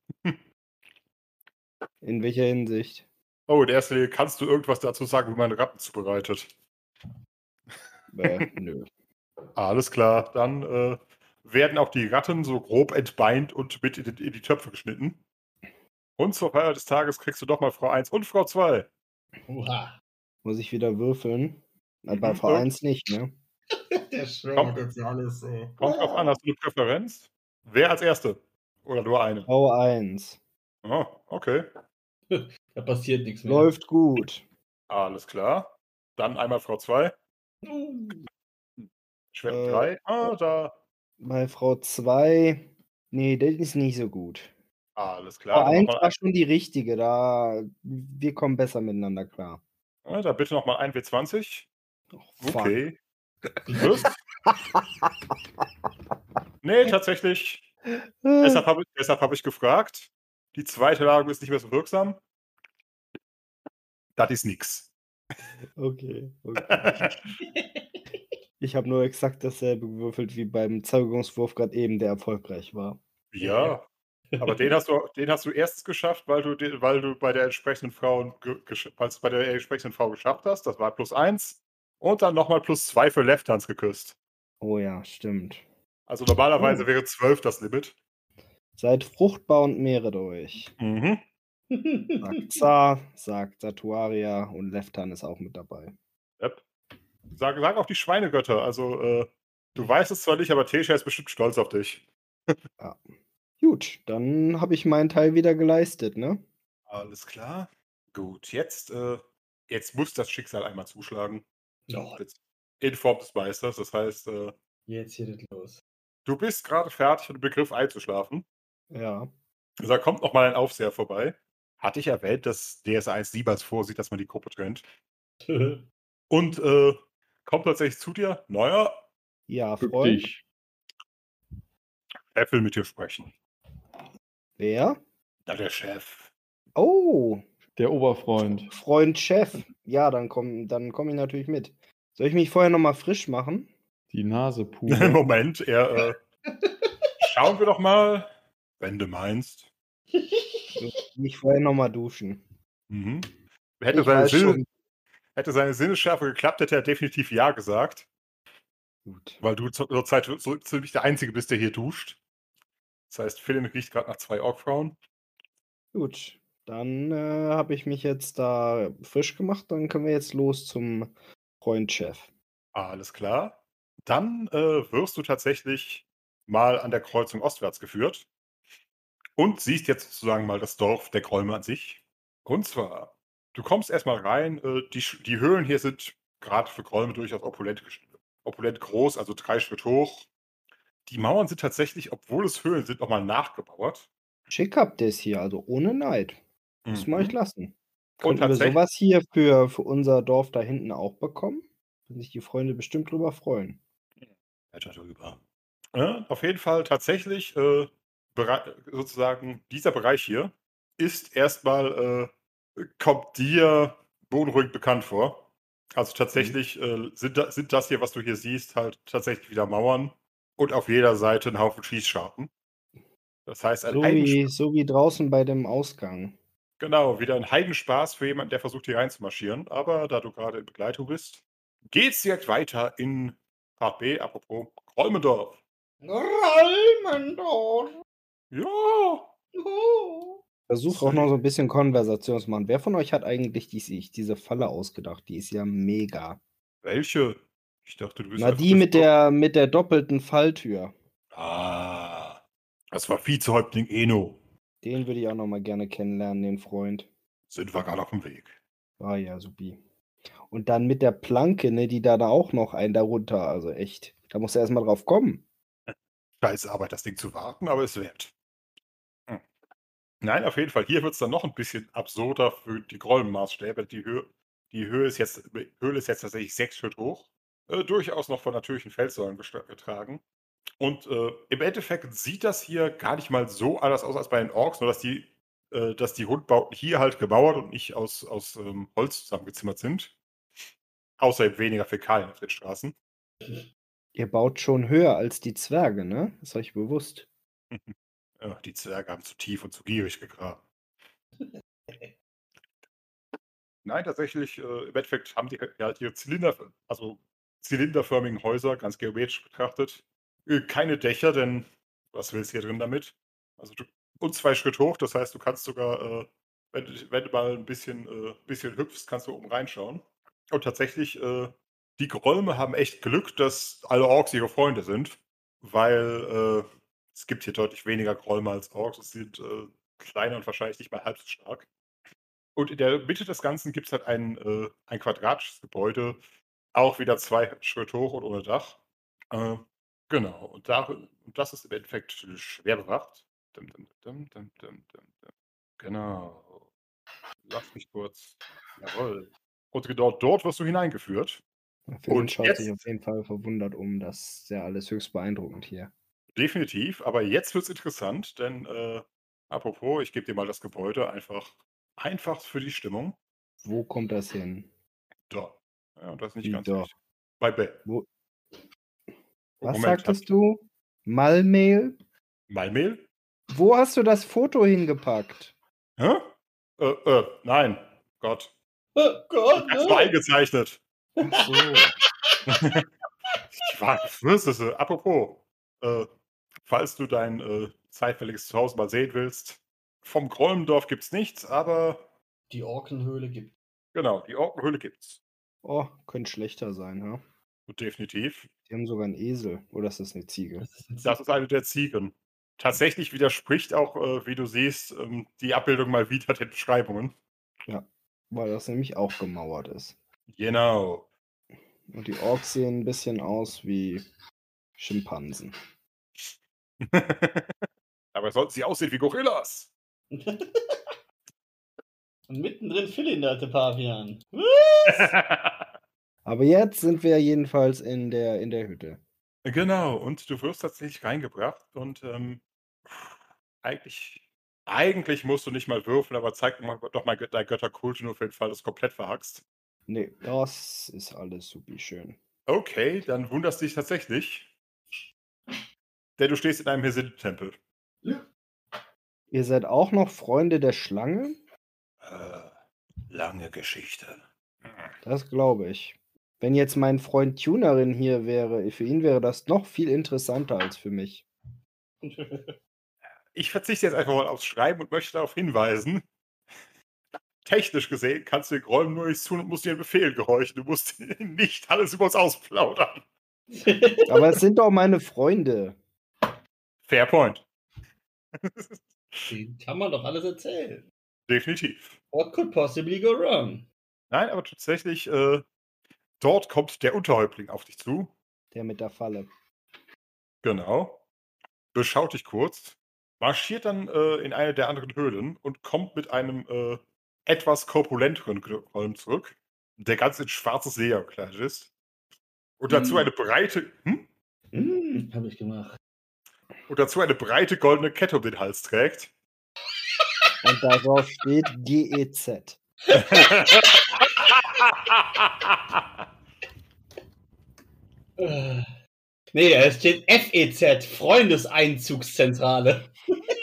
In welcher Hinsicht? Oh, in erster Linie kannst du irgendwas dazu sagen, wie man Ratten zubereitet? Nö. Alles klar, dann werden auch die Ratten so grob entbeint und mit in die Töpfe geschnitten. Und zur Feier des Tages kriegst du doch mal Frau 1 und Frau 2. Oha. Muss ich wieder würfeln? Bei Mhm. V1 nicht, ne? Der Kommt, Schwimmer jetzt alles so. kommt drauf an, hast du eine Präferenz? Wer als Erste? Oder nur eine? V1. Oh, okay. Da passiert nichts mehr. Läuft gut. Alles klar. Dann einmal Frau 2. Schwert 3. Da. Bei Frau 2. Nee, das ist nicht so gut. Alles klar. Dann V1 nochmal war schon die richtige. Wir kommen besser miteinander klar. da bitte nochmal ein W20. Oh, fuck. Okay. Wirst. Nee, tatsächlich. Deshalb hab ich gefragt. Die zweite Ladung ist nicht mehr so wirksam. Das ist nix. Okay. Ich habe nur exakt dasselbe gewürfelt wie beim Zeugungswurf gerade eben, der erfolgreich war. Ja. Aber den hast du erstens geschafft, weil du bei der entsprechenden Frau geschafft hast. Das war +1. Und dann nochmal +2 für Left-Hands geküsst. Oh ja, stimmt. Also normalerweise wäre 12 das Limit. Seid fruchtbar und mehret euch. Mhm. Sagt Zar, sagt Satuaria und Leftan ist auch mit dabei. Yep. Sag auch die Schweinegötter. Also, du weißt es zwar nicht, aber Tesha ist bestimmt stolz auf dich. Ja. Gut, dann habe ich meinen Teil wieder geleistet, ne? Alles klar. Gut, jetzt muss das Schicksal einmal zuschlagen. Oh, Jetzt in Form des Meisters. Das heißt, jetzt geht es los. du bist gerade fertig mit dem Begriff einzuschlafen. Ja. Da kommt noch mal ein Aufseher vorbei. Hatte ich erwähnt, dass DSA 1 niemals vorsieht, dass man die Gruppe trennt. Und kommt tatsächlich zu dir. Neuer, Ja, Bück Freund. dich. er will mit dir sprechen. Wer? Na, der Chef. Oh, Der Oberfreund. Freund Chef. Ja, dann komm ich natürlich mit. Soll ich mich vorher nochmal frisch machen? Die Nase pudern. Moment, schauen wir doch mal, wenn du meinst. Mich vorher nochmal duschen. Mhm. Ich Hätte weiß schon. seine Sinnesschärfe geklappt, hätte er definitiv Ja gesagt. Gut. Weil du zurzeit so ziemlich der Einzige bist, der hier duscht. Das heißt, Philin riecht gerade nach 2 Orkfrauen. Gut. Dann habe ich mich jetzt da frisch gemacht. Dann können wir jetzt los zum Freund Chef. Alles klar. Dann wirst du tatsächlich mal an der Kreuzung ostwärts geführt und siehst jetzt sozusagen mal das Dorf der Gräume an sich. Und zwar, du kommst erstmal rein, die Höhlen hier sind gerade für Gräume durchaus opulent groß, also 3 Schritt hoch. Die Mauern sind tatsächlich, obwohl es Höhlen sind, nochmal nachgebaut. Schick habt ihr es hier, also ohne Neid. Das muss ich Mhm. lassen. Und Könnten wir tatsächlich, sowas hier für unser Dorf da hinten auch bekommen? Würden sich die Freunde bestimmt drüber freuen. darüber. Auf jeden Fall tatsächlich, sozusagen dieser Bereich hier ist erstmal, kommt dir bodenruhig bekannt vor. Also tatsächlich sind das hier, was du hier siehst, halt tatsächlich wieder Mauern und auf jeder Seite ein Haufen Schießscharten. Das heißt, So wie draußen bei dem Ausgang. Genau, wieder ein Heidenspaß für jemanden, der versucht, hier reinzumarschieren. Aber da du gerade in Begleitung bist, geht's direkt weiter in Part B, apropos Gräumendorf. Rollmendorf. Ja, Versuch auch noch so ein bisschen Konversation zu machen. Wer von euch hat eigentlich diese Falle ausgedacht? Die ist ja mega. welche? Ich dachte, du bist Na, einfach die mit der doppelten Falltür. Ah, das war Vizehäuptling Eno. Den würde ich auch noch mal gerne kennenlernen, den Freund. Sind wir gerade auf dem Weg. Ah ja, supi. Und dann mit der Planke, ne, die da auch noch einen darunter. Also echt, da muss er erst mal drauf kommen. Scheiße Arbeit, das Ding zu warten, aber es wert. Nein, auf jeden Fall. Hier wird es dann noch ein bisschen absurder für die Grollenmaßstäbe. Die Höhle ist jetzt tatsächlich 6 Schritt hoch. Durchaus noch von natürlichen Felssäulen getragen. Und im Endeffekt sieht das hier gar nicht mal so anders aus als bei den Orks, nur dass die Rundbauten hier halt gemauert und nicht aus Holz zusammengezimmert sind. Außer eben weniger Fäkalien auf den Straßen. Ihr baut schon höher als die Zwerge, ne? Das ist euch bewusst. Ja, die Zwerge haben zu tief und zu gierig gegraben. Nein, tatsächlich, im Endeffekt haben die halt ihre zylinderförmigen Häuser, ganz geometrisch betrachtet. Keine Dächer, denn was willst du hier drin damit? Also und 2 Schritt hoch, das heißt, du kannst sogar, wenn du mal ein bisschen hüpfst, kannst du oben reinschauen. Und tatsächlich, die Grolme haben echt Glück, dass alle Orks ihre Freunde sind, weil es gibt hier deutlich weniger Grolme als Orks. Es sind kleiner und wahrscheinlich nicht mal halb so stark. Und in der Mitte des Ganzen gibt es halt ein quadratisches Gebäude, auch wieder 2 Schritte hoch und ohne Dach. Äh, genau, und das ist im Endeffekt schwer bewacht. Dum, dum, dum, dum, dum, dum, dum. Genau. Lass mich kurz. Jawohl. Und genau dort wirst du hineingeführt. Phil Und schaut sich jetzt auf jeden Fall verwundert um. Das ist ja alles höchst beeindruckend hier. definitiv, aber jetzt wird es interessant, denn apropos, ich gebe dir mal das Gebäude einfach für die Stimmung. Wo kommt das hin? Da. Ja, das ist nicht Wie ganz da? richtig. Bei Bell. Wo, Oh, was Moment, sagtest du? Malmail? Malmehl? Wo hast du das Foto hingepackt? Hä? Nein. Gott. Oh Gott, Ich hab's nur ne? eingezeichnet. Ach so. Ich war geflüstert. Apropos, falls du dein zeitfälliges Zuhause mal sehen willst, vom Grollendorf gibt's nichts, aber Die Orkenhöhle gibt. genau, die Orkenhöhle gibt's. Oh, könnte schlechter sein, ha? Und definitiv. Die haben sogar einen Esel. Oder ist das eine Ziege? Das ist eine der Ziegen. Tatsächlich widerspricht auch, wie du siehst, die Abbildung mal wieder den Beschreibungen. Ja, weil das nämlich auch gemauert ist. Genau. Und die Orks sehen ein bisschen aus wie Schimpansen. Aber sollten sie aussehen wie Gorillas? Und mittendrin Phil in der alte Pavian. Aber jetzt sind wir jedenfalls in der Hütte. Genau, und du wirst tatsächlich reingebracht und eigentlich musst du nicht mal würfeln, aber zeig doch mal dein Götterkult nur für den Fall, dass du komplett verhackst. Nee, das ist alles supi schön. Okay, dann wunderst du dich tatsächlich. Denn du stehst in einem Hesed-Tempel. Ihr seid auch noch Freunde der Schlange? Lange Geschichte. Das glaube ich. Wenn jetzt mein Freund Tunerin hier wäre, für ihn wäre das noch viel interessanter als für mich. Ich verzichte jetzt einfach mal aufs Schreiben und möchte darauf hinweisen. Technisch gesehen kannst du den Rollen nur nichts tun und musst dir einen Befehl gehorchen. Du musst nicht alles über uns ausplaudern. Aber es sind doch meine Freunde. Fair point. Den kann man doch alles erzählen. Definitiv. What could possibly go wrong? Nein, aber tatsächlich, dort kommt der Unterhäuptling auf dich zu. Der mit der Falle. Genau. Beschaut dich kurz, marschiert dann in eine der anderen Höhlen und kommt mit einem etwas korpulenteren Golem zurück, der ganz in schwarzes Leder gekleidet ist. Und dazu eine breite, Habe ich gemacht. und dazu eine breite goldene Kette um den Hals trägt. Und darauf steht GEZ. Nee, es steht FEZ, Freundeseinzugszentrale.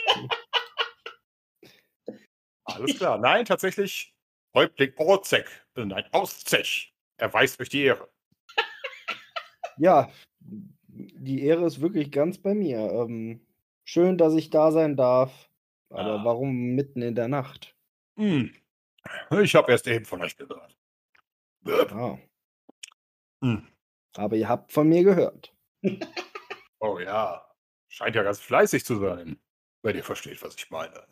Alles klar. Nein, tatsächlich Häuptling Orzek. Nein, Auszech. Erweist euch die Ehre. Ja, die Ehre ist wirklich ganz bei mir. Schön, dass ich da sein darf. Aber warum mitten in der Nacht? Ich habe erst eben von euch gehört. Ah. Hm. Aber ihr habt von mir gehört. Oh ja. Scheint ja ganz fleißig zu sein. Wenn ihr versteht, was ich meine.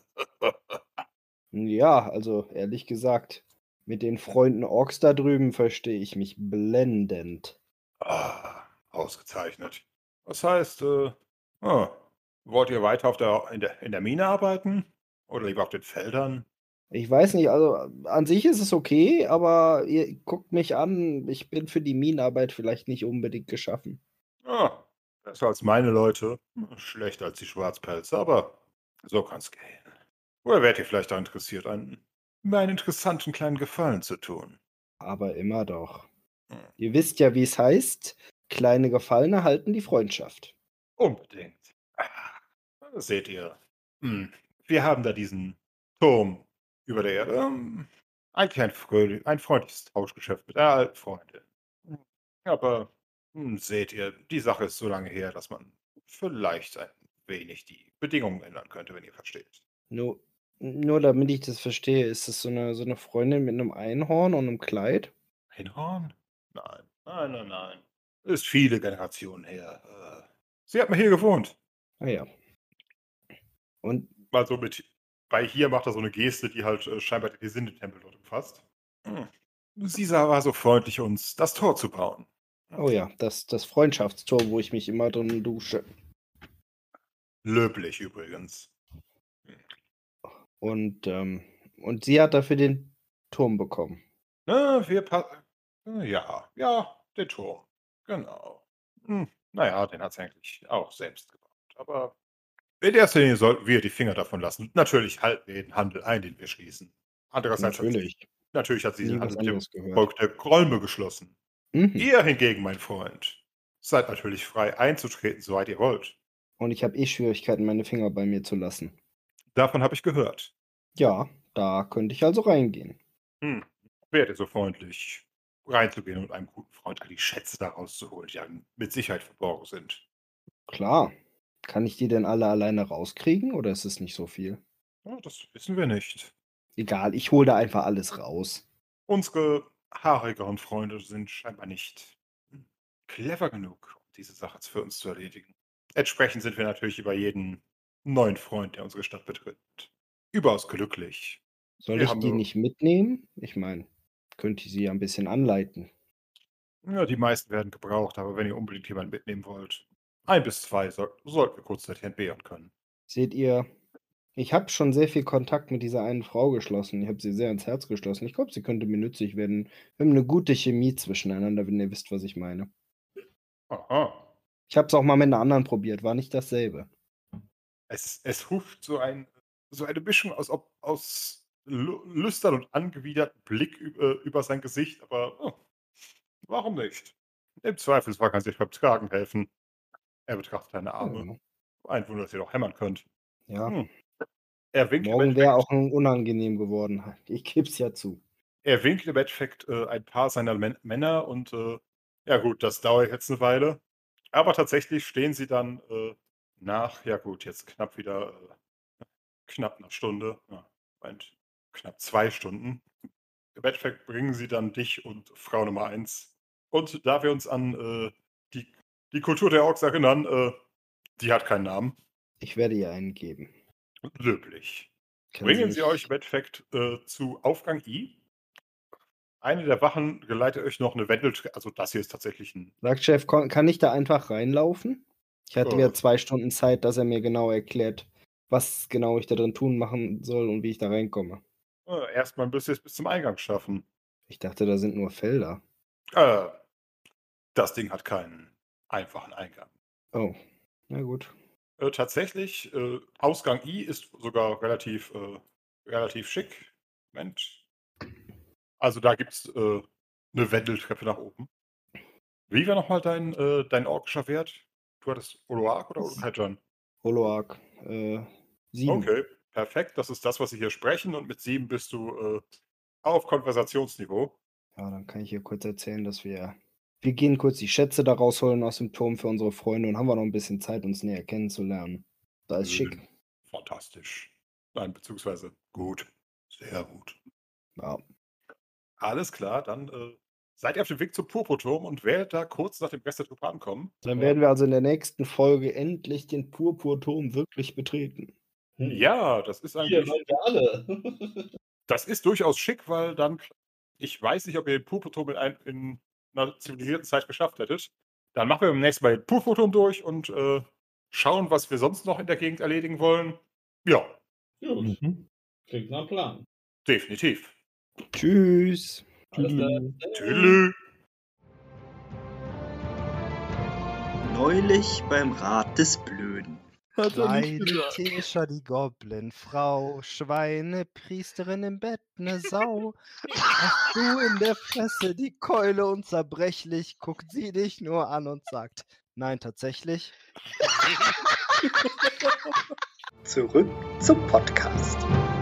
Ja, also ehrlich gesagt, mit den Freunden Orks da drüben verstehe ich mich blendend. Ausgezeichnet. Das heißt, wollt ihr weiter in der Mine arbeiten? Oder lieber auf den Feldern? Ich weiß nicht, also an sich ist es okay, aber ihr guckt mich an, ich bin für die Minenarbeit vielleicht nicht unbedingt geschaffen. Besser als meine Leute, schlechter als die Schwarzpelze, aber so kann's gehen. Oder wärt ihr vielleicht daran interessiert, mir einen interessanten kleinen Gefallen zu tun? Aber immer doch. Ihr wisst ja, wie es heißt, kleine Gefallen erhalten die Freundschaft. Unbedingt. Seht ihr, wir haben da diesen Turm über der Erde. Eigentlich ein freundliches Tauschgeschäft mit einer alten Freundin. Aber seht ihr, die Sache ist so lange her, dass man vielleicht ein wenig die Bedingungen ändern könnte, wenn ihr versteht. Nur damit ich das verstehe, ist es so eine Freundin mit einem Einhorn und einem Kleid? Einhorn? Nein. Ist viele Generationen her. Sie hat mal hier gewohnt. Ah ja. Und Also bei hier macht er so eine Geste, die halt scheinbar den Gesindetempel dort umfasst. Sisa war so freundlich, uns das Tor zu bauen. oh ja, das Freundschaftstor, wo ich mich immer drin dusche. Löblich übrigens. Und sie hat dafür den Turm bekommen. Ja, den Turm. Genau. Naja, den hat sie eigentlich auch selbst gebaut. Aber in erster Linie sollten wir die Finger davon lassen. Natürlich halten wir den Handel ein, den wir schließen. Andererseits natürlich hat sie Nie den was Handel mit dem anderes gehört. Volk der Grolme geschlossen. Mhm. Ihr hingegen, mein Freund, seid natürlich frei einzutreten, soweit ihr wollt. Und ich habe Schwierigkeiten, meine Finger bei mir zu lassen. Davon habe ich gehört. Ja, da könnte ich also reingehen. Wärt ihr so freundlich, reinzugehen und einem guten Freund die Schätze da rauszuholen, die dann mit Sicherheit verborgen sind. Klar. Kann ich die denn alle alleine rauskriegen oder ist es nicht so viel? Ja, das wissen wir nicht. Egal, ich hole da einfach alles raus. Unsere haarigeren Freunde sind scheinbar nicht clever genug, um diese Sache für uns zu erledigen. Entsprechend sind wir natürlich über jeden neuen Freund, der unsere Stadt betritt, überaus glücklich. Soll Wir ich haben die nur- nicht mitnehmen? Ich meine, könnte ich sie ja ein bisschen anleiten. Ja, die meisten werden gebraucht, aber wenn ihr unbedingt jemanden mitnehmen wollt, 1 bis 2 sollten wir kurzzeitig entbehren können. Seht ihr, ich habe schon sehr viel Kontakt mit dieser einen Frau geschlossen. Ich habe sie sehr ins Herz geschlossen. Ich glaube, sie könnte mir nützlich werden. Wir haben eine gute Chemie zwischeneinander, wenn ihr wisst, was ich meine. Aha. Ich habe es auch mal mit einer anderen probiert, war nicht dasselbe. Es huscht so eine Mischung aus lüstern und angewiderten Blick über sein Gesicht, aber warum nicht? Im Zweifelsfall kann sich beim Tragen helfen. Er betrachtet deine Arme. Ein Wunder, dass ihr doch hämmern könnt. Ja, Er winkt im morgen wäre Endeffekt, auch unangenehm geworden. Ich gebe es ja zu. er winkt im Endeffekt ein paar seiner Männer und ja gut, das dauert jetzt eine Weile. Aber tatsächlich stehen sie dann jetzt knapp einer Stunde, knapp 2 Stunden. Im Endeffekt bringen sie dann dich und Frau Nummer 1. Und da wir uns an die Kultur der Orks erinnern, die hat keinen Namen. Ich werde ihr einen geben. Löblich. Kann Bringen sie sie euch mich- im Endeffekt zu Aufgang I. Eine der Wachen geleitet euch noch eine Wendeltreppe. Also das hier ist tatsächlich ein... Sagt Chef, kann ich da einfach reinlaufen? Ich hatte ja 2 Stunden Zeit, dass er mir genau erklärt, was genau ich da drin machen soll und wie ich da reinkomme. Erstmal müsst ihr es bis zum Eingang schaffen. Ich dachte, da sind nur Felder. Das Ding hat keinen einfachen Eingang. Oh, na gut. Tatsächlich, Ausgang I ist sogar relativ schick. Moment. Also da gibt es eine Wendeltreppe nach oben. Wie war nochmal dein orkischer Wert? Du hattest Oloak oder Olokajan? Holoark. 7. Okay, perfekt. Das ist das, was Sie hier sprechen. Und mit 7 bist du auf Konversationsniveau. Ja, dann kann ich hier kurz erzählen, dass wir gehen kurz die Schätze da rausholen aus dem Turm für unsere Freunde und haben wir noch ein bisschen Zeit, uns näher kennenzulernen. Da ist schick. Fantastisch. Nein, beziehungsweise gut. Sehr gut. Ja. Alles klar, dann seid ihr auf dem Weg zum Purpurturm und werdet da kurz nach dem Rest der Truppe ankommen. Dann werden wir also in der nächsten Folge endlich den Purpurturm wirklich betreten. Ja, das ist Hier eigentlich, wollen wir alle. das ist durchaus schick, weil dann, ich weiß nicht, ob ihr den Purpurturm in einer zivilisierten Zeit geschafft hättet. Dann machen wir beim nächsten Mal den Purpurturm durch und schauen, was wir sonst noch in der Gegend erledigen wollen. Ja, Gut, klingt nach einem Plan. definitiv. Tschüss. Alles klar. Tschüss. Neulich beim Rat des Blöden. Kleine Tischer, die Goblinfrau, Schweinepriesterin im Bett, ne Sau. Hast du in der Fresse die Keule unzerbrechlich, guckt sie dich nur an und sagt, nein, tatsächlich. Zurück zum Podcast.